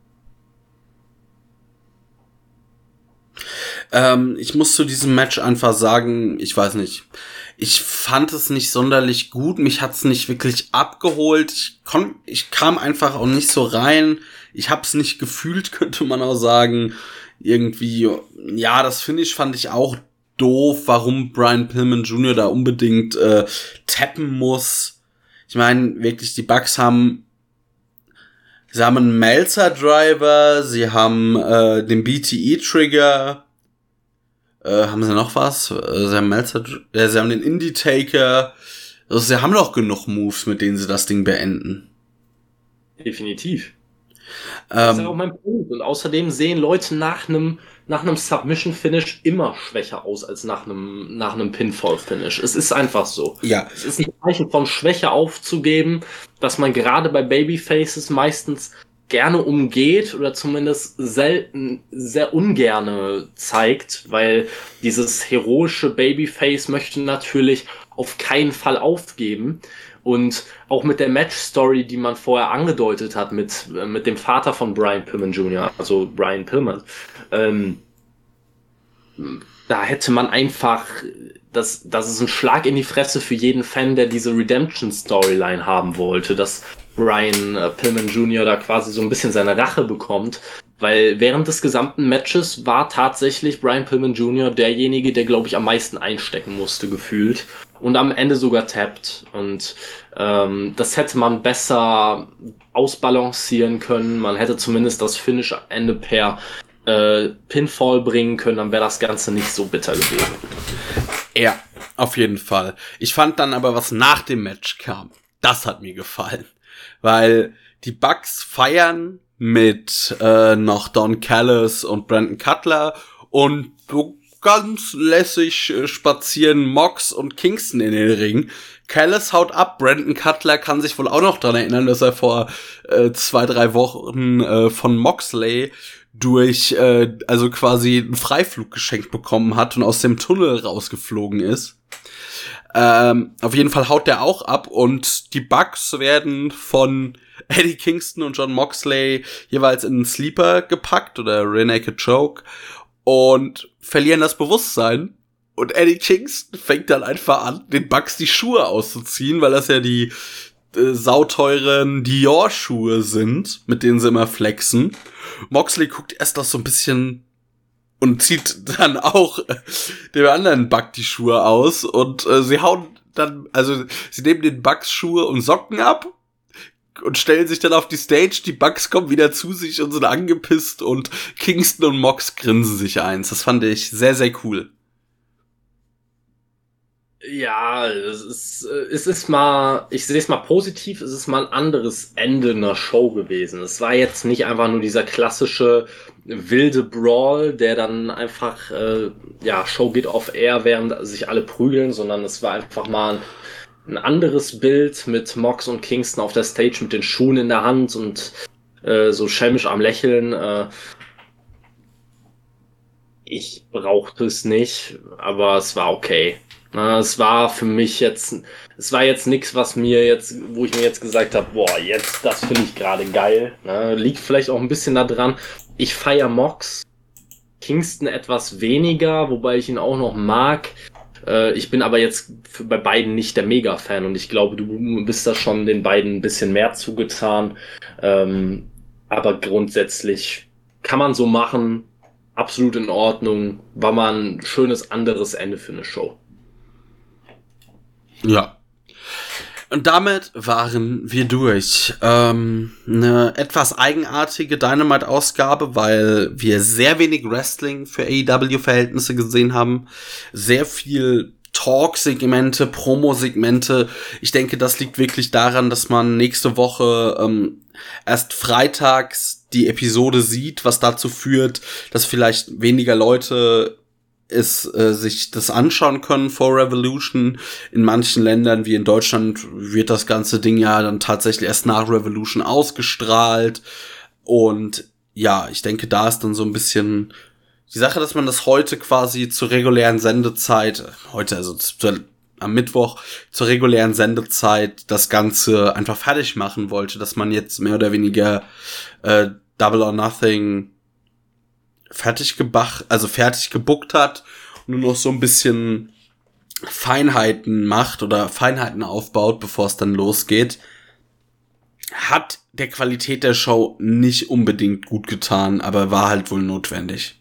Ähm, ich muss zu diesem Match einfach sagen, ich weiß nicht, ich fand es nicht sonderlich gut, mich hat's nicht wirklich abgeholt, ich, kon- ich kam einfach auch nicht so rein, ich hab's nicht gefühlt, könnte man auch sagen, irgendwie, ja, das Finish fand ich auch doof, warum Brian Pillman Junior da unbedingt äh, tappen muss. Ich meine, wirklich, die Bucks haben sie haben einen Meltzer-Driver, sie haben äh, den B T E-Trigger, äh, haben sie noch was? Äh, sie haben Meltzer, äh, sie haben den Indie-Taker, also sie haben doch genug Moves, mit denen sie das Ding beenden. Definitiv. Das ist ja auch mein Punkt. Und außerdem sehen Leute nach einem nach einem Submission-Finish immer schwächer aus als nach einem nach einem Pinfall-Finish. Es ist einfach so. Ja. Es ist ein Zeichen von Schwäche aufzugeben, dass man gerade bei Babyfaces meistens gerne umgeht oder zumindest selten, sehr ungerne zeigt, weil dieses heroische Babyface möchte natürlich auf keinen Fall aufgeben. Und auch mit der Match-Story, die man vorher angedeutet hat, mit, mit dem Vater von Brian Pillman Junior, also Brian Pillman, ähm, da hätte man einfach, das, das ist ein Schlag in die Fresse für jeden Fan, der diese Redemption-Storyline haben wollte, dass Brian äh, Pillman Junior da quasi so ein bisschen seine Rache bekommt, weil während des gesamten Matches war tatsächlich Brian Pillman Junior derjenige, der, glaube ich, am meisten einstecken musste, gefühlt. Und am Ende sogar tappt. Und ähm, das hätte man besser ausbalancieren können. Man hätte zumindest das Finish-Ende per äh, Pinfall bringen können. Dann wäre das Ganze nicht so bitter gewesen. Ja, auf jeden Fall. Ich fand dann aber, was nach dem Match kam, das hat mir gefallen. Weil die Bucks feiern mit äh, noch Don Callis und Brandon Cutler und so ganz lässig äh, spazieren Mox und Kingston in den Ring. Callis haut ab, Brandon Cutler kann sich wohl auch noch dran erinnern, dass er vor äh, zwei, drei Wochen äh, von Moxley durch, äh, also quasi einen Freiflug geschenkt bekommen hat und aus dem Tunnel rausgeflogen ist. Ähm, auf jeden Fall haut der auch ab und die Bucks werden von Eddie Kingston und John Moxley jeweils in einen Sleeper gepackt oder Rear Naked Choke und verlieren das Bewusstsein. Und Eddie Kingston fängt dann einfach an, den Bucks die Schuhe auszuziehen, weil das ja die äh, sauteuren Dior-Schuhe sind, mit denen sie immer flexen. Moxley guckt erst noch so ein bisschen und zieht dann auch äh, dem anderen Buck die Schuhe aus. Und äh, sie hauen dann, also sie nehmen den Bucks Schuhe und Socken ab, und stellen sich dann auf die Stage, die Bucks kommen wieder zu sich und sind angepisst und Kingston und Mox grinsen sich eins. Das fand ich sehr, sehr cool. Ja, es ist, es ist mal, ich sehe es mal positiv, es ist mal ein anderes Ende einer Show gewesen. Es war jetzt nicht einfach nur dieser klassische wilde Brawl, der dann einfach, äh, ja, Show geht off air, während sich alle prügeln, sondern es war einfach mal ein, ein anderes Bild mit Mox und Kingston auf der Stage mit den Schuhen in der Hand und äh, so schelmisch am Lächeln. Äh, ich brauchte es nicht, aber es war okay. Na, es war für mich jetzt, es war jetzt nichts, was mir jetzt, wo ich mir jetzt gesagt habe, boah, jetzt, das finde ich gerade geil. Na, liegt vielleicht auch ein bisschen da dran. Ich feiere Mox, Kingston etwas weniger, wobei ich ihn auch noch mag. Äh, ich bin aber jetzt für, bei beiden nicht der Mega-Fan und ich glaube, du bist da schon den beiden ein bisschen mehr zugetan. Ähm, aber grundsätzlich kann man so machen, absolut in Ordnung, war mal ein schönes anderes Ende für eine Show. Ja. Und damit waren wir durch. Ähm, eine etwas eigenartige Dynamite-Ausgabe, weil wir sehr wenig Wrestling für A E W-Verhältnisse gesehen haben. Sehr viel Talk-Segmente, Promo-Segmente. Ich denke, das liegt wirklich daran, dass man nächste Woche ähm, erst freitags die Episode sieht, was dazu führt, dass vielleicht weniger Leute es äh, sich das anschauen können vor Revolution. In manchen Ländern, wie in Deutschland, wird das ganze Ding ja dann tatsächlich erst nach Revolution ausgestrahlt. Und ja, ich denke, da ist dann so ein bisschen die Sache, dass man das heute quasi zur regulären Sendezeit, heute also zu, am Mittwoch, zur regulären Sendezeit das Ganze einfach fertig machen wollte, dass man jetzt mehr oder weniger äh, Double or Nothing fertig gebach, also fertig gebuckt hat und nur noch so ein bisschen Feinheiten macht oder Feinheiten aufbaut, bevor es dann losgeht, hat der Qualität der Show nicht unbedingt gut getan, aber war halt wohl notwendig.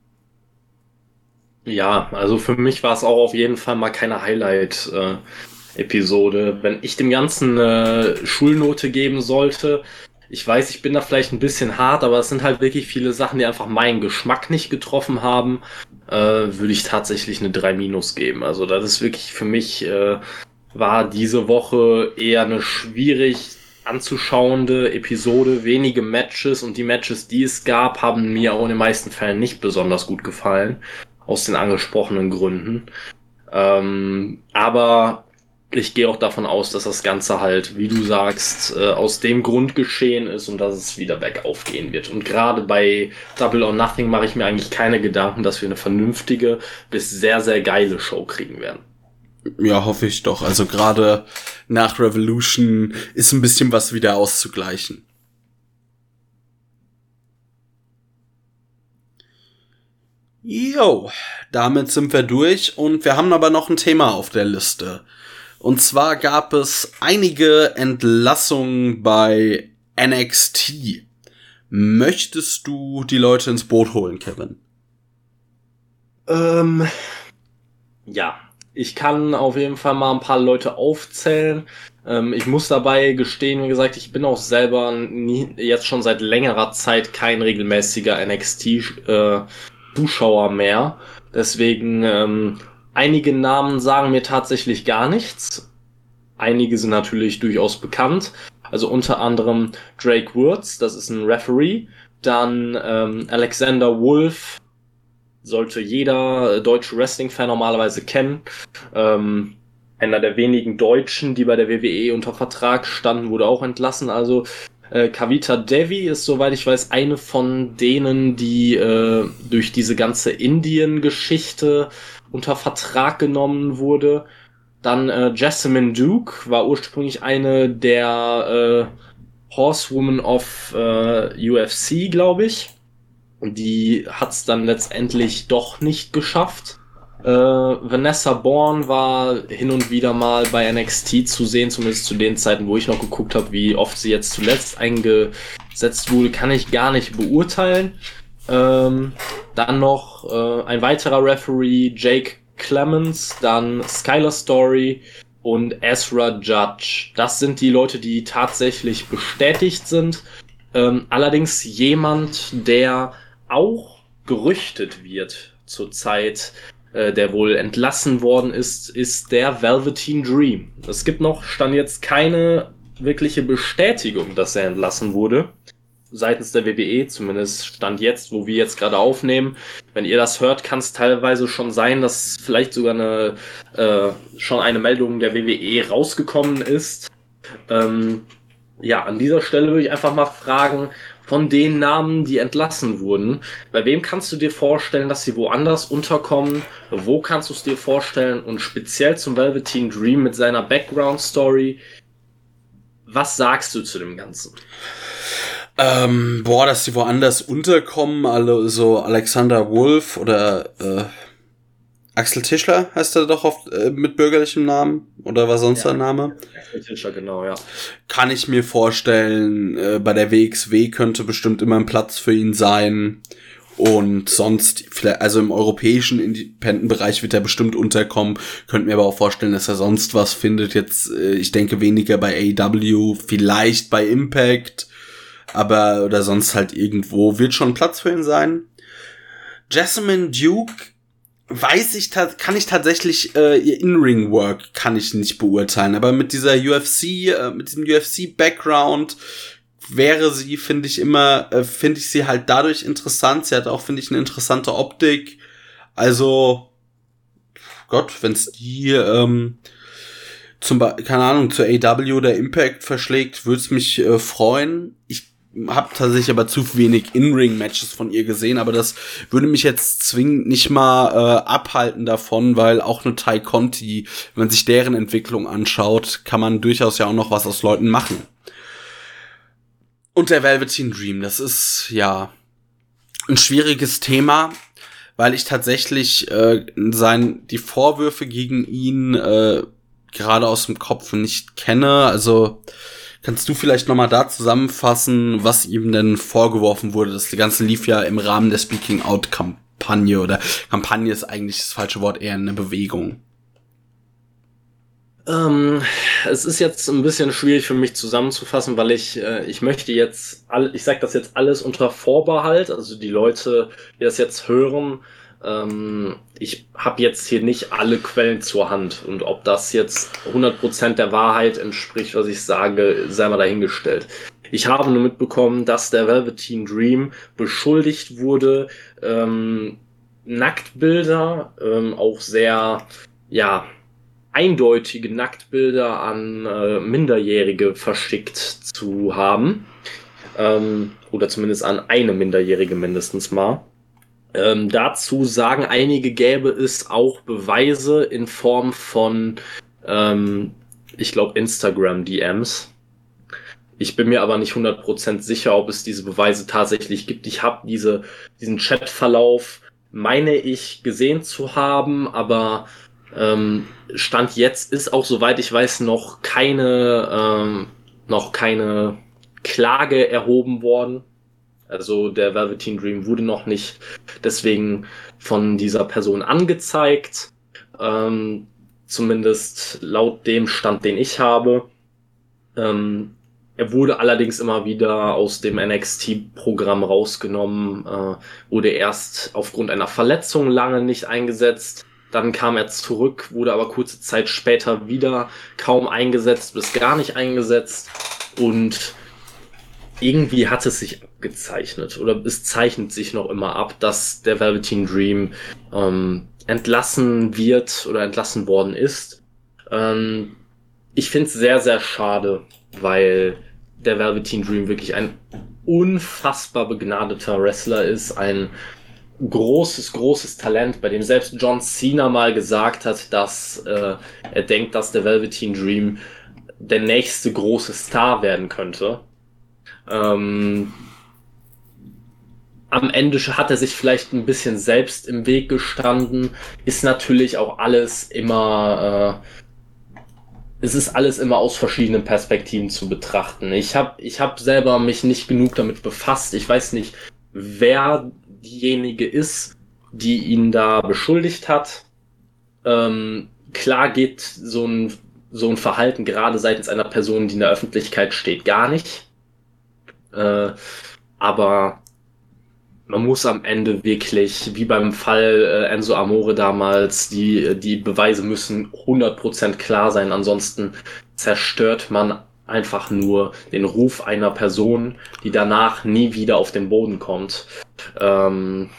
Ja, also für mich war es auch auf jeden Fall mal keine Highlight-Episode. Wenn ich dem Ganzen eine Schulnote geben sollte, ich weiß, ich bin da vielleicht ein bisschen hart, aber es sind halt wirklich viele Sachen, die einfach meinen Geschmack nicht getroffen haben, äh, würde ich tatsächlich eine drei minus geben. Also das ist wirklich für mich, äh, war diese Woche eher eine schwierig anzuschauende Episode, wenige Matches und die Matches, die es gab, haben mir auch in den meisten Fällen nicht besonders gut gefallen, aus den angesprochenen Gründen. Ähm, aber ich gehe auch davon aus, dass das Ganze halt, wie du sagst, äh, aus dem Grund geschehen ist und dass es wieder bergauf gehen wird. Und gerade bei Double or Nothing mache ich mir eigentlich keine Gedanken, dass wir eine vernünftige bis sehr, sehr geile Show kriegen werden. Ja, hoffe ich doch. Also gerade nach Revolution ist ein bisschen was wieder auszugleichen. Jo, damit sind wir durch und wir haben aber noch ein Thema auf der Liste. Und zwar gab es einige Entlassungen bei N X T. Möchtest du die Leute ins Boot holen, Kevin? Ähm, ja, ich kann auf jeden Fall mal ein paar Leute aufzählen. Ähm, ich muss dabei gestehen, wie gesagt, ich bin auch selber nie, jetzt schon seit längerer Zeit kein regelmäßiger N X T-Zuschauer äh, mehr. Deswegen, ähm, einige Namen sagen mir tatsächlich gar nichts. Einige sind natürlich durchaus bekannt. Also unter anderem Drake Woods, das ist ein Referee. Dann ähm, Alexander Wolf, sollte jeder deutsche Wrestling-Fan normalerweise kennen. Ähm, einer der wenigen Deutschen, die bei der W W E unter Vertrag standen, wurde auch entlassen. Also äh, Kavita Devi ist, soweit ich weiß, eine von denen, die äh, durch diese ganze Indien-Geschichte unter Vertrag genommen wurde. Dann äh, Jessamine Duke war ursprünglich eine der äh, Horsewomen of äh, U F C, glaube ich. Die hat es dann letztendlich doch nicht geschafft. Äh, Vanessa Bourne war hin und wieder mal bei N X T zu sehen, zumindest zu den Zeiten, wo ich noch geguckt habe. Wie oft sie jetzt zuletzt eingesetzt wurde, kann ich gar nicht beurteilen. Ähm, dann noch äh, ein weiterer Referee, Jake Clemens, dann Skylar Story, und Ezra Judge. Das sind die Leute, die tatsächlich bestätigt sind. Ähm, allerdings jemand, der auch gerüchtet wird zurzeit, äh, der wohl entlassen worden ist, ist der Velveteen Dream. Es gibt noch, stand jetzt keine wirkliche Bestätigung, dass er entlassen wurde. Seitens der W W E, zumindest stand jetzt, wo wir jetzt gerade aufnehmen. Wenn ihr das hört, kann es teilweise schon sein, dass vielleicht sogar eine äh, schon eine Meldung der W W E rausgekommen ist. Ähm, ja, an dieser Stelle würde ich einfach mal fragen, von den Namen, die entlassen wurden, bei wem kannst du dir vorstellen, dass sie woanders unterkommen? Wo kannst du es dir vorstellen? Und speziell zum Velveteen Dream mit seiner Background-Story, was sagst du zu dem Ganzen? Ähm, boah, dass die woanders unterkommen, alle so Alexander Wolf oder äh, Axel Tischler heißt er doch oft äh, mit bürgerlichem Namen oder was sonst ja, der Name? Axel Tischler, genau, ja. Kann ich mir vorstellen, äh, bei der W X W könnte bestimmt immer ein Platz für ihn sein und sonst vielleicht, also im europäischen Independent-Bereich wird er bestimmt unterkommen, könnte mir aber auch vorstellen, dass er sonst was findet, jetzt, äh, ich denke weniger bei A E W, vielleicht bei Impact, aber oder sonst halt irgendwo wird schon Platz für ihn sein. Jessamine Duke weiß ich, kann ich tatsächlich äh, ihr In-Ring-Work kann ich nicht beurteilen, aber mit dieser U F C, äh, mit diesem U F C-Background wäre sie, finde ich immer, äh, finde ich sie halt dadurch interessant. Sie hat auch, finde ich, eine interessante Optik. Also, Gott, wenn's die ähm, zum Beispiel, keine Ahnung, zur A E W oder Impact verschlägt, würde es mich äh, freuen. Ich habe tatsächlich aber zu wenig In-Ring-Matches von ihr gesehen, aber das würde mich jetzt zwingend nicht mal äh, abhalten davon, weil auch eine Ty Conti, wenn man sich deren Entwicklung anschaut, kann man durchaus ja auch noch was aus Leuten machen. Und der Velveteen Dream, das ist ja ein schwieriges Thema, weil ich tatsächlich äh, sein die Vorwürfe gegen ihn äh, gerade aus dem Kopf nicht kenne, also kannst du vielleicht nochmal da zusammenfassen, was ihm denn vorgeworfen wurde? Das Ganze lief ja im Rahmen der Speaking-Out-Kampagne oder Kampagne ist eigentlich das falsche Wort, eher eine Bewegung. Ähm, es ist jetzt ein bisschen schwierig für mich zusammenzufassen, weil ich äh, ich möchte jetzt, all, ich sage das jetzt alles unter Vorbehalt, also die Leute, die das jetzt hören, ähm, ich habe jetzt hier nicht alle Quellen zur Hand und ob das jetzt hundert Prozent der Wahrheit entspricht, was ich sage, sei mal dahingestellt. Ich habe nur mitbekommen, dass der Velveteen Dream beschuldigt wurde, ähm, Nacktbilder, ähm, auch sehr, ja, eindeutige Nacktbilder an äh, Minderjährige verschickt zu haben. Ähm, oder zumindest an eine Minderjährige mindestens mal. Ähm, dazu sagen einige, gäbe es auch Beweise in Form von, ähm, ich glaube, Instagram-D Ms. Ich bin mir aber nicht hundert Prozent sicher, ob es diese Beweise tatsächlich gibt. Ich habe diese diesen Chatverlauf, meine ich, gesehen zu haben, aber ähm, Stand jetzt ist auch, soweit ich weiß, noch keine, ähm, noch keine Klage erhoben worden. Also der Velveteen Dream wurde noch nicht deswegen von dieser Person angezeigt. Ähm, zumindest laut dem Stand, den ich habe. Ähm, er wurde allerdings immer wieder aus dem N X T-Programm rausgenommen, äh, wurde erst aufgrund einer Verletzung lange nicht eingesetzt. Dann kam er zurück, wurde aber kurze Zeit später wieder kaum eingesetzt, bis gar nicht eingesetzt. Und irgendwie hat es sich abgezeichnet oder es zeichnet sich noch immer ab, dass der Velveteen Dream ähm, entlassen wird oder entlassen worden ist. Ähm, ich finde es sehr, sehr schade, weil der Velveteen Dream wirklich ein unfassbar begnadeter Wrestler ist, ein großes, großes Talent, bei dem selbst John Cena mal gesagt hat, dass äh, er denkt, dass der Velveteen Dream der nächste große Star werden könnte. Ähm, am Ende hat er sich vielleicht ein bisschen selbst im Weg gestanden, ist natürlich auch alles immer, äh, es ist alles immer aus verschiedenen Perspektiven zu betrachten. Ich habe ich hab selber mich nicht genug damit befasst. Ich weiß nicht, wer diejenige ist, die ihn da beschuldigt hat. Ähm, klar geht so ein so ein Verhalten gerade seitens einer Person, die in der Öffentlichkeit steht, gar nicht. Äh, aber man muss am Ende wirklich, wie beim Fall äh, Enzo Amore damals, die, die Beweise müssen hundert Prozent klar sein, ansonsten zerstört man einfach nur den Ruf einer Person, die danach nie wieder auf den Boden kommt. Ähm,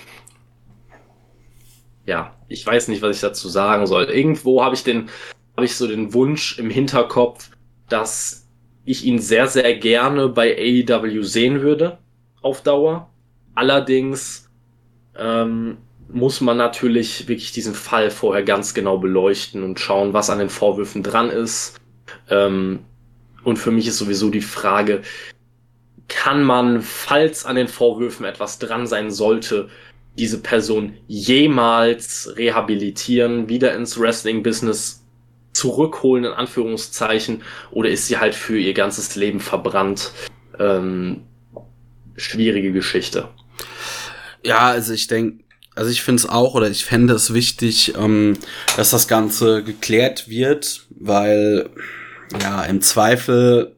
ja, ich weiß nicht, was ich dazu sagen soll. Irgendwo habe ich den, habe ich so den Wunsch im Hinterkopf, dass ich ihn sehr, sehr gerne bei A E W sehen würde, auf Dauer. Allerdings ähm, muss man natürlich wirklich diesen Fall vorher ganz genau beleuchten und schauen, was an den Vorwürfen dran ist. Ähm, und für mich ist sowieso die Frage, kann man, falls an den Vorwürfen etwas dran sein sollte, diese Person jemals rehabilitieren, wieder ins Wrestling-Business zurückholen, in Anführungszeichen, oder ist sie halt für ihr ganzes Leben verbrannt? Ähm, schwierige Geschichte. Ja, also ich denke, also ich finde es auch, oder ich fände es wichtig, ähm, dass das Ganze geklärt wird, weil, ja, im Zweifel,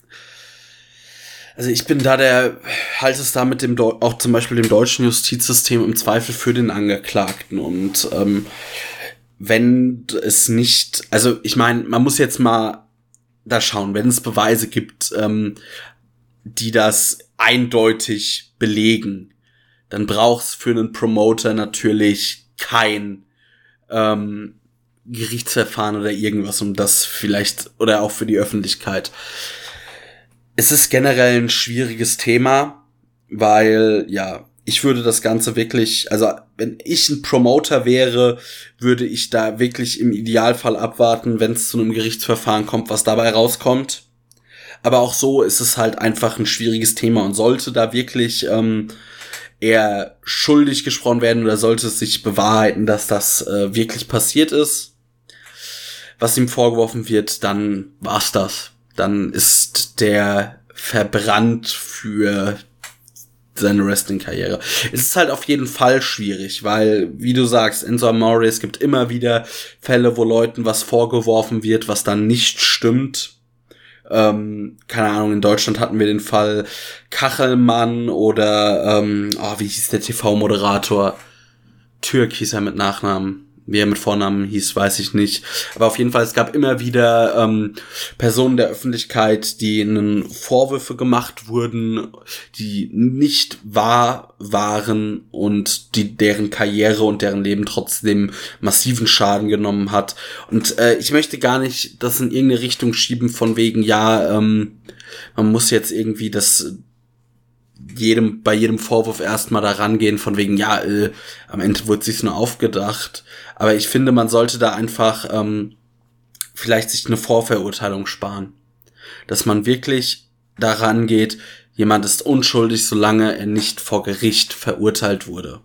also ich bin da der, halt es da mit dem, Deu- auch zum Beispiel dem deutschen Justizsystem im Zweifel für den Angeklagten und ähm, wenn es nicht, also ich meine, man muss jetzt mal da schauen, wenn es Beweise gibt, ähm, die das eindeutig belegen, dann braucht's für einen Promoter natürlich kein ähm, Gerichtsverfahren oder irgendwas, um das vielleicht, oder auch für die Öffentlichkeit. Es ist generell ein schwieriges Thema, weil, ja, ich würde das Ganze wirklich, also wenn ich ein Promoter wäre, würde ich da wirklich im Idealfall abwarten, wenn es zu einem Gerichtsverfahren kommt, was dabei rauskommt. Aber auch so ist es halt einfach ein schwieriges Thema und sollte da wirklich ähm, eher schuldig gesprochen werden oder sollte es sich bewahrheiten, dass das äh, wirklich passiert ist, was ihm vorgeworfen wird, dann war's das. Dann ist der verbrannt für seine Wrestling-Karriere. Es ist halt auf jeden Fall schwierig, weil, wie du sagst, Enzo Amore, es gibt immer wieder Fälle, wo Leuten was vorgeworfen wird, was dann nicht stimmt. Ähm, keine Ahnung, in Deutschland hatten wir den Fall Kachelmann oder, ähm, oh, wie hieß der T V-Moderator? Türk hieß er mit Nachnamen. Wie er mit Vornamen hieß, weiß ich nicht. Aber auf jeden Fall, es gab immer wieder ähm, Personen der Öffentlichkeit, denen Vorwürfe gemacht wurden, die nicht wahr waren und die deren Karriere und deren Leben trotzdem massiven Schaden genommen hat. Und äh, ich möchte gar nicht das in irgendeine Richtung schieben von wegen, ja, ähm, man muss jetzt irgendwie das jedem bei jedem Vorwurf erstmal da rangehen von wegen, ja, äh, am Ende wurde sich's nur aufgedacht. Aber ich finde, man sollte da einfach ähm, vielleicht sich eine Vorverurteilung sparen. Dass man wirklich daran geht, jemand ist unschuldig, solange er nicht vor Gericht verurteilt wurde.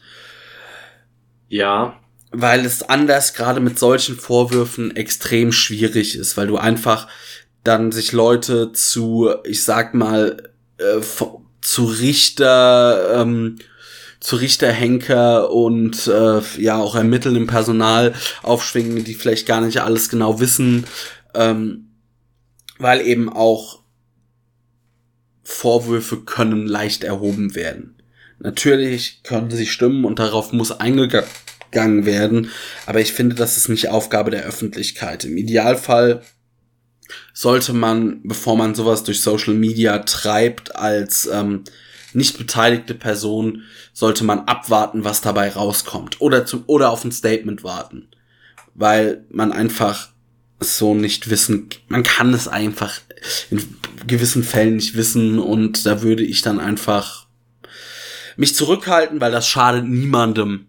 Ja. Weil es anders gerade mit solchen Vorwürfen extrem schwierig ist, weil du einfach dann sich Leute zu, ich sag mal, äh, zu Richter, ähm, zu Richterhenker und äh, ja auch ermitteln im Personal aufschwingen, die vielleicht gar nicht alles genau wissen, ähm, weil eben auch Vorwürfe können leicht erhoben werden. Natürlich können sie stimmen und darauf muss eingegangen werden, aber ich finde, das ist nicht Aufgabe der Öffentlichkeit. Im Idealfall sollte man, bevor man sowas durch Social Media treibt, als ähm, nicht beteiligte Person, sollte man abwarten, was dabei rauskommt. Oder zum, oder auf ein Statement warten. Weil man einfach so nicht wissen, man kann es einfach in gewissen Fällen nicht wissen und da würde ich dann einfach mich zurückhalten, weil das schadet niemandem.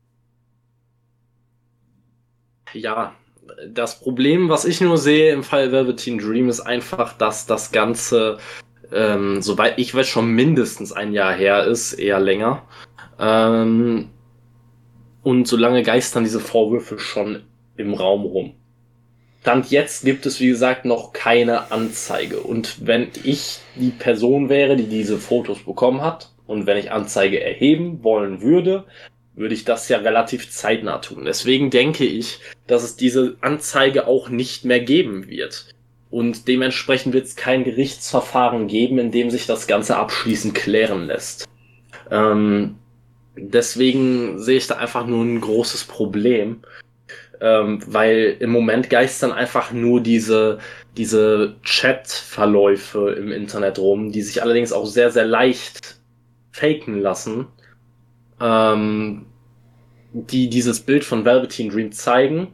Ja, das Problem, was ich nur sehe im Fall Velveteen Dream, ist einfach, dass das Ganze, ähm, soweit ich weiß, schon mindestens ein Jahr her ist, eher länger. Ähm, und solange geistern diese Vorwürfe schon im Raum rum. Stand jetzt gibt es, wie gesagt, noch keine Anzeige. Und wenn ich die Person wäre, die diese Fotos bekommen hat, und wenn ich Anzeige erheben wollen würde, würde ich das ja relativ zeitnah tun. Deswegen denke ich, dass es diese Anzeige auch nicht mehr geben wird. Und dementsprechend wird es kein Gerichtsverfahren geben, in dem sich das Ganze abschließend klären lässt. Ähm, deswegen sehe ich da einfach nur ein großes Problem. Ähm, weil im Moment geistern einfach nur diese, diese Chat-Verläufe im Internet rum, die sich allerdings auch sehr, sehr leicht faken lassen. Ähm, die dieses Bild von Velveteen Dream zeigen,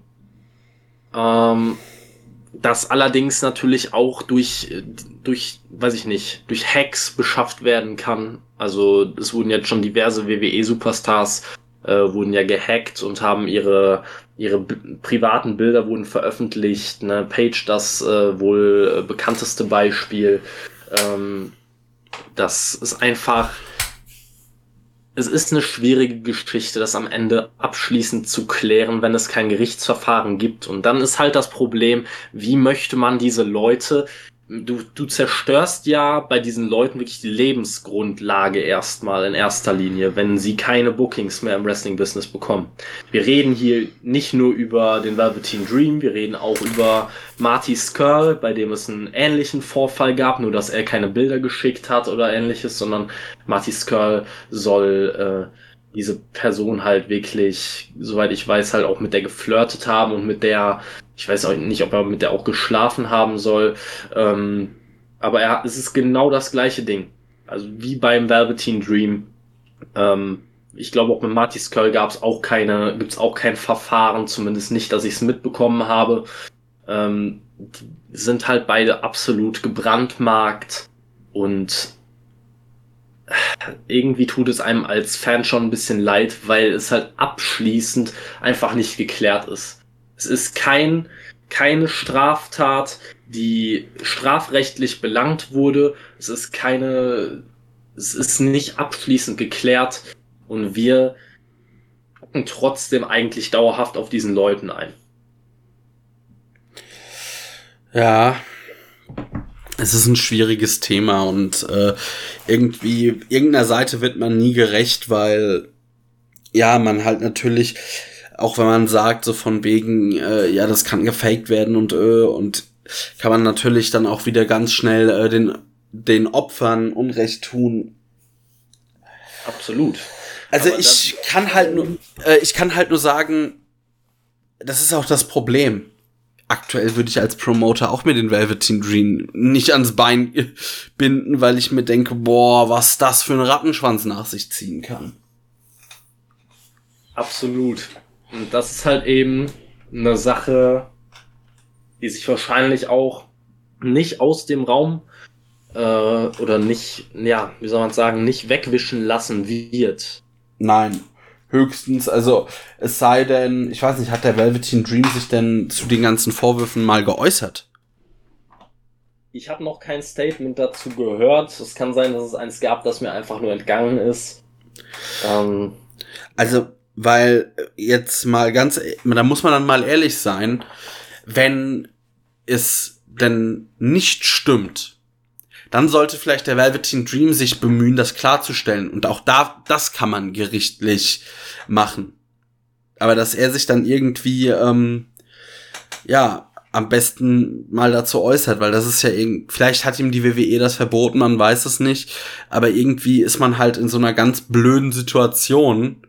ähm, das allerdings natürlich auch durch, durch, weiß ich nicht, durch Hacks beschafft werden kann. Also es wurden jetzt schon diverse W W E-Superstars äh, wurden ja gehackt und haben ihre ihre b- privaten Bilder wurden veröffentlicht. Ne? Page, das äh, wohl äh, bekannteste Beispiel. Ähm, das ist einfach Es ist eine schwierige Geschichte, das am Ende abschließend zu klären, wenn es kein Gerichtsverfahren gibt. Und dann ist halt das Problem, wie möchte man diese Leute, du, du zerstörst ja bei diesen Leuten wirklich die Lebensgrundlage erstmal in erster Linie, wenn sie keine Bookings mehr im Wrestling-Business bekommen. Wir reden hier nicht nur über den Velveteen Dream, wir reden auch über Marty Scurll, bei dem es einen ähnlichen Vorfall gab, nur dass er keine Bilder geschickt hat oder ähnliches, sondern Marty Scurll soll äh, diese Person halt wirklich, soweit ich weiß, halt auch mit der geflirtet haben und mit der, ich weiß auch nicht, ob er mit der auch geschlafen haben soll, ähm, aber er, es ist genau das gleiche Ding. Also wie beim Velveteen Dream. Ähm, ich glaube auch mit Marty Scurll gab es auch keine, gibt es auch kein Verfahren, zumindest nicht, dass ich es mitbekommen habe. Ähm, die sind halt beide absolut gebrandmarkt und irgendwie tut es einem als Fan schon ein bisschen leid, weil es halt abschließend einfach nicht geklärt ist. Es ist kein, keine Straftat, die strafrechtlich belangt wurde. Es ist keine, es ist nicht abschließend geklärt und wir gucken trotzdem eigentlich dauerhaft auf diesen Leuten ein. Ja, es ist ein schwieriges Thema und äh, irgendwie irgendeiner Seite wird man nie gerecht, weil ja, man halt natürlich, auch wenn man sagt, so von wegen, äh, ja, das kann gefaked werden und äh, und kann man natürlich dann auch wieder ganz schnell äh, den den Opfern Unrecht tun. Absolut. Also Aber ich kann halt nur, äh, ich kann halt nur sagen, das ist auch das Problem. Aktuell würde ich als Promoter auch mir den Velveteen Dream nicht ans Bein binden, weil ich mir denke, boah, was das für ein Rattenschwanz nach sich ziehen kann. Absolut. Und das ist halt eben eine Sache, die sich wahrscheinlich auch nicht aus dem Raum äh, oder nicht, ja, wie soll man sagen, nicht wegwischen lassen wird. Nein. Höchstens, also es sei denn, ich weiß nicht, hat der Velveteen Dream sich denn zu den ganzen Vorwürfen mal geäußert? Ich habe noch kein Statement dazu gehört. Es kann sein, dass es eins gab, das mir einfach nur entgangen ist. Ähm, Also, weil jetzt mal ganz, da muss man dann mal ehrlich sein, wenn es denn nicht stimmt, dann sollte vielleicht der Velveteen Dream sich bemühen, das klarzustellen. Und auch da, das kann man gerichtlich machen. Aber dass er sich dann irgendwie, ähm, ja, am besten mal dazu äußert, weil das ist ja irgendwie, vielleicht hat ihm die W W E das verboten, man weiß es nicht. Aber irgendwie ist man halt in so einer ganz blöden Situation,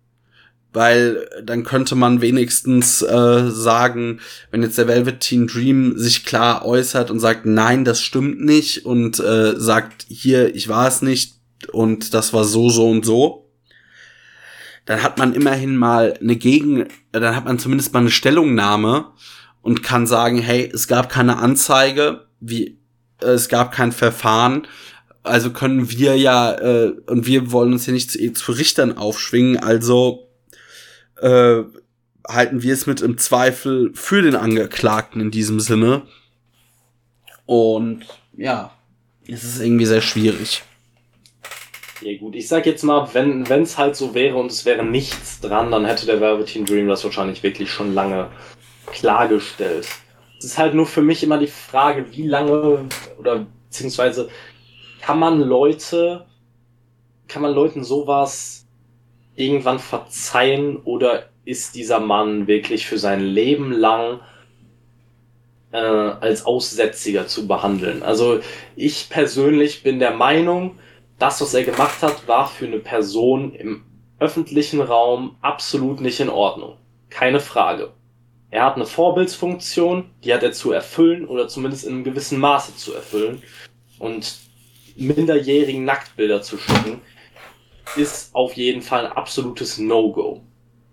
weil dann könnte man wenigstens äh, sagen, wenn jetzt der Velveteen Dream sich klar äußert und sagt, nein, das stimmt nicht und äh, sagt, hier, ich war es nicht und das war so, so und so, dann hat man immerhin mal eine Gegen, dann hat man zumindest mal eine Stellungnahme und kann sagen, hey, es gab keine Anzeige, wie äh, es gab kein Verfahren, also können wir ja, äh, und wir wollen uns hier nicht zu, zu Richtern aufschwingen, also Äh, halten wir es mit im Zweifel für den Angeklagten in diesem Sinne. Und ja, es ist irgendwie sehr schwierig. Ja gut, ich sag jetzt mal, wenn es halt so wäre und es wäre nichts dran, dann hätte der Velveteen Dream das wahrscheinlich wirklich schon lange klargestellt. Es ist halt nur für mich immer die Frage, wie lange oder beziehungsweise kann man Leute, kann man Leuten sowas irgendwann verzeihen oder ist dieser Mann wirklich für sein Leben lang äh, als Aussätziger zu behandeln? Also ich persönlich bin der Meinung, das, was er gemacht hat, war für eine Person im öffentlichen Raum absolut nicht in Ordnung. Keine Frage. Er hat eine Vorbildsfunktion, die hat er zu erfüllen oder zumindest in einem gewissen Maße zu erfüllen. Und minderjährigen Nacktbilder zu schicken, ist auf jeden Fall ein absolutes No-Go.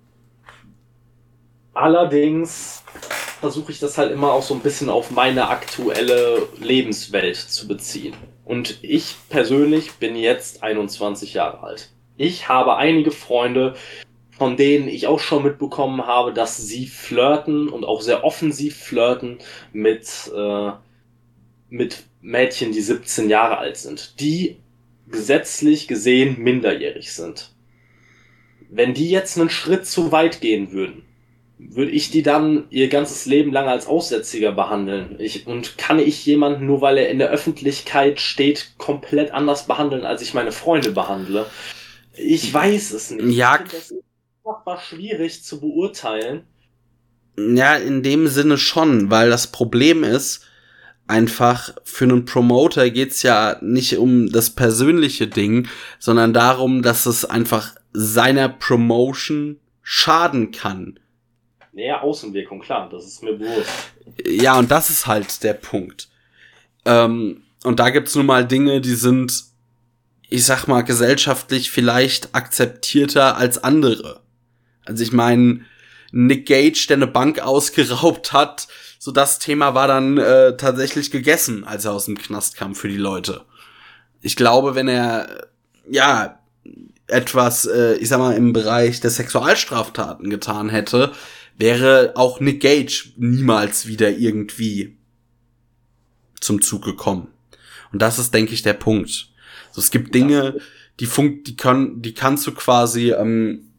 Allerdings versuche ich das halt immer auch so ein bisschen auf meine aktuelle Lebenswelt zu beziehen. Und ich persönlich bin jetzt einundzwanzig Jahre alt. Ich habe einige Freunde, von denen ich auch schon mitbekommen habe, dass sie flirten und auch sehr offensiv flirten mit, äh, mit Mädchen, die siebzehn Jahre alt sind, die gesetzlich gesehen minderjährig sind. Wenn die jetzt einen Schritt zu weit gehen würden, würde ich die dann ihr ganzes Leben lang als Aussätziger behandeln? Ich, und kann ich jemanden, nur weil er in der Öffentlichkeit steht, komplett anders behandeln, als ich meine Freunde behandle? Ich weiß es nicht. Ja. Ich finde das einfach schwierig zu beurteilen. Ja, in dem Sinne schon, weil das Problem ist, einfach für einen Promoter geht's ja nicht um das persönliche Ding, sondern darum, dass es einfach seiner Promotion schaden kann. Ja, Außenwirkung, klar, das ist mir bewusst. Ja, und das ist halt der Punkt. Ähm, und da gibt's nun mal Dinge, die sind, ich sag mal, gesellschaftlich vielleicht akzeptierter als andere. Also ich meine, Nick Gage, der eine Bank ausgeraubt hat, so das Thema war dann äh, tatsächlich gegessen, als er aus dem Knast kam für die Leute. Ich glaube, wenn er, ja, etwas, äh, ich sag mal, im Bereich der Sexualstraftaten getan hätte, wäre auch Nick Gage niemals wieder irgendwie zum Zug gekommen. Und das ist, denke ich, der Punkt. Also es gibt Dinge, die fun- die können, die kannst du quasi, ähm,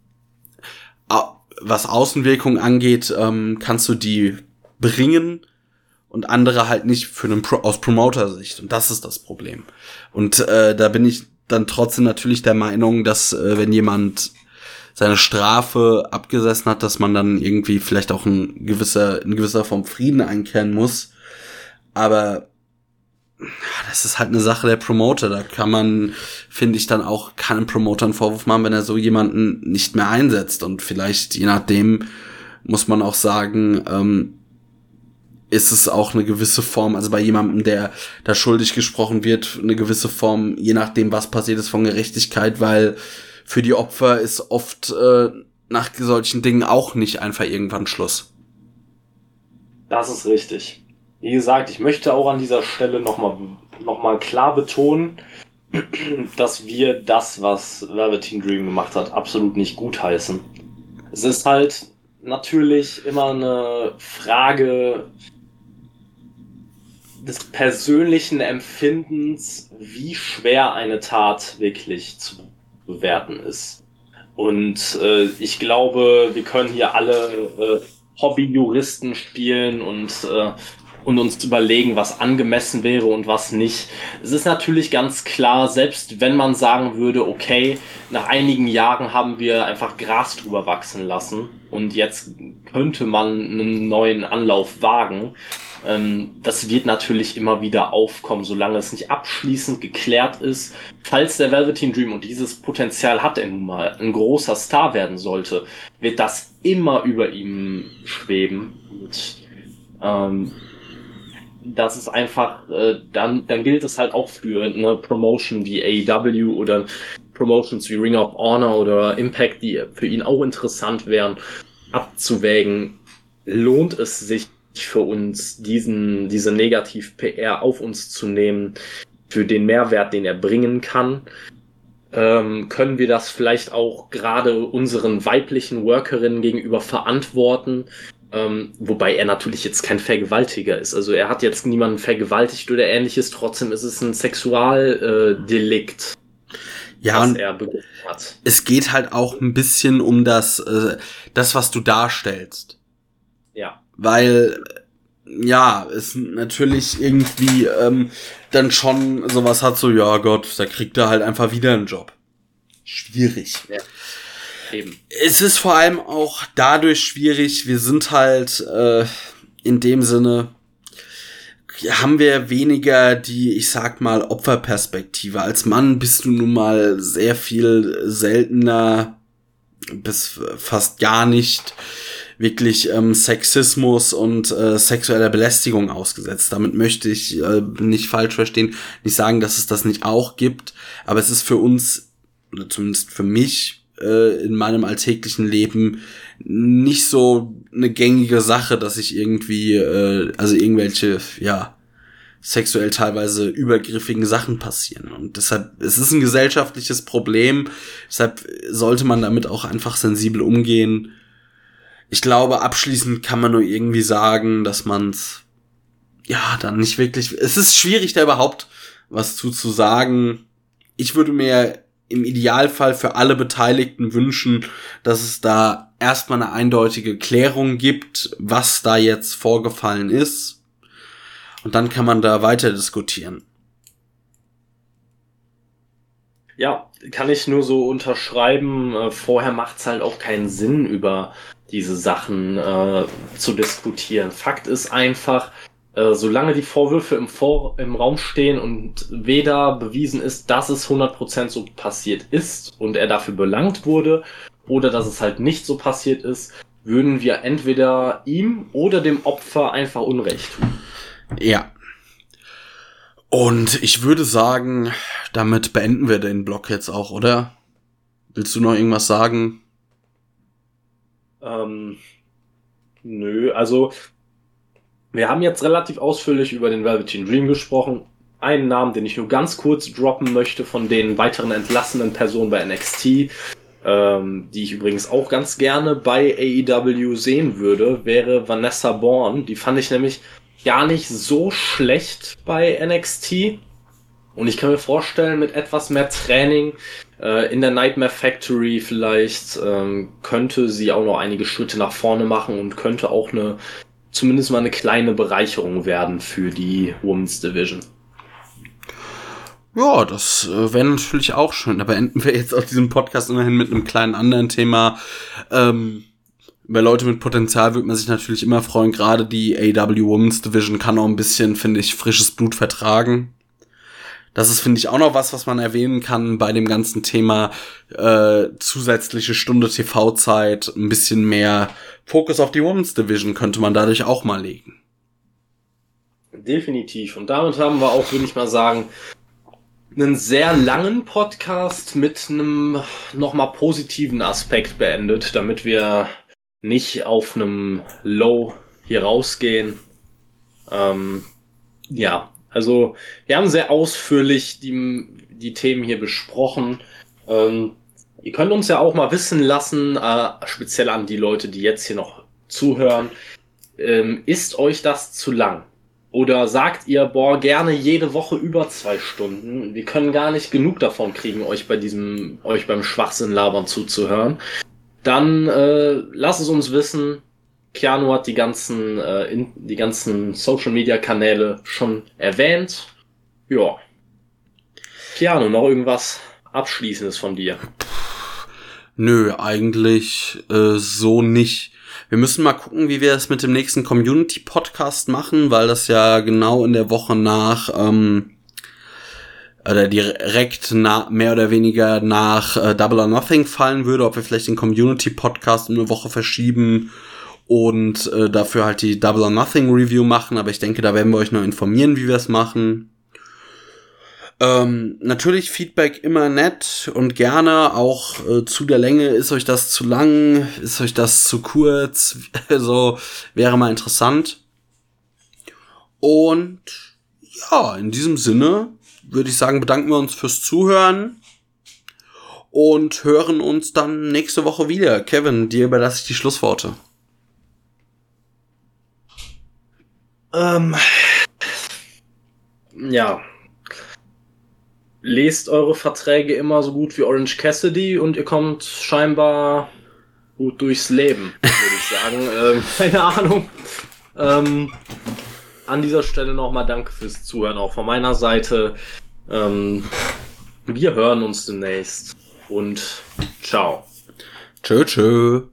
was Außenwirkung angeht, ähm, kannst du die bringen und andere halt nicht für einen Pro- aus Promoter-Sicht. Und das ist das Problem. Und äh, da bin ich dann trotzdem natürlich der Meinung, dass äh, wenn jemand seine Strafe abgesessen hat, dass man dann irgendwie vielleicht auch ein gewisser, in gewisser Form Frieden einkehren muss. Aber das ist halt eine Sache der Promoter. Da kann man, finde ich, dann auch keinem Promoter einen Vorwurf machen, wenn er so jemanden nicht mehr einsetzt. Und vielleicht, je nachdem, muss man auch sagen, ähm, ist es auch eine gewisse Form, also bei jemandem, der da schuldig gesprochen wird, eine gewisse Form, je nachdem, was passiert ist, von Gerechtigkeit, weil für die Opfer ist oft äh, nach solchen Dingen auch nicht einfach irgendwann Schluss. Das ist richtig. Wie gesagt, ich möchte auch an dieser Stelle nochmal noch mal klar betonen, dass wir das, was Velveteen Dream gemacht hat, absolut nicht gutheißen. Es ist halt natürlich immer eine Frage des persönlichen Empfindens, wie schwer eine Tat wirklich zu bewerten ist. Und äh, ich glaube, wir können hier alle äh, Hobbyjuristen spielen und äh, und uns überlegen, was angemessen wäre und was nicht. Es ist natürlich ganz klar, selbst wenn man sagen würde, okay, nach einigen Jahren haben wir einfach Gras drüber wachsen lassen und jetzt könnte man einen neuen Anlauf wagen. Ähm, das wird natürlich immer wieder aufkommen, solange es nicht abschließend geklärt ist. Falls der Velveteen Dream, und dieses Potenzial hat er nun mal, ein großer Star werden sollte, wird das immer über ihm schweben. Und ähm, das ist einfach, äh, dann, dann gilt es halt auch für eine Promotion wie A E W oder Promotions wie Ring of Honor oder Impact, die für ihn auch interessant wären, abzuwägen, lohnt es sich für uns, diesen, diese Negativ-P R auf uns zu nehmen, für den Mehrwert, den er bringen kann. Ähm, können wir das vielleicht auch gerade unseren weiblichen Workerinnen gegenüber verantworten? Ähm, wobei er natürlich jetzt kein Vergewaltiger ist. Also er hat jetzt niemanden vergewaltigt oder ähnliches. Trotzdem ist es ein Sexualdelikt, ja, was und er begangen hat. Es geht halt auch ein bisschen um das, äh, das, was du darstellst. Ja. Weil, ja, es natürlich irgendwie ähm, dann schon sowas hat, so, ja Gott, da kriegt er halt einfach wieder einen Job. Schwierig. Ja. Eben. Es ist vor allem auch dadurch schwierig, wir sind halt äh, in dem Sinne, haben wir weniger die, ich sag mal, Opferperspektive. Als Mann bist du nun mal sehr viel seltener, bis fast gar nicht wirklich ähm, Sexismus und äh, sexueller Belästigung ausgesetzt. Damit möchte ich äh, nicht falsch verstehen, nicht sagen, dass es das nicht auch gibt, aber es ist für uns, oder zumindest für mich, äh, in meinem alltäglichen Leben nicht so eine gängige Sache, dass ich irgendwie, äh, also irgendwelche, ja, sexuell teilweise übergriffigen Sachen passieren. Und deshalb, es ist ein gesellschaftliches Problem, deshalb sollte man damit auch einfach sensibel umgehen. Ich glaube, abschließend kann man nur irgendwie sagen, dass man's, ja, dann nicht wirklich, es ist schwierig, da überhaupt was zu, zu sagen. Ich würde mir im Idealfall für alle Beteiligten wünschen, dass es da erstmal eine eindeutige Klärung gibt, was da jetzt vorgefallen ist. Und dann kann man da weiter diskutieren. Ja, kann ich nur so unterschreiben. Äh, vorher macht's halt auch keinen Sinn, über diese Sachen äh, zu diskutieren. Fakt ist einfach, äh, solange die Vorwürfe im, Vor- im Raum stehen und weder bewiesen ist, dass es hundert Prozent so passiert ist und er dafür belangt wurde, oder dass es halt nicht so passiert ist, würden wir entweder ihm oder dem Opfer einfach Unrecht tun. Ja. Und ich würde sagen, damit beenden wir den Blog jetzt auch, oder? Willst du noch irgendwas sagen? Ähm, nö, also wir haben jetzt relativ ausführlich über den Velveteen Dream gesprochen. Einen Namen, den ich nur ganz kurz droppen möchte von den weiteren entlassenen Personen bei N X T, ähm, die ich übrigens auch ganz gerne bei A E W sehen würde, wäre Vanessa Bourne. Die fand ich nämlich gar nicht so schlecht bei N X T. Und ich kann mir vorstellen, mit etwas mehr Training äh, in der Nightmare Factory vielleicht ähm, könnte sie auch noch einige Schritte nach vorne machen und könnte auch eine zumindest mal eine kleine Bereicherung werden für die Women's Division. Ja, das äh, wäre natürlich auch schön. Da beenden wir jetzt auch diesen Podcast immerhin mit einem kleinen anderen Thema. Ähm, über Leute mit Potenzial würde man sich natürlich immer freuen. Gerade die A E W Women's Division kann auch ein bisschen, finde ich, frisches Blut vertragen. Das ist, finde ich, auch noch was, was man erwähnen kann bei dem ganzen Thema äh, zusätzliche Stunde T V-Zeit, ein bisschen mehr Fokus auf die Women's Division könnte man dadurch auch mal legen. Definitiv. Und damit haben wir auch, würde ich mal sagen, einen sehr langen Podcast mit einem nochmal positiven Aspekt beendet, damit wir nicht auf einem Low hier rausgehen. Ähm, ja, also wir haben sehr ausführlich die, die Themen hier besprochen. Ähm, ihr könnt uns ja auch mal wissen lassen, äh, speziell an die Leute, die jetzt hier noch zuhören, ähm, ist euch das zu lang? Oder sagt ihr, boah, gerne jede Woche über zwei Stunden. Wir können gar nicht genug davon kriegen, euch bei diesem, euch beim Schwachsinn labern zuzuhören. Dann äh, lasst es uns wissen. Keanu hat die ganzen, äh, in, die ganzen Social Media Kanäle schon erwähnt. Ja. Keanu, noch irgendwas Abschließendes von dir? Nö, eigentlich äh, so nicht. Wir müssen mal gucken, wie wir es mit dem nächsten Community-Podcast machen, weil das ja genau in der Woche nach, ähm, oder direkt na, mehr oder weniger nach äh, Double or Nothing fallen würde, ob wir vielleicht den Community-Podcast um eine Woche verschieben und äh, dafür halt die Double or Nothing Review machen, aber ich denke, da werden wir euch noch informieren, wie wir es machen. Ähm, natürlich Feedback immer nett und gerne, auch äh, zu der Länge. Ist euch das zu lang? Ist euch das zu kurz? So, wäre mal interessant. Und ja, in diesem Sinne würde ich sagen, bedanken wir uns fürs Zuhören und hören uns dann nächste Woche wieder. Kevin, dir überlasse ich die Schlussworte. Ähm, ja. Lest eure Verträge immer so gut wie Orange Cassidy und ihr kommt scheinbar gut durchs Leben, würde ich sagen. ähm, keine Ahnung. Ähm, an dieser Stelle nochmal danke fürs Zuhören, auch von meiner Seite. Ähm, wir hören uns demnächst und ciao. Tschö, tschö.